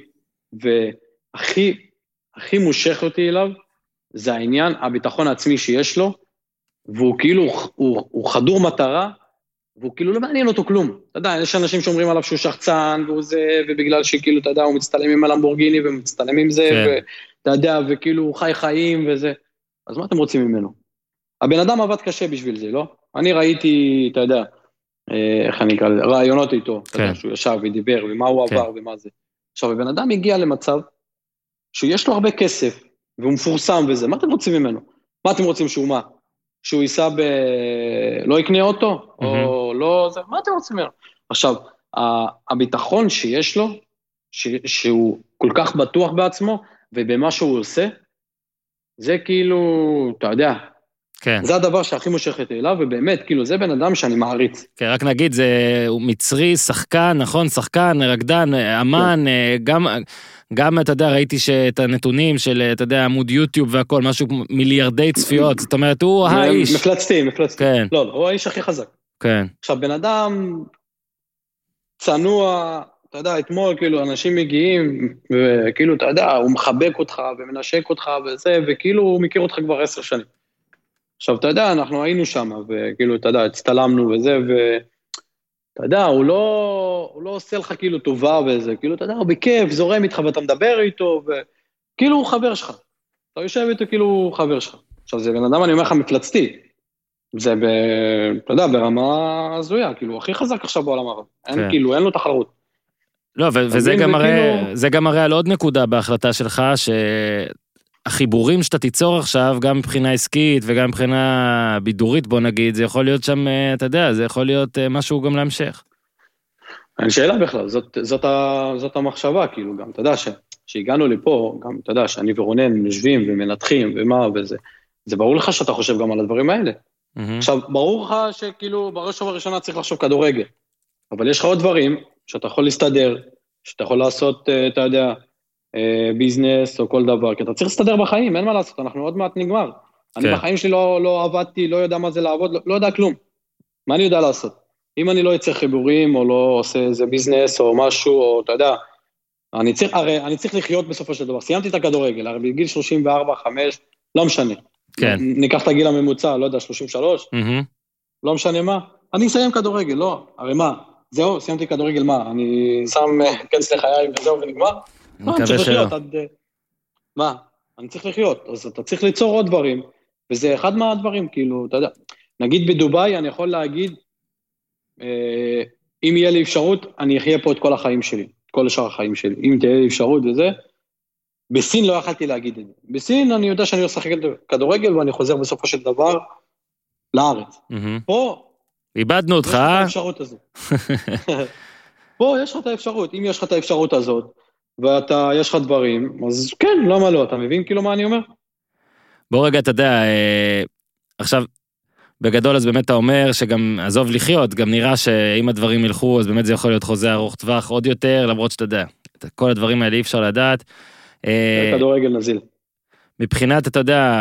C: והכי מושך אותי אליו, זה העניין, הביטחון העצמי שיש לו, והוא כאילו, הוא חדור מטרה, והוא כאילו לא מעניין אותו כלום. אתה יודע, יש אנשים שאומרים עליו שהוא שחצן, ובגלל שכאילו, אתה יודע, הוא מצטלם עם הלמבורגיני, ומצטלם עם זה, ואתה יודע, וכאילו הוא חי חיים וזה. אז מה אתם רוצים ממנו? הבן אדם עבד קשה בשביל זה, לא? אני ראיתי, אתה יודע, איך אני אקרא לזה, רעיונות איתו, אתה יודע, שהוא ישב ודיבר, ומה הוא עבר ומה זה. עכשיו, הבן אדם הגיע למצב, שיש לו הרבה כסף, והוא מפורסם וזה, מה אתם רוצים ממנו? מה אתם רוצים שהוא מה? שהוא ייסע לא יקנה אותו? או לא, זה, מה אתם רוצים ממנו? עכשיו, הביטחון שיש לו, שהוא כל כך בטוח בעצמו, ובמה שהוא עושה, זה כאילו, אתה יודע, כן. זה הדבר שהכי מושכת אליו, ובאמת, כאילו, זה בן אדם שאני מעריץ.
A: כן, רק נגיד, הוא מצרי, שחקן, נכון, שחקן, רקדן, אמן, גם, אתה יודע, ראיתי שאת הנתונים של, אתה יודע, עמוד יוטיוב והכל, משהו מיליארדי צפיות, זאת אומרת, הוא האיש.
C: מפלצתי.
A: כן.
C: לא, הוא האיש הכי חזק.
A: כן.
C: עכשיו, בן אדם צנוע, אתה יודע, אתמול, כאילו, אנשים מגיעים, וכאילו, אתה יודע, הוא מחבק אותך, ומנשק אותך, וזה, וכאילו, הוא מכיר אותך כבר 10 שנים. עכשיו, אתה יודע, אנחנו היינו שם, וכאילו, אתה יודע, הצטלמנו וזה, ואתה יודע, הוא לא עושה לך כאילו טובה וזה, כאילו, אתה יודע, הוא בכיף, זורם איתך, ואתה מדבר איתו, וכאילו הוא חבר שלך. אתה יושב איתו, כאילו הוא חבר שלך. עכשיו, זה בן אדם, אני אומר לך, מפלצתי. זה, אתה יודע, ברמה הזויה, כאילו, הוא הכי חזק עכשיו בעולם הרב. כאילו, אין לו תחרות.
A: לא, וזה גם מראה על עוד נקודה בהחלטה שלך, החיבורים שאתה תיצור עכשיו, גם מבחינה עסקית וגם מבחינה בידורית, בוא נגיד, זה יכול להיות שם, אתה יודע, זה יכול להיות משהו גם להמשך.
C: אין שאלה בכלל, זאת המחשבה, כאילו גם, אתה יודע, שהגענו לפה, גם, אתה יודע, שאני ורונן יושבים ומנתחים ומה וזה, זה ברור לך שאתה חושב גם על הדברים האלה. עכשיו, ברור לך שכאילו, בראש ובראשונה צריך לחשוב כדורגל, אבל יש לך עוד דברים שאתה יכול להסתדר, שאתה יכול לעשות, אתה יודע, ביזנס או כל דבר, כי אתה צריך להסתדר בחיים, אין מה לעשות, אנחנו עוד מעט נגמר. אני בחיים שלי לא עבדתי, לא יודע מה זה לעבוד, לא יודע כלום. מה אני יודע לעשות? אם אני לא יצא חיבורים, או לא עושה איזה ביזנס או משהו, או אתה יודע, אני צריך לחיות בסופו של דבר. סיימתי את הכדורגל, הרי בגיל 34, 5, לא משנה. ניקח את הגיל הממוצע, לא יודע, 33, לא משנה מה. אני אסיים כדורגל, לא, הרי מה? זהו, סיימתי כדורגל, מה? אני שם קץ לחיי וזהו ונגמר? אני צריך לחיות, מה? אני צריך לחיות, אז אתה צריך ליצור עוד דברים, וזה אחד מהדברים, כאילו, אתה יודע, נגיד בדוביי, אני יכול להגיד, אם יהיה לי אפשרות, אני אחיה פה את כל החיים שלי, את כל שאר החיים שלי, אם תהיה לי אפשרות וזה, בסין לא יכלתי להגיד את זה. בסין אני יודע שאני אשחק כדורגל, ואני חוזר בסופו של דבר לארץ. פה,
A: איבדנו אותך,
C: יש לך את האפשרות הזאת. פה יש לך את האפשרות, אם יש לך את האפשרות הזאת, ויש לך דברים, אז כן, למה לא, אתה מבין כאילו מה אני אומר?
A: בוא רגע, אתה יודע, עכשיו, בגדול אז באמת אתה אומר שגם עזוב לחיות, גם נראה שאם הדברים ילכו, אז באמת זה יכול להיות חוזה ארוך טווח עוד יותר, למרות שאתה יודע, כל הדברים האלה אי אפשר לדעת.
C: כדורגל נזיל.
A: מבחינת, אתה יודע,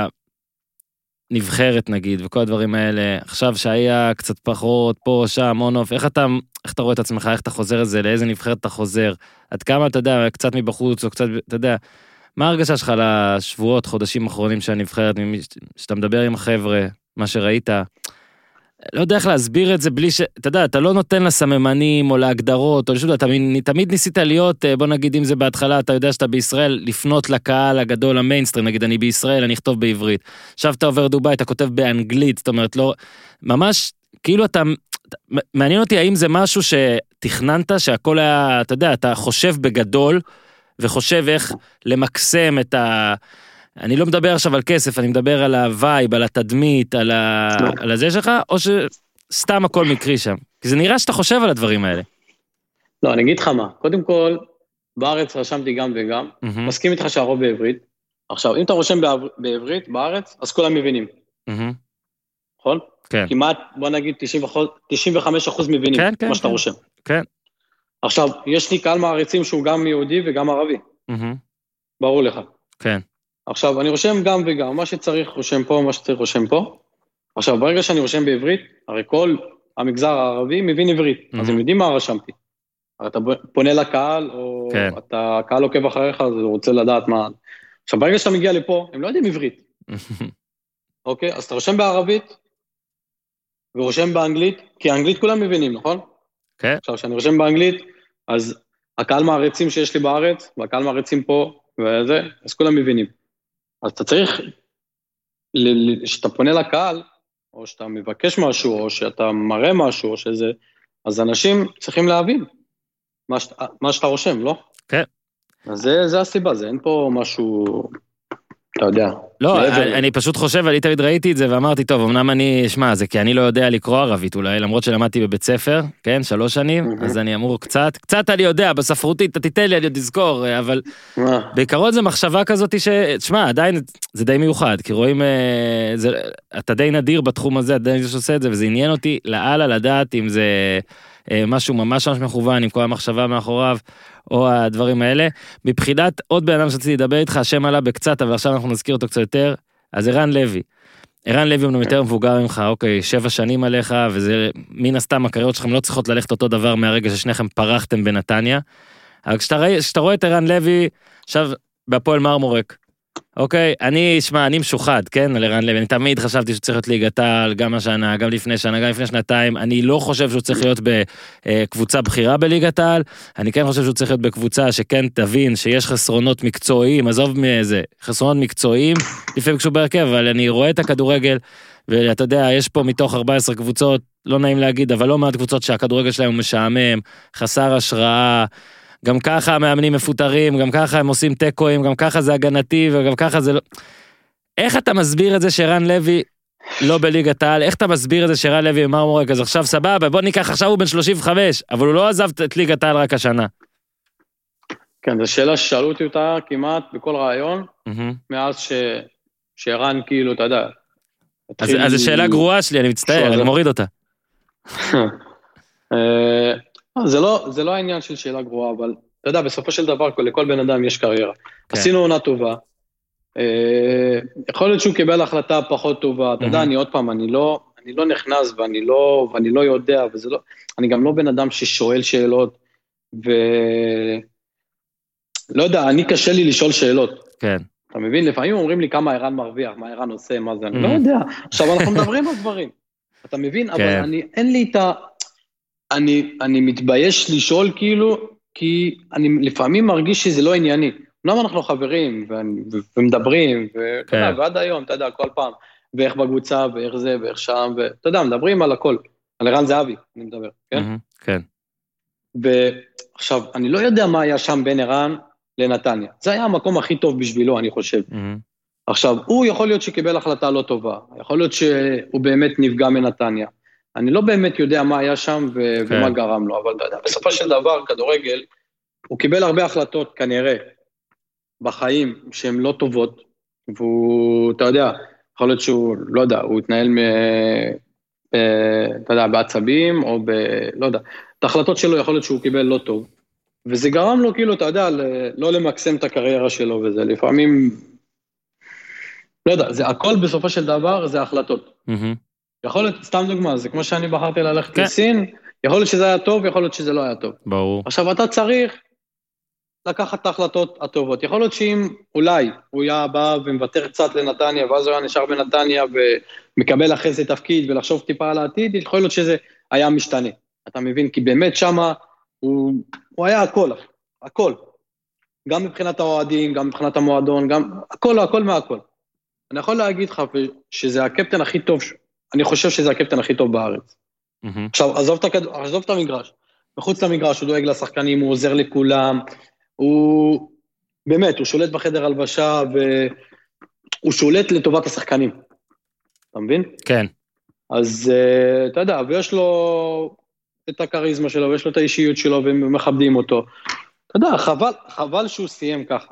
A: נבחרת נגיד, וכל הדברים האלה, עכשיו שהיה קצת פחות, פה, שם, און-אוף, איך אתה רואה את עצמך, איך אתה חוזר את זה, לאיזה נבחרת אתה חוזר, עד כמה אתה יודע, קצת מבחוץ, או קצת, אתה יודע, מה הרגשה שלך לשבועות, חודשים האחרונים שהנבחרת, שאתה מדבר עם החבר'ה, מה שראית, לא יודע איך להסביר את זה בלי אתה יודע, אתה לא נותן לסממנים או להגדרות, או לשוב, אתה תמיד ניסית להיות, בוא נגיד אם זה בהתחלה, אתה יודע שאתה בישראל, לפנות לקהל הגדול, המיינסטרים, נגיד אני בישראל, אני אכתוב בעברית. עכשיו אתה עובר דוביי, אתה כותב באנגלית, זאת אומרת, לא, ממש, כאילו אתה, מעניין אותי האם זה משהו שתכננת, שהכל היה, אתה יודע, אתה חושב בגדול, וחושב איך למקסם את אני לא מדבר עכשיו על כסף, אני מדבר על הווייב, על התדמית, על הזה שלך, או שסתם הכל מקרי שם? כי זה נראה שאתה חושב על הדברים האלה.
C: לא, אני אגיד לך מה. קודם כל, בארץ רשמתי גם וגם, מסכים איתך שהרוב בעברית. עכשיו, אם אתה רושם בעברית, בארץ, אז כולם מבינים. נכון?
A: כן.
C: כמעט, בוא נגיד, 95% מבינים מה שאתה רושם.
A: כן.
C: עכשיו, יש לי קהל מעריצים שהוא גם יהודי וגם ערבי. ברור לך.
A: כן.
C: עכשיו, אני רושם גם וגם, מה שצריך רושם פה, מה שצריך רושם פה. עכשיו, ברגע שאני רושם בעברית, הרי כל המגזר הערבי מבין עברית, אז הם יודעים מה רשמתי. אתה פונה לקהל, או הקהל עוקב אחריך, אז הוא רוצה לדעת מה. עכשיו, ברגע שאתה מגיע לפה, הם לא יודעים עברית. אוקיי? אז אתה רושם בערבית, ורושם באנגלית, כי האנגלית כולם מבינים, נכון?
A: כן.
C: עכשיו, כשאני רושם באנגלית, אז הקהל מעריצים שיש לי בארץ, והקהל מעריצים פה, וזה, אז כולם מבינים. אז אתה צריך, שאתה פונה לקהל, או שאתה מבקש משהו, או שאתה מראה משהו, או שזה, אז אנשים צריכים להבין מה שאתה רושם, לא?
A: כן.
C: אז זה הסיבה, זה אין פה משהו, אתה יודע.
A: לא, אני פשוט חושב, אני תמיד ראיתי את זה, ואמרתי, טוב, אמנם שמע, זה כי אני לא יודע לקרוא ערבית, אולי, למרות שלמדתי בבית ספר, כן, 3 שנים, אז אני אמור קצת אני יודע, בספרותית, אתה תיתן לי, אני עוד אזכור, אבל בעיקרון זה מחשבה כזאת שמע, עדיין זה די מיוחד, כי רואים, אתה די נדיר בתחום הזה, עדיין זה שעושה את זה, וזה עניין אותי לאללה לדעת אם זה משהו ממש מכוון, עם כל המחשבה מאחוריו, או הדברים האלה. מבחינת עוד בן אדם שרציתי לדבר איתך, השם עלה בקצת, אבל עכשיו אנחנו נזכיר אותו קצת יותר, אז ערן לוי. ערן לוי הוא יותר מבוגר ממך, אוקיי, 7 שנים עליך, וזה מן הסתם הקריירות שלכם לא צריכות ללכת אותו דבר מהרגע ששניכם פרחתם בנתניה, אבל כשאתה רואה את ערן לוי, עכשיו בהפועל מרמורק, אוקיי, אני משוחד, כן, על ערן לוי, אני תמיד חשבתי שהוא צריך להיות ליגת העל, גם השנה, גם לפני שנה, גם לפני שנתיים, אני לא חושב שהוא צריך להיות בקבוצה בחירה בליגת העל, אני כן חושב שהוא צריך להיות בקבוצה שכן תבין שיש חסרונות מקצועיים, עזוב מאיזה, חסרונות מקצועיים, לפעמים כשהוא בהרכב, אבל אני רואה את הכדורגל, ואתה יודע, יש פה מתוך 14 קבוצות, לא נעים להגיד, אבל לא מעט קבוצות שהכדורגל שלהם הוא משעמם, חסר השראה, גם ככה המאמנים מפוטרים, גם ככה הם עושים טקואים, גם ככה זה הגנתי, וגם ככה זה לא... איך אתה מסביר את זה שרן לוי לא בליגת העל? איך אתה מסביר את זה שרן לוי במרמורק? אז עכשיו סבבה, בוא ניקח, עכשיו הוא בן 35, אבל הוא לא עזב את ליגת העל רק השנה.
C: כן, זו שאלה ששאלו אותי אותה כמעט בכל רעיון, מאז שרן כאילו, אתה יודע...
A: אז זו שאלה גרועה שלי, אני מצטער, אני מוריד אותה.
C: זה לא העניין של שאלה גרועה, אבל אתה יודע, בסופו של דבר, לכל בן אדם יש קריירה. עשינו עונה טובה, יכול להיות שהוא קיבל החלטה פחות טובה, אתה יודע, אני עוד פעם, אני לא נכנס, ואני לא יודע, אני גם לא בן אדם ששואל שאלות, לא יודע, אני קשה לי לשאול שאלות.
A: כן.
C: אתה מבין? לפעמים אומרים לי כמה ערן מרוויח, מה ערן עושה, מה זה, אני לא יודע. עכשיו אנחנו מדברים על דברים. אתה מבין? אבל אין לי את ה... אני מתבייש לשאול כאילו, כי אני לפעמים מרגיש שזה לא ענייני. למה אנחנו חברים ומדברים, ועד היום, אתה יודע, כל פעם. ואיך בקבוצה, ואיך זה, ואיך שם, ואתה יודע, מדברים על הכל, על ערן זהבי, אני מדבר, כן?
A: כן.
C: ועכשיו, אני לא יודע מה היה שם בין ערן לנתניה, זה היה המקום הכי טוב בשבילו, אני חושב. עכשיו, הוא יכול להיות שקיבל החלטה לא טובה, יכול להיות שהוא באמת נפגע מנתניה, אני לא באמת יודע מה היה שם ומה גרם לו, אבל אתה יודע, בסופו של דבר, כדורגל, הוא קיבל הרבה החלטות כנראה בחיים שהן לא טובות, והוא, אתה יודע, יכול להיות שהוא, לא יודע, הוא התנהל אתה יודע, בעצבים, או לא יודע, את ההחלטות שלו יכול להיות שהוא קיבל לא טוב, וזה גרם לו כאילו, אתה יודע, לא למקסם את הקריירה שלו וזה, לפעמים, לא יודע, זה הכל בסופו של דבר, זה החלטות. יכול להיות, סתם דוגמה, זה כמו שאני בחרתי ללכת לסין, יכול להיות שזה היה טוב, יכול להיות שזה לא היה טוב.
A: ברור.
C: עכשיו, אתה צריך לקחת את ההחלטות הטובות. יכול להיות שאם אולי הוא היה בא ומוותר קצת לנתניה, ואז הוא היה נשאר בנתניה ומקבל אחרי זה תפקיד ולחשוב טיפה על העתיד, יכול להיות שזה היה משתנה. אתה מבין? כי באמת שמה הוא היה הכל, הכל. גם מבחינת האוהדים, גם מבחינת המועדון, גם הכל מהכל. אני יכול להגיד לך שזה הקפטן הכי טוב, אני חושב שזה הקפטן הכי טוב בארץ. עכשיו, עזוב את המגרש. מחוץ למגרש הוא דואג לשחקנים, הוא עוזר לכולם, הוא באמת, הוא שולט בחדר הלבשה, והוא שולט לטובת השחקנים. אתה מבין?
A: כן.
C: אז אתה יודע, ויש לו את הקריזמה שלו, ויש לו את האישיות שלו, ומכבדים אותו. אתה יודע, חבל שהוא סיים ככה.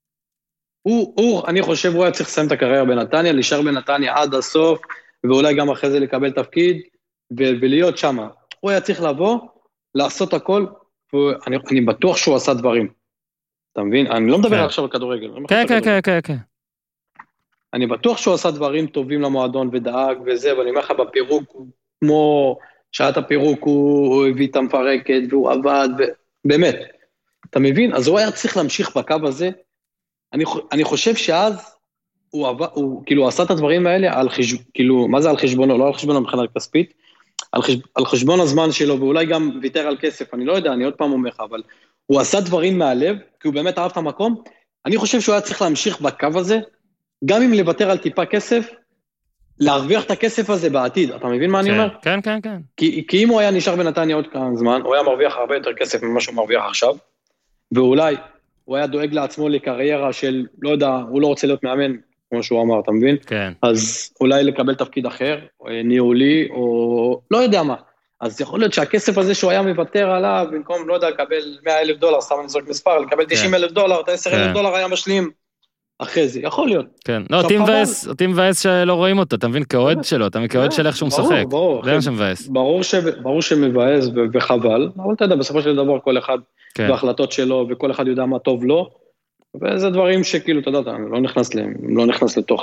C: אני חושב, הוא היה צריך לסיים את הקריירה בנתניה, להישאר בנתניה עד הסוף, ואולי גם אחרי זה לקבל תפקיד, ולהיות שם. הוא היה צריך לבוא, לעשות הכל, ואני בטוח שהוא עשה דברים. אתה מבין? אני לא מדבר עכשיו על כדורגל.
A: כן.
C: אני בטוח שהוא עשה דברים טובים למועדון, ודאג וזה, ואני אומר לך בפירוק, כמו שעת הפירוק, הוא הביא את המפרקת, והוא עבד, באמת. אתה מבין? אז הוא היה צריך להמשיך בקו הזה, אני חושב שאז הוא כאילו עשה את הדברים האלה כאילו, מה זה על חשבונו? לא על חשבונו מבחינה כספית, על חשבון הזמן שלו, ואולי גם ויתר על כסף, אני לא יודע, אני עוד פעם אומר לך, אבל הוא עשה דברים מהלב, כי הוא באמת אהב את המקום, אני חושב שהוא היה צריך להמשיך בקו הזה, גם אם לוותר על טיפה כסף, להרוויח את הכסף הזה בעתיד, אתה מבין מה אני אומר?
A: כן.
C: כי אם הוא היה נשאר בנתניה עוד כמה זמן, הוא היה מרוויח הרבה יותר כסף ממה שהוא מרוויח עכשיו, ואולי הוא היה דואג לעצמו לקריירה של, לא יודע, הוא לא רוצה להיות מאמן, כמו שהוא אמר, אתה מבין?
A: כן.
C: אז אולי לקבל תפקיד אחר, ניהולי, או לא יודע מה. אז יכול להיות שהכסף הזה שהוא היה מוותר עליו, במקום, לא יודע, לקבל $100,000, סתם אני זורק מספר, לקבל $90,000, את $10,000 היה משלים אחרי זה, יכול להיות.
A: כן, לא, אותי מבאס שלא רואים אותו, אתה מבין, כאוהד שלו, אתה מבין, כאוהד של איך שהוא משחק. זה מה שמבאס.
C: ברור שמבאס וחבל, אבל אתה יודע, בסופו של דבר כל אחד בהחלטות שלו, וכל אחד יודע מה טוב לו, וזה דברים שכאילו, אתה יודע, אני לא נכנס לתוך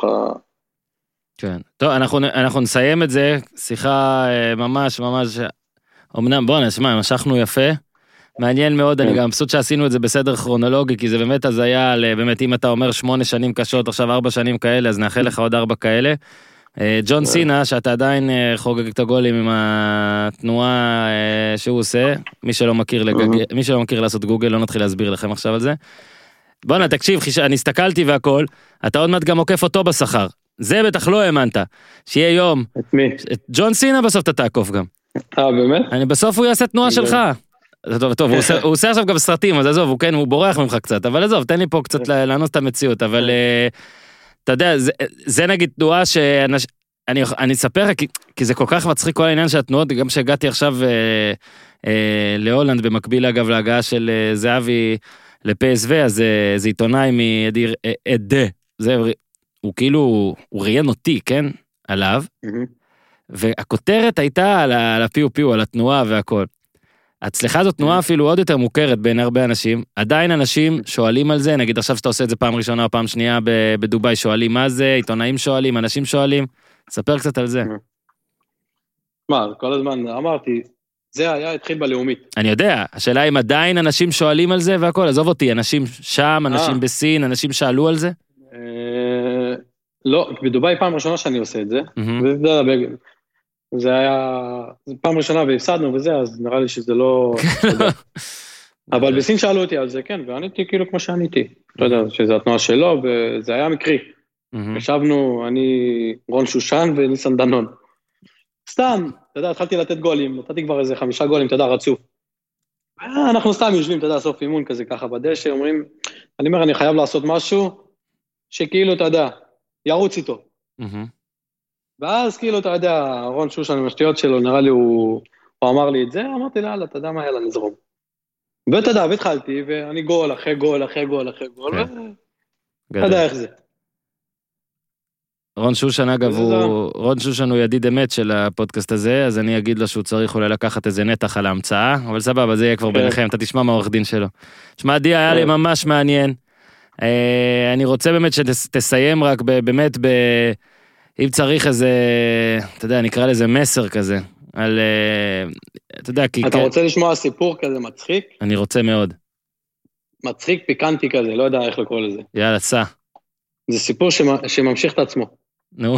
A: כן, טוב, אנחנו נסיים את זה, שיחה ממש, אמנם, בוא נשמע, משכנו יפה, מעניין מאוד, אני גם מבסוט שעשינו את זה בסדר כרונולוגי, כי זה באמת אז היה, באמת אם אתה אומר 8 שנים קשות, עכשיו 4 שנים כאלה, אז נאחל לך עוד 4 כאלה. ג'ון סינה, שאתה עדיין חוגג את הגולים עם התנועה שהוא עושה, מי שלא מכיר לעשות גוגל, לא נתחיל להסביר לכם עכשיו על זה. בוא'נה, תקשיב, אני הסתכלתי והכל, אתה עוד מעט גם עוקף אותו בשכר. זה בטח לא האמנת, שיהיה יום.
C: את מי? את
A: ג'ון סינה בסוף אתה תעקוף גם.
C: באמת?
A: בסוף הוא יעשה תנועה שלך. טוב, הוא עושה עכשיו גם סרטים, אז עזוב, הוא בורח ממך קצת, אבל עזוב, תן לי פה קצת לענות את המציאות, אבל אתה יודע, זה נגיד תנועה אני אספר, כי זה כל כך מצחיק כל העניין של התנועות, גם שהגעתי עכשיו להולנד, במקביל אגב להגעה של זהבי לפסו, אז זה עיתונאי מאדיר עדה, הוא כאילו, הוא ראיין אותי, כן, עליו, והכותרת הייתה על הפיו, על התנועה והכל. הצליחה הזאת תנועה אפילו עוד יותר מוכרת בין הרבה אנשים, עדיין אנשים שואלים על זה, נגיד עכשיו שאתה עושה את זה פעם ראשונה או פעם שנייה בדוביי, שואלים מה זה, עיתונאים שואלים, אנשים שואלים, ספר קצת על זה.
C: מה, כל הזמן אמרתי, זה התחיל בלאומית.
A: אני יודע, השאלה אם עדיין אנשים שואלים על זה והכל, עזוב אותי, אנשים שם, אנשים בסין, אנשים שאלו על זה?
C: לא, בדוביי פעם ראשונה שאני עושה את זה, זה היה פעם ראשונה והפסדנו וזה, אז נראה לי שזה לא... אבל בסין שאלו אותי על זה, כן, ועניתי כאילו כמו שעניתי. אתה יודע, שזה התנועה שלו, וזה היה מקרי. ישבנו, אני, רון שושן וניסן דנון. סתם, אתה יודע, התחלתי לתת גולים, נתתי כבר איזה 5 גולים, אתה יודע, רצוף. אנחנו סתם יושבים, אתה יודע, סוף אימון כזה ככה בדשא, אומרים, אני אומר, אני חייב לעשות משהו, שכאילו, אתה יודע, ירוץ איתו. ואז כאילו, אתה יודע, רון שושן עם השטויות שלו, נראה לי הוא אמר לי את זה, אמרתי לה, אתה יודע מה, יאללה, נזרום. ואתה יודע, והתחלתי, ואני גול, אחרי גול, אחרי גול, אחרי גול, אתה יודע איך זה.
A: רון שושן, אגב, רון שושן הוא ידיד אמת של הפודקאסט הזה, אז אני אגיד לו שהוא צריך אולי לקחת איזה נתח על ההמצאה, אבל סבבה, זה יהיה כבר ביניכם, אתה תשמע מהעורך דין שלו. תשמע, עדי, היה לי ממש מעניין. אני רוצה באמת שתסיים רק באמת, אם צריך איזה, אתה יודע, נקרא לזה מסר כזה, על, אתה יודע, כי...
C: אתה רוצה לשמוע סיפור כזה מצחיק?
A: אני רוצה מאוד.
C: מצחיק פיקנטי כזה, לא יודע איך לקרוא לזה.
A: יאללה, סע.
C: זה סיפור שממשיך את עצמו.
A: נו.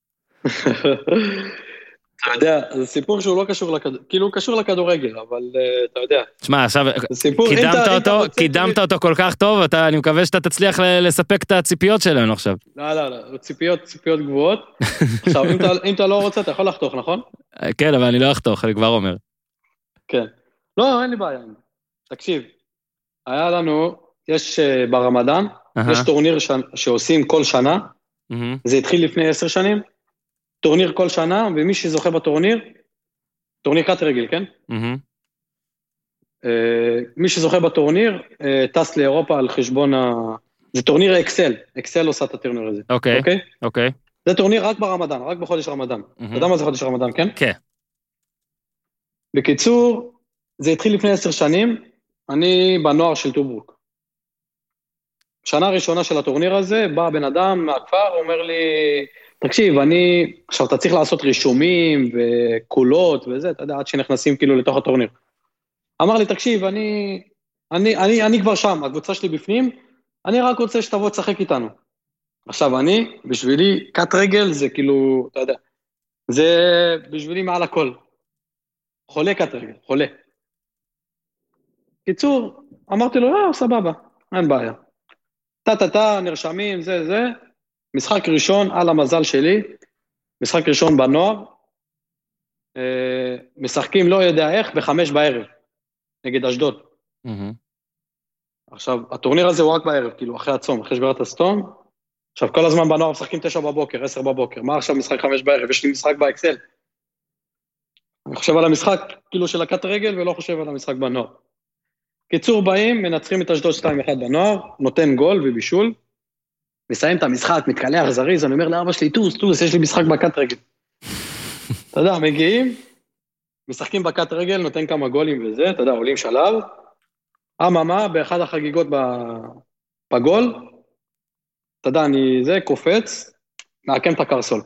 C: אתה יודע, זה סיפור שהוא לא קשור לכדורגל, כאילו הוא קשור לכדורגל, אבל אתה יודע.
A: תשמע, עכשיו, קידמת אותו כל כך טוב, אני מקווה שאתה תצליח לספק את הציפיות שלנו עכשיו.
C: לא, ציפיות גבוהות. עכשיו, אם אתה לא רוצה, אתה יכול לחתוך, נכון?
A: כן, אבל אני לא אחתוך, אני כבר אומר.
C: כן. לא, אין לי בעיה. תקשיב, היה לנו, יש ברמדאן, יש טורניר שעושים כל שנה, זה התחיל לפני 10 שנים, טורניר כל שנה, ומי שזוכה בטורניר, טורניר קט רגל, כן? מי שזוכה בטורניר, טס לאירופה על חשבון זה טורניר אקסל, אקסל עושה את הטורניר הזה.
A: אוקיי.
C: זה טורניר רק ברמדאן, רק בחודש רמדאן. אתה יודע מה זה חודש רמדאן, כן?
A: כן.
C: בקיצור, זה התחיל לפני 10 שנים, אני בנוער של טוברוק. שנה ראשונה של הטורניר הזה, בא בן אדם מהכפר, אומר לי, תקשיב, עכשיו אתה צריך לעשות רישומים וקולות וזה, אתה יודע, עד שנכנסים כאילו לתוך הטורניר. אמר לי, תקשיב, אני כבר שם, הקבוצה שלי בפנים, אני רק רוצה שתבוא תשחק איתנו. עכשיו בשבילי, קט רגל זה כאילו, אתה יודע, זה בשבילי מעל הכל. חולה קט רגל, חולה. קיצור, אמרתי לו, סבבה, אין בעיה. נרשמים, זה, משחק ראשון על המזל שלי, משחק ראשון בנוער, משחקים לא יודע איך, ב5 בערב, נגד אשדוד. עכשיו, הטורניר הזה הוא רק בערב, כאילו, אחרי הצום, אחרי שבירת הסתום, עכשיו, כל הזמן בנוער משחקים 9 בבוקר, 10 בבוקר, מה עכשיו משחק 5 בערב? יש לי משחק באקסל. אני חושב על המשחק, כאילו, של הקט רגל, ולא חושב על המשחק בנוער. קיצור באים, מנצחים את אשדוד 2-1 בנוער, נותן גול ובישול, מסיים את המשחק, מתקלח זריז, אני אומר לאבא שלי, טוס, יש לי משחק בקט רגל. אתה יודע, מגיעים, משחקים בקט רגל, נותן כמה גולים וזה, אתה יודע, עולים שלב, באחד החגיגות בגול, אתה יודע, קופץ, מעקם את הקרסול.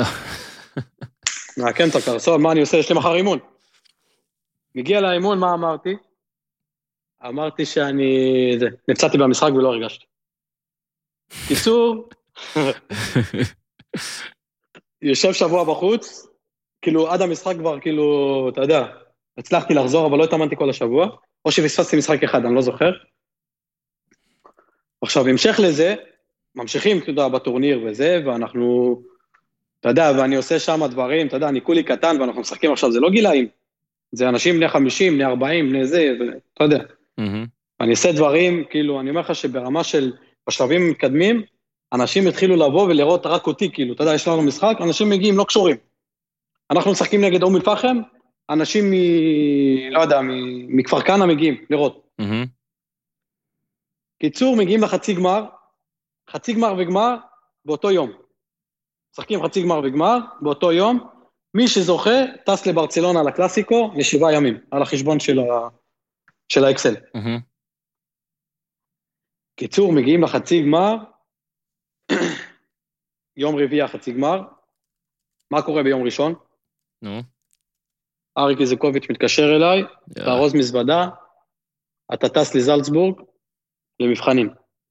C: מעקם את הקרסול, מה אני עושה? יש לי מחר אימון. מגיע לאימון, מה אמרתי? אמרתי נפצעתי במשחק ולא הרגשתי. קיצור, יושב שבוע בחוץ, כאילו עד המשחק כבר, כאילו, אתה יודע, הצלחתי לחזור, אבל לא התאמנתי כל השבוע, או שפספסתי משחק אחד, אני לא זוכר. עכשיו, המשך לזה, ממשיכים, אתה יודע, בטורניר וזה, ואנחנו, אתה יודע, ואני עושה שם דברים, אתה יודע, אני כולי קטן, ואנחנו משחקים עכשיו, זה לא גילאים, זה אנשים בני 50, בני 40, בני זה, אתה יודע. אני אעשה דברים, כאילו, אני אומר לך שברמה של, בשלבים מתקדמים, אנשים התחילו לבוא ולראות רק אותי, כאילו, אתה יודע, יש לנו משחק, אנשים מגיעים, לא קשורים. אנחנו משחקים נגד אום אל-פחם, אנשים לא יודע, מכפר כנא מגיעים, לראות. קיצור, מגיעים לחצי גמר וגמר, באותו יום. משחקים חצי גמר וגמר, באותו יום, מי שזוכה, טס לברצלונה לקלאסיקו, ל7 ימים, על החשבון של האקסל. קיצור, מגיעים לחצי גמר, יום רביעי החצי גמר, מה קורה ביום ראשון? אריק איזקוביץ' מתקשר אליי, תארוז מזוודה, אתה טס לזלצבורג, למבחנים.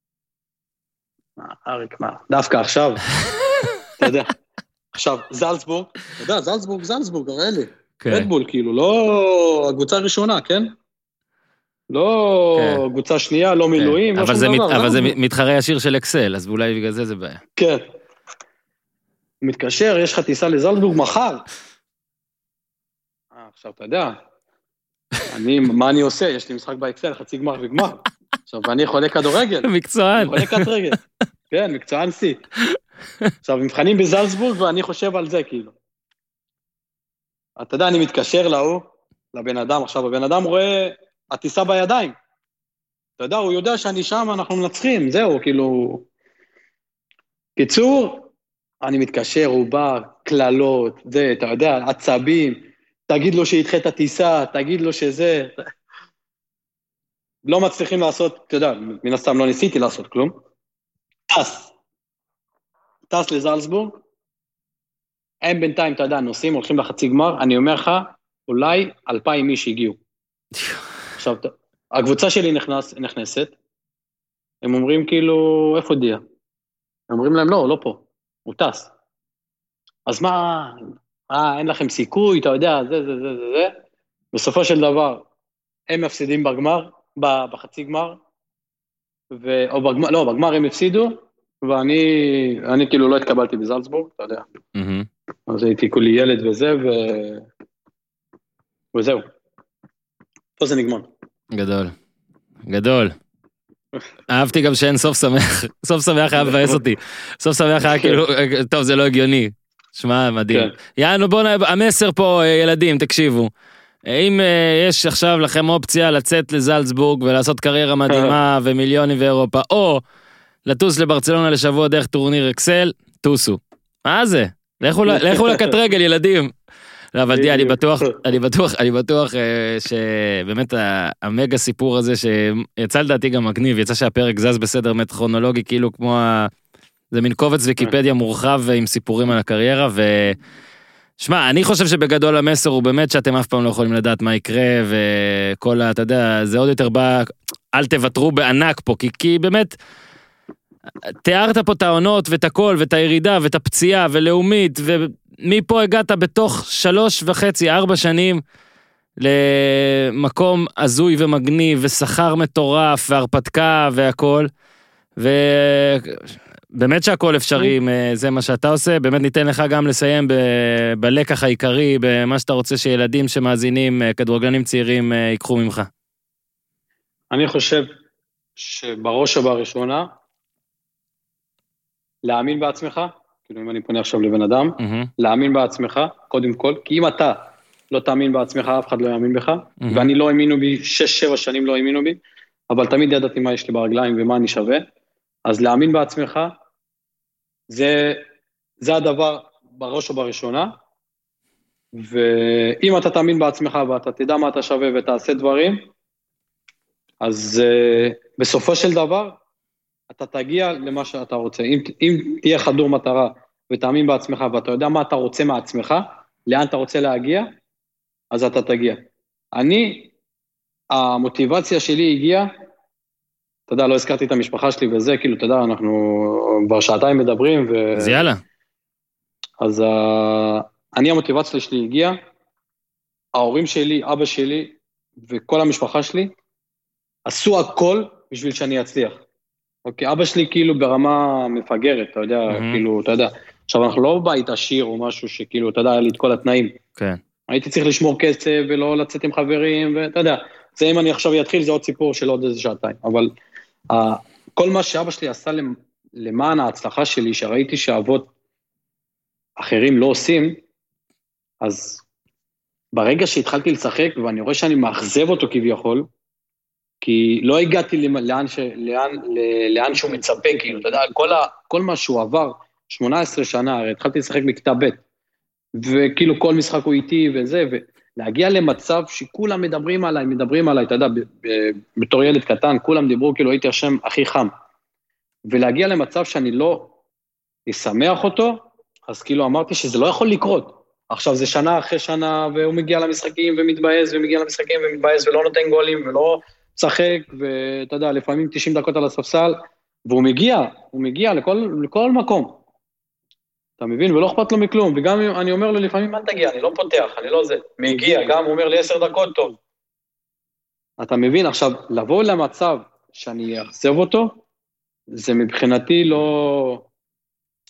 C: אריק, מה? דווקא עכשיו, אתה יודע, עכשיו, זלצבורג, אתה יודע, זלצבורג, הרי לי, רדבול, כאילו, לא הקבוצה הראשונה, כן? לא קבוצה שנייה, לא מילואים,
A: אבל זה מתחרה ישיר של אקסל, אז אולי בגלל זה בעיה.
C: כן, הוא מתקשר, יש לך טיסה לזלצבורג מחר. עכשיו, אתה יודע, מה אני עושה? יש לי משחק באקסל, חצי גמר וגמר. עכשיו, ואני חולה כדורגל.
A: מקצוען.
C: חולה כדורגל. כן, מקצוען סי. עכשיו, מבחנים בזלצבורג, ואני חושב על זה, כאילו. אתה יודע, אני מתקשר להוא, לבן אדם, עכשיו, הבן אדם רואה הטיסה בידיים. אתה יודע, הוא יודע שאני שם, אנחנו מנצחים, זהו, כאילו... קיצור, אני מתקשר, הוא בא, כללות, זה, אתה יודע, עצבים, תגיד לו שידחה את הטיסה, תגיד לו שזה... לא מצליחים לעשות, אתה יודע, מן הסתם לא ניסיתי לעשות כלום. טס לזלצבורג, הם בינתיים, אתה יודע, נוסעים, הולכים לחצי גמר, אני אומר לך, אולי 2,000 איש הגיעו. עכשיו, הקבוצה שלי נכנסת, הם אומרים כאילו, איפה דיה? הם אומרים להם, לא פה, הוא טס. אז מה, אין לכם סיכוי, אתה יודע, זה. בסופו של דבר, הם מפסידים בגמר, בחצי גמר, או בגמר, לא, בגמר הם הפסידו, ואני כאילו לא התקבלתי בזלצבורג, אתה יודע. אז הייתי כולי ילד וזה, וזהו. פה זה נגמר.
A: גדול. אהבתי גם שאין סוף שמח, סוף שמח היה מבאס אותי, סוף שמח היה כאילו, טוב זה לא הגיוני, שמע מדהים. יענו בואו, המסר פה ילדים, תקשיבו, אם יש עכשיו לכם אופציה לצאת לזלצבורג ולעשות קריירה מדהימה ומיליונים באירופה, או לטוס לברצלונה לשבוע דרך טורניר אקסל, טוסו. מה זה? לכו לקט רגל ילדים. לא, אבל די, אני בטוח שבאמת המגה סיפור הזה שיצא לדעתי גם מגניב, יצא שהפרק זז בסדר מטכרונולוגי, כאילו כמו זה מין קובץ ויקיפדיה מורחב עם סיפורים על הקריירה, שמע, אני חושב שבגדול המסר הוא באמת שאתם אף פעם לא יכולים לדעת מה יקרה, וכל אתה יודע, זה עוד יותר בא, אל תוותרו בענק פה, כי באמת, תיארת פה את העונות ואת הכל, ואת הירידה, ואת הפציעה, ולאומית, ומפה הגעת בתוך 3.5-4 שנים, למקום הזוי ומגניב, ושכר מטורף, והרפתקה, והכל, באמת שהכל אפשרי, זה מה שאתה עושה, באמת ניתן לך גם לסיים בלקח העיקרי, במה שאתה רוצה שילדים שמאזינים, כדורגלנים צעירים, ייקחו ממך.
C: אני חושב שבראש ובראשונה, להאמין בעצמך, כאילו אם אני פונה עכשיו לבן אדם, להאמין בעצמך, קודם כל, כי אם אתה לא תאמין בעצמך, אף אחד לא יאמין בך, ואני לא האמינו בי, 6-7 שנים לא האמינו בי, אבל תמיד ידעתי מה יש לי ברגליים ומה אני שווה, אז להאמין בעצמך, זה הדבר בראש ובראשונה, ואם אתה תאמין בעצמך ואתה תדע מה אתה שווה ותעשה דברים, אז בסופו של דבר, אתה תגיע למה שאתה רוצה. אם תהיה חדור מטרה ותאמין בעצמך ואתה יודע מה אתה רוצה מעצמך, לאן אתה רוצה להגיע, אז אתה תגיע. המוטיבציה שלי הגיעה, אתה יודע, לא הזכרתי את המשפחה שלי וזה, כאילו, אתה יודע, אנחנו כבר שעתיים מדברים.
A: אז יאללה.
C: אז המוטיבציה שלי הגיעה, ההורים שלי, אבא שלי וכל המשפחה שלי, עשו הכל בשביל שאני אצליח. אוקיי, אבא שלי כאילו ברמה מפגרת, אתה יודע, כאילו, אתה יודע, עכשיו אנחנו לא בית עשיר או משהו שכאילו, אתה יודע, היה לי את כל התנאים.
A: כן.
C: הייתי צריך לשמור כסף ולא לצאת עם חברים, ואתה יודע, זה אם אני עכשיו אתחיל, זה עוד סיפור של עוד איזה שעתיים, אבל כל מה שאבא שלי עשה למען ההצלחה שלי, שראיתי שאבות אחרים לא עושים, אז ברגע שהתחלתי לשחק, ואני רואה שאני מאכזב אותו כביכול, כי לא הגעתי לאן שהוא מצפה, כאילו, אתה יודע, כל מה שהוא עבר, 18 שנה, הרי התחלתי לשחק בכיתה ב', וכאילו כל משחק הוא איתי וזה, ולהגיע למצב שכולם מדברים עליי, אתה יודע, בתור ילד קטן, כולם דיברו, כאילו הייתי השם הכי חם, ולהגיע למצב שאני לא אשמח אותו, אז כאילו אמרתי שזה לא יכול לקרות, עכשיו זה שנה אחרי שנה, והוא מגיע למשחקים ומתבאס, ולא נותן גולים, ולא שחק, ואתה יודע, לפעמים 90 דקות על הספסל, והוא מגיע לכל מקום, אתה מבין? ולא אכפת לו מכלום, וגם אני אומר לו לפעמים, אל תגיע, אני לא פותח, אני לא זה, מגיע, גם הוא אומר לי 10 דקות, טוב. אתה מבין? עכשיו, לבוא למצב שאני אחזב אותו, זה מבחינתי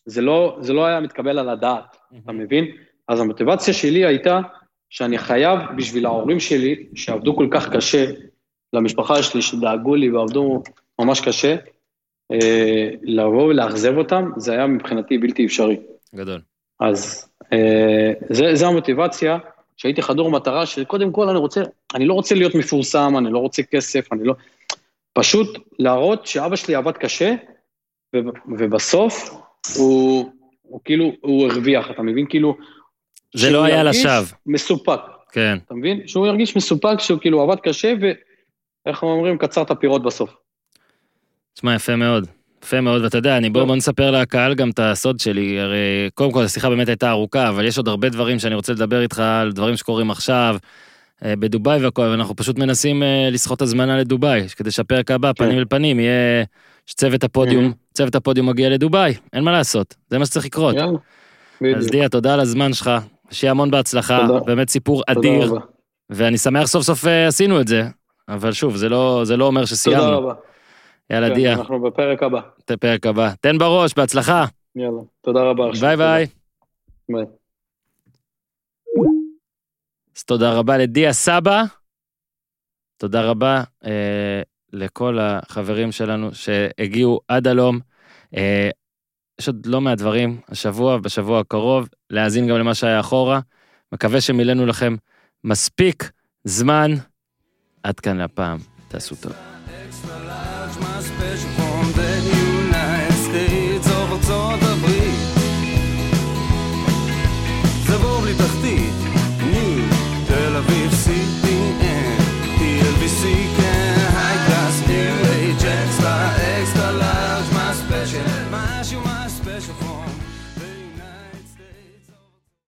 C: זה לא היה מתקבל על הדעת, אתה מבין? אז המוטיבציה שלי הייתה שאני חייב בשביל ההורים שלי, שעבדו כל כך קשה, למשפחה שלי שדאגו לי ועבדו ממש קשה, לבוא ולאכזב אותם, זה היה מבחינתי בלתי אפשרי.
A: גדול.
C: אז זה המוטיבציה, שהייתי חדור מטרה, שקודם כל אני לא רוצה להיות מפורסם, אני לא רוצה כסף, פשוט להראות שאבא שלי עבד קשה, ובסוף הוא כאילו, הוא הרוויח, אתה מבין? כאילו,
A: זה לא היה לשווא.
C: מסופק.
A: כן.
C: אתה מבין? שהוא ירגיש מסופק, שהוא כאילו עבד קשה, ואיך אומרים, קצר את הפירות בסוף.
A: תשמע, יפה מאוד. יפה מאוד, ואתה יודע, בוא נספר לקהל גם את הסוד שלי, הרי קודם כל השיחה באמת הייתה ארוכה, אבל יש עוד הרבה דברים שאני רוצה לדבר איתך, על דברים שקורים עכשיו, בדוביי והכל, ואנחנו פשוט מנסים לסחוט הזמנה לדוביי, כדי שהפרק הבא, פנים אל פנים, יהיה שצוות הפודיום מגיע לדוביי, אין מה לעשות, זה מה שצריך לקרות. אז דיה, תודה על הזמן שלך, שיהיה המון בהצלחה, באמת סיפור אדיר, ואני שמח סוף סוף עשינו את זה, אבל שוב, זה לא אומר שסיימנו.
C: תודה רבה.
A: יאללה, דיה.
C: אנחנו בפרק הבא.
A: בפרק הבא. תן בראש, בהצלחה.
C: יאללה, תודה רבה.
A: ביי ביי.
C: ביי.
A: אז תודה רבה לדיה סבא. תודה רבה לכל החברים שלנו שהגיעו עד הלום. יש עוד לא מעט דברים, השבוע ובשבוע הקרוב, להאזין גם למה שהיה אחורה. מקווה שמילאנו לכם מספיק זמן. עד כאן לפעם. תעשו טוב.